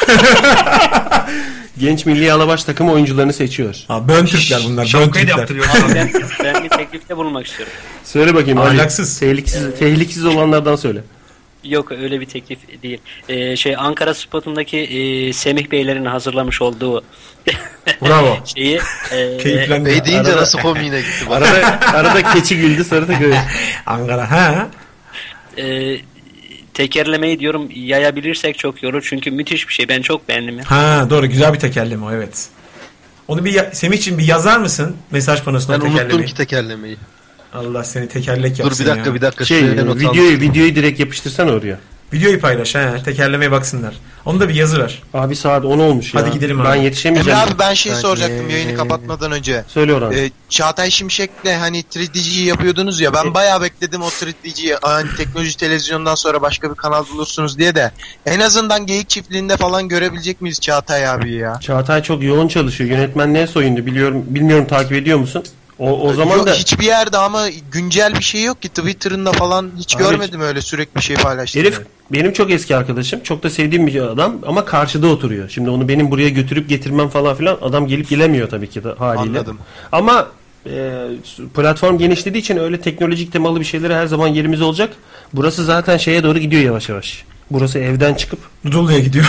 Genç milli alabaş takımı oyuncularını seçiyor. Ha, bön Türkler bunlar, bön Şapkayı da Türkler. yaptırıyorlar. Ama ben, ben bir teklifte bulunmak istiyorum. Söyle bakayım. Ali. Ahlaksız. Tehlikesiz, tehlikesiz olanlardan söyle. Yok öyle bir teklif değil. Ee, şey Ankara Spot'undaki e, Semih Beylerin hazırlamış olduğu Bravo. şeyi e, Keyiflendim. Bey deyince Arada- nasıl komiğine gitti bak. Arada, arada keçi güldü, sarı da göğe. Ankara ha. e, tekerlemeyi diyorum yayabilirsek çok iyi olur. Çünkü müthiş bir şey. Ben çok beğendim ya. Ha doğru, güzel bir tekerleme o, evet. Onu bir ya- Semih'ciğim bir yazar mısın mesaj panosuna Ben unuttum tekerlemeyi? ki tekerlemeyi. Allah seni tekerlek Dur yapsın bir dakika ya. bir dakika. Şey, şuraya not videoyu, aldım. videoyu direkt yapıştırsan oraya. Videoyu paylaş ha, tekerlemeye baksınlar. Onu da bir yazı ver. Abi saat on olmuş ya. Hadi gidelim Ben abi. Emre yetişemeyeceğim. abi ben şey Hadi. soracaktım yayını kapatmadan önce. Söyle Orhan. Ee, Çağatay Şimşek'le hani üç D'ciyi yapıyordunuz ya, ben bayağı bekledim o üç D'ciyi hani teknoloji televizyondan sonra başka bir kanal bulursunuz diye de en azından Geyik Çiftliği'nde falan görebilecek miyiz Çağatay abi ya? Çağatay çok yoğun çalışıyor. Yönetmenliğe soyundu. Biliyorum, bilmiyorum takip ediyor musun? O, o zaman Yok, da hiçbir yerde ama güncel bir şey yok ki, Twitter'ında falan hiç Abi, görmedim öyle sürekli bir şey paylaştığını. herif benim çok eski arkadaşım. Çok da sevdiğim bir adam ama karşıda oturuyor. Şimdi onu benim buraya götürüp getirmem falan filan, adam gelip gelemiyor tabii ki de haliyle. Anladım. Ama e, platform genişlediği için öyle teknolojik temalı bir şeylere her zaman yerimiz olacak. Burası zaten şeye doğru gidiyor yavaş yavaş. Burası evden çıkıp Dudullu'ya gidiyor.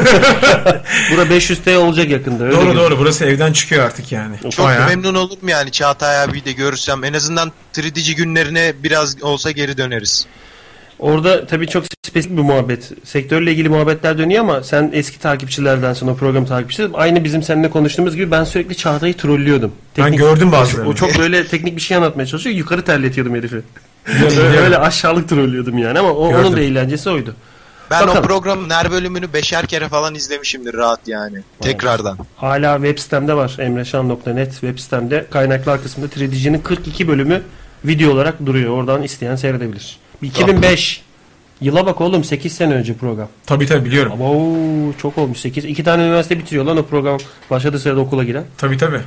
Bura beş yüz T olacak yakında. Öyle doğru gibi. doğru burası evden çıkıyor artık yani. Çok Bayağı. memnun olurum yani Çağatay abiyi de görürsem. En azından üç D'ci günlerine biraz olsa geri döneriz. Orada tabii çok spesifik bir muhabbet. Sektörle ilgili muhabbetler dönüyor ama sen eski takipçilerdensin, o program takipçisi. Aynı bizim seninle konuştuğumuz gibi ben sürekli Çağatay'ı trollüyordum. Ben gördüm bazılarını. O çok böyle teknik bir şey anlatmaya çalışıyor. Yukarı terletiyordum herifi. Biliyorum, Öyle, biliyorum. öyle aşağılık trollüyordum yani ama o, Gördüm. onun da eğlencesi oydu. Ben Bakalım. o programın her bölümünü beşer kere falan izlemişimdir rahat yani. Tekrardan. Hala web sitemde var. emreşan nokta net web sitemde kaynaklar kısmında üç D'cinin kırk iki bölümü video olarak duruyor. Oradan isteyen seyredebilir. iki bin beş yıla bak oğlum, sekiz sene önce program. Tabii tabii biliyorum. Abo, çok olmuş. sekiz iki tane üniversite bitiriyor lan o program. Başladığı sırada okula giren. Tabii tabii.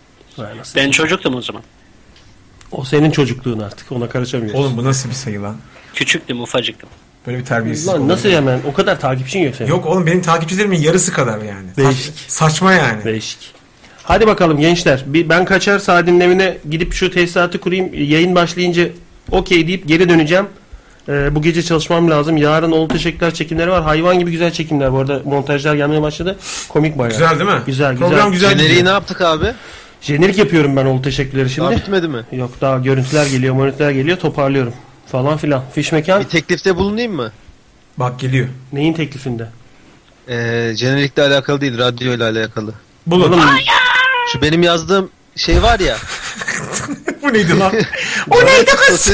Ben çocuktum o zaman. O senin çocukluğun artık. Ona karışamıyorsun. Oğlum bu nasıl bir sayı lan? Küçüktüm, ufacıktım. Böyle bir terbiyesiz. Lan nasıl hemen? O kadar takipçin yok senin. Yok oğlum benim takipçilerimin yarısı kadar yani. Değişik. Saç- saçma yani. Değişik. Hadi bakalım gençler. Bir, ben kaçar Sadi'nin evine gidip şu tesisatı kurayım. Yayın başlayınca okey deyip geri döneceğim. Ee, bu gece çalışmam lazım. Yarın Oğlu Teşekkürler çekimleri var. Hayvan gibi güzel çekimler. Bu arada montajlar gelmeye başladı. Komik bayağı. Güzel değil mi? Güzel güzel. Program güzel Jeneriği gidiyor. ne yaptık abi? Jenerik yapıyorum ben Oğlu Teşekkürleri şimdi. Daha bitmedi mi? Yok daha görüntüler geliyor, monitörler geliyor. Toparlıyorum. Falan filan. Fiş mekan. Bir teklifte bulunayım mı? Bak geliyor. Neyin teklifinde? Ee, jenerikle alakalı değil, radyoyla alakalı. Bulun. Oğlum, Şu benim yazdığım şey var ya. Bu neydi lan? O neydi kız?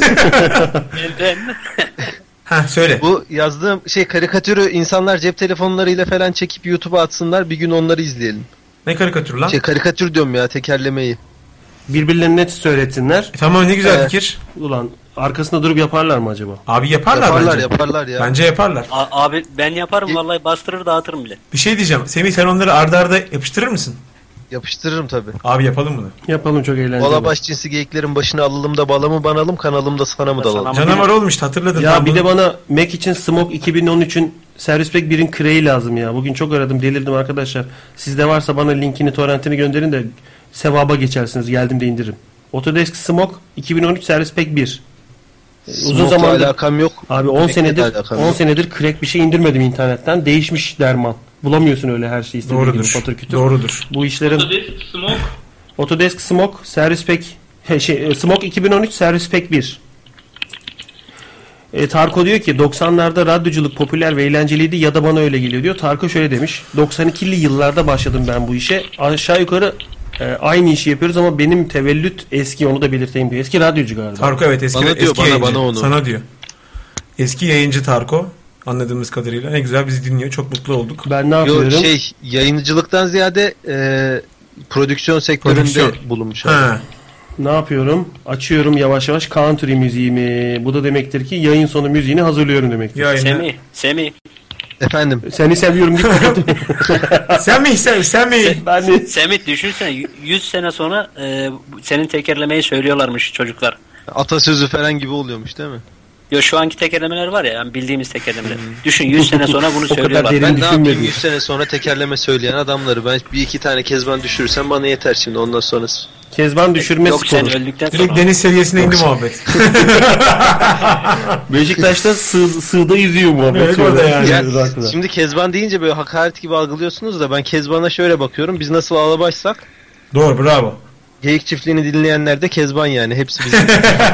Elden. Ha söyle. Bu yazdığım şey karikatürü insanlar cep telefonlarıyla falan çekip YouTube'a atsınlar, bir gün onları izleyelim. Ne karikatür lan? Şey karikatür diyorum ya, tekerlemeyi. birbirlerine söyletsinler. E, tamam ne güzel Evet. fikir. Ulan arkasında durup yaparlar mı acaba? Abi yaparlar, Yaparlar bence. yaparlar ya. Bence yaparlar. A- abi ben yaparım vallahi, bastırır dağıtırım bile. Bir şey diyeceğim. Semih sen onları arda arda yapıştırır mısın? Yapıştırırım tabi. Abi yapalım bunu. Yapalım, çok eğlenceli. Valla baş cinsi geyiklerin başına alalım da balamı banalım, kanalımda sana mı dalalım? Ama Canavar olmuş hatırladın. Ya Tam bir bunu- de bana Mac için Smoke iki bin on üçün Service Pack birin kreyi lazım ya. Bugün çok aradım, delirdim arkadaşlar. Sizde varsa bana linkini, torrentini gönderin de sevaba geçersiniz. Geldim de indiririm. Autodesk Smoke iki bin on üç Service Pack bir. Uzun Smoke'la zamandır alakam yok. abi on Mac'le de senedir alakam on yok. senedir crack bir şey indirmedim internetten. Değişmiş derman. Bulamıyorsun öyle her şeyi istediğin gibi Doğrudur. patır kütür. Doğrudur. Bu işlerin Autodesk Smoke Autodesk Smoke Service Pack he, şey, e, Smoke iki bin on üç Service Pack bir. E, Tarko diyor ki doksanlarda radyoculuk popüler ve eğlenceliydi ya da bana öyle geliyor diyor. Tarko şöyle demiş. doksan ikili yıllarda başladım ben bu işe. Aşağı yukarı e, aynı işi yapıyoruz ama benim tevellüt eski, onu da belirteyim diyor. Eski radyocu galiba. Tarko evet eski, Bana diyor, eski bana, yayıncı. bana onu. Sana diyor. Eski yayıncı Tarko. Anladığımız kadarıyla. Ne güzel bizi dinliyor. Çok mutlu olduk. Ben ne yapıyorum? Yok şey, yayıncılıktan ziyade e, prodüksiyon sektöründe Prodüksiyon. bulunmuş. abi. Ha. Ne yapıyorum? Açıyorum yavaş yavaş country müziğimi. Bu da demektir ki yayın sonu müziğini hazırlıyorum demektir. Yayını. Semih, Semih. Efendim. Seni seviyorum. Semih sen, Semih. ben de Semih düşünsene y- yüz sene sonra e, bu- senin tekerlemeyi söylüyorlarmış çocuklar. Atasözü falan gibi oluyormuş değil mi? Ya şu anki tekerlemeler var ya, yani bildiğimiz tekerlemeler. Düşün yüz sene sonra bunu kadar söylüyorlar. derin Ben ne yapayım düşünmedim. yüz sene sonra tekerleme söyleyen adamları. Ben bir iki tane kezban düşürürsem bana yeter şimdi, ondan sonrası. Kezban düşürme Yok sen skoru. öldükten Direkt sonra. deniz seviyesine indi muhabbet. Beşiktaş'ta sığ, sığda yüzüyor muhabbet. Evet, şöyle. orada yani. Ya, Evet, haklı. şimdi kezban deyince böyle hakaret gibi algılıyorsunuz da ben kezbana şöyle bakıyorum. Biz nasıl ağlabaşsak Doğru bravo. geyik çiftliğini dinleyenler de kezban yani. Hepsi bizim.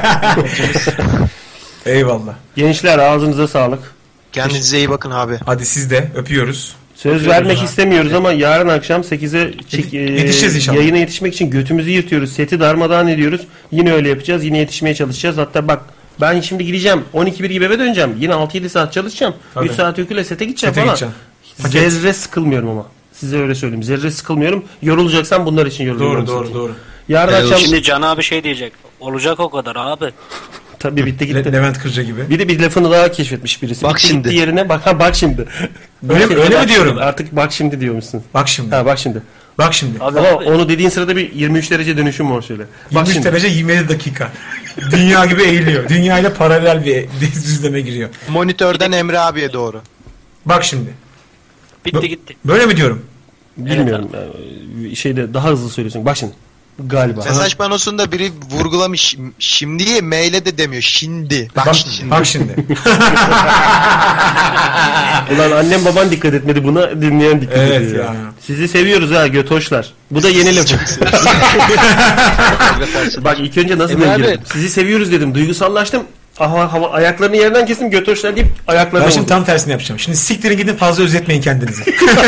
Eyvallah. Gençler ağzınıza sağlık. Kendinize iyi bakın abi. Hadi siz de öpüyoruz. Söz vermek istemiyoruz ama yarın akşam sekize çek, e, Yetişeceğiz inşallah. yayına yetişmek için götümüzü yırtıyoruz. Seti darmadağın ediyoruz. Yine öyle yapacağız. Yine yetişmeye çalışacağız. Hatta bak ben şimdi gideceğim. on iki bir gibi eve döneceğim. Yine altı yedi saat çalışacağım. Tabii. üç saat uykuyla sete gideceğim Sete falan. gideceğim. Paket. Zerre sıkılmıyorum ama. Size öyle söyleyeyim. Zerre sıkılmıyorum. Yorulacaksam bunlar için yoruluyorum. Doğru doğru zaten. doğru. Yarın Helal akşam Şimdi Can abi şey diyecek. Olacak o kadar abi. tabii bitti Le- gitti. Levent Kırca gibi. Bir de bir lafını daha keşfetmiş birisi. Bak Bitti şimdi. gitti yerine bak ha bak şimdi. Öyle mi- öyle mi Bak diyorum? şimdi. Artık bak şimdi diyormuşsun. Bak şimdi. Ha bak şimdi. Bak şimdi. Abi, Ama abi. onu dediğin sırada bir yirmi üç derece dönüşüm var şöyle. Bak yirmi üç şimdi. derece yirmi yedi dakika. Dünya gibi eğiliyor. Dünya ile paralel bir düzleme giriyor. Monitörden Emre abiye doğru. Bak şimdi. Bitti gitti. Böyle mi diyorum? Bilmiyorum. Ee, Şeyde daha hızlı söylüyorsun. Bak şimdi. Galiba. Mesaj panosunda biri vurgulamış. Şimdiye maile de demiyor. Şimdi. Bak, bak şimdi. Bak şimdi. Ulan annem baban dikkat etmedi, buna dinleyen dikkat evet ediyor. Ya. Sizi seviyoruz ha götoşlar. Bu da yeni laf. Bak ilk önce nasıl ben girdim. Sizi seviyoruz dedim. Duygusallaştım. Aha, hava, ayaklarını yerden kestim, götoşlar deyip ayaklarını. Ben şimdi tam tersini yapacağım. Şimdi siktirin gidin, fazla özetmeyin kendinizi.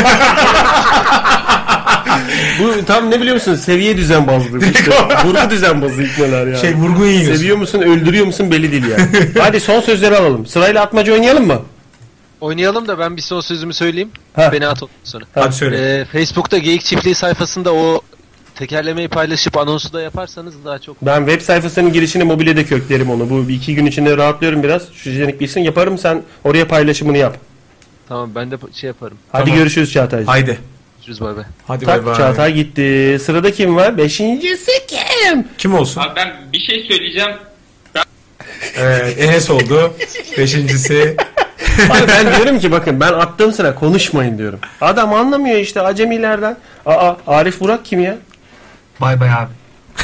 Bu tam ne biliyor musun? Seviye düzenbazlığı. İşte. Vurgu düzenbazlığı ikneler yani. Şey vurgu yiyorsun. Seviyor musun, öldürüyor musun belli değil yani. Hadi son sözleri alalım. Sırayla atmaca oynayalım mı? Oynayalım da ben bir son sözümü söyleyeyim. Ha. Beni at ondan sonra. Hadi söyle. Ee, Facebook'ta Geyik Çiftliği sayfasında o tekerlemeyi paylaşıp anonsu da yaparsanız daha çok... Ben web sayfasının girişini mobilede köklerim onu. Bu bir iki gün içinde rahatlıyorum biraz. Şu jenik bilsin yaparım, sen oraya paylaşımını yap. Tamam, ben de şey yaparım. Hadi tamam. Görüşürüz Çağatay'cığım. Haydi. Görüşürüz, bay bay. Hadi Tak, bay bay. Çağatay gitti. Sırada kim var? Beşincisi kim? Kim olsun? Abi ben bir şey söyleyeceğim. Evet, Enes oldu. Beşincisi. Abi ben diyorum ki bakın, ben attığım sıra konuşmayın diyorum. Adam anlamıyor işte acemilerden. Aa, Arif Burak kim ya? Bay bay abi.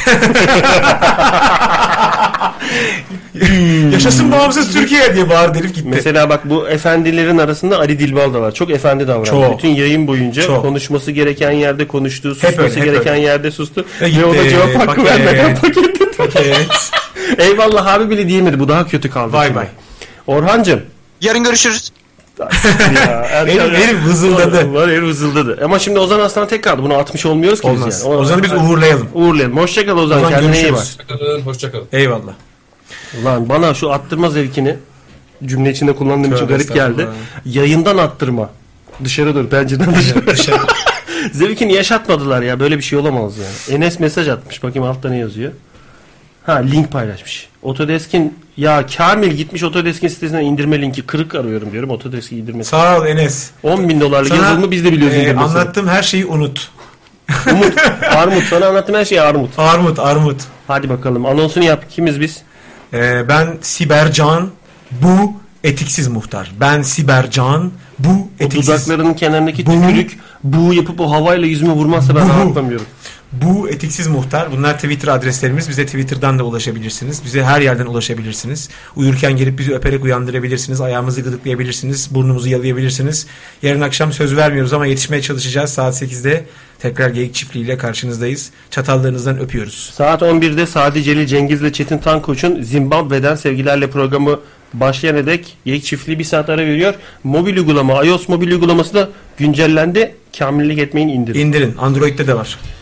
Yaşasın bağımsız Türkiye diye bağırdı herif gitti. Mesela bak, bu efendilerin arasında Ali Dilbal da var. Çok efendi davrandı. Çok. Bütün yayın boyunca Çok. konuşması gereken yerde konuştu, Hep susması öyle, hep gereken öyle. yerde sustu. Ve Ve gitti. ona cevap hakkı Paket. vermeden paketledi. Paket. Eyvallah abi bile diyemedi. Bu daha kötü kaldı. Bay şimdi. bay. Orhancığım. Yarın görüşürüz. Ya, Benim, benim vızıldadı. Var herif vızıldadı. Ama şimdi Ozan Aslan tek kaldı. Bunu atmış olmuyoruz ki Olmaz. biz yani. Ozan'ı biz uğurlayalım. Uğurlayalım. Hoşçakal Ozan. Ozan, Kendine iyi bak. görüşürüz. Hoşçakalın, hoşçakalın. Eyvallah. Ulan bana şu attırma zevkini cümle içinde kullandığım için Tövbe garip geldi. estağfurullah. Yayından attırma. Dışarı doğru, pencereden dışarı. Dışarı. Zevkini yaşatmadılar ya. Böyle bir şey olamaz yani. Enes mesaj atmış. Bakayım altta ne yazıyor. Ha, link paylaşmış. Autodesk'in ya Kamil gitmiş Autodesk'in sitesinden indirme linki, kırık arıyorum diyorum. Autodesk'i indirmesi. Sağ ol Enes. on bin dolarlık Sana, yazılımı biz de biliyoruz e, indirmesini. Anlattığım her şeyi unut. Umut, Armut. Sana anlattığım her şey Armut. Armut, Armut. Hadi bakalım. Anonsunu yap. Kimiz biz? Ee, ben Sibercan, bu etiksiz muhtar. Ben Sibercan, bu O etiksiz. dudaklarının kenarındaki Bu- tükürük bu yapıp o havayla yüzüme vurmazsa ben Bu- rahatlamıyorum. Bu etiksiz muhtar. Bunlar Twitter adreslerimiz. Bize Twitter'dan da ulaşabilirsiniz. Bize her yerden ulaşabilirsiniz. Uyurken gelip bizi öperek uyandırabilirsiniz. Ayağımızı gıdıklayabilirsiniz. Burnumuzu yalayabilirsiniz. Yarın akşam söz vermiyoruz ama yetişmeye çalışacağız. Saat sekizde tekrar Geyik Çiftliği ile karşınızdayız. Çatallarınızdan öpüyoruz. Saat on birde Sadi Celil Cengiz ile Çetin Tankoç'un Zimbabwe'den sevgilerle programı başlayana dek Geyik Çiftliği bir saat ara veriyor. Mobil uygulama, iOS mobil uygulaması da güncellendi. Kamillik etmeyin, indirin. İndirin. Android'de de var.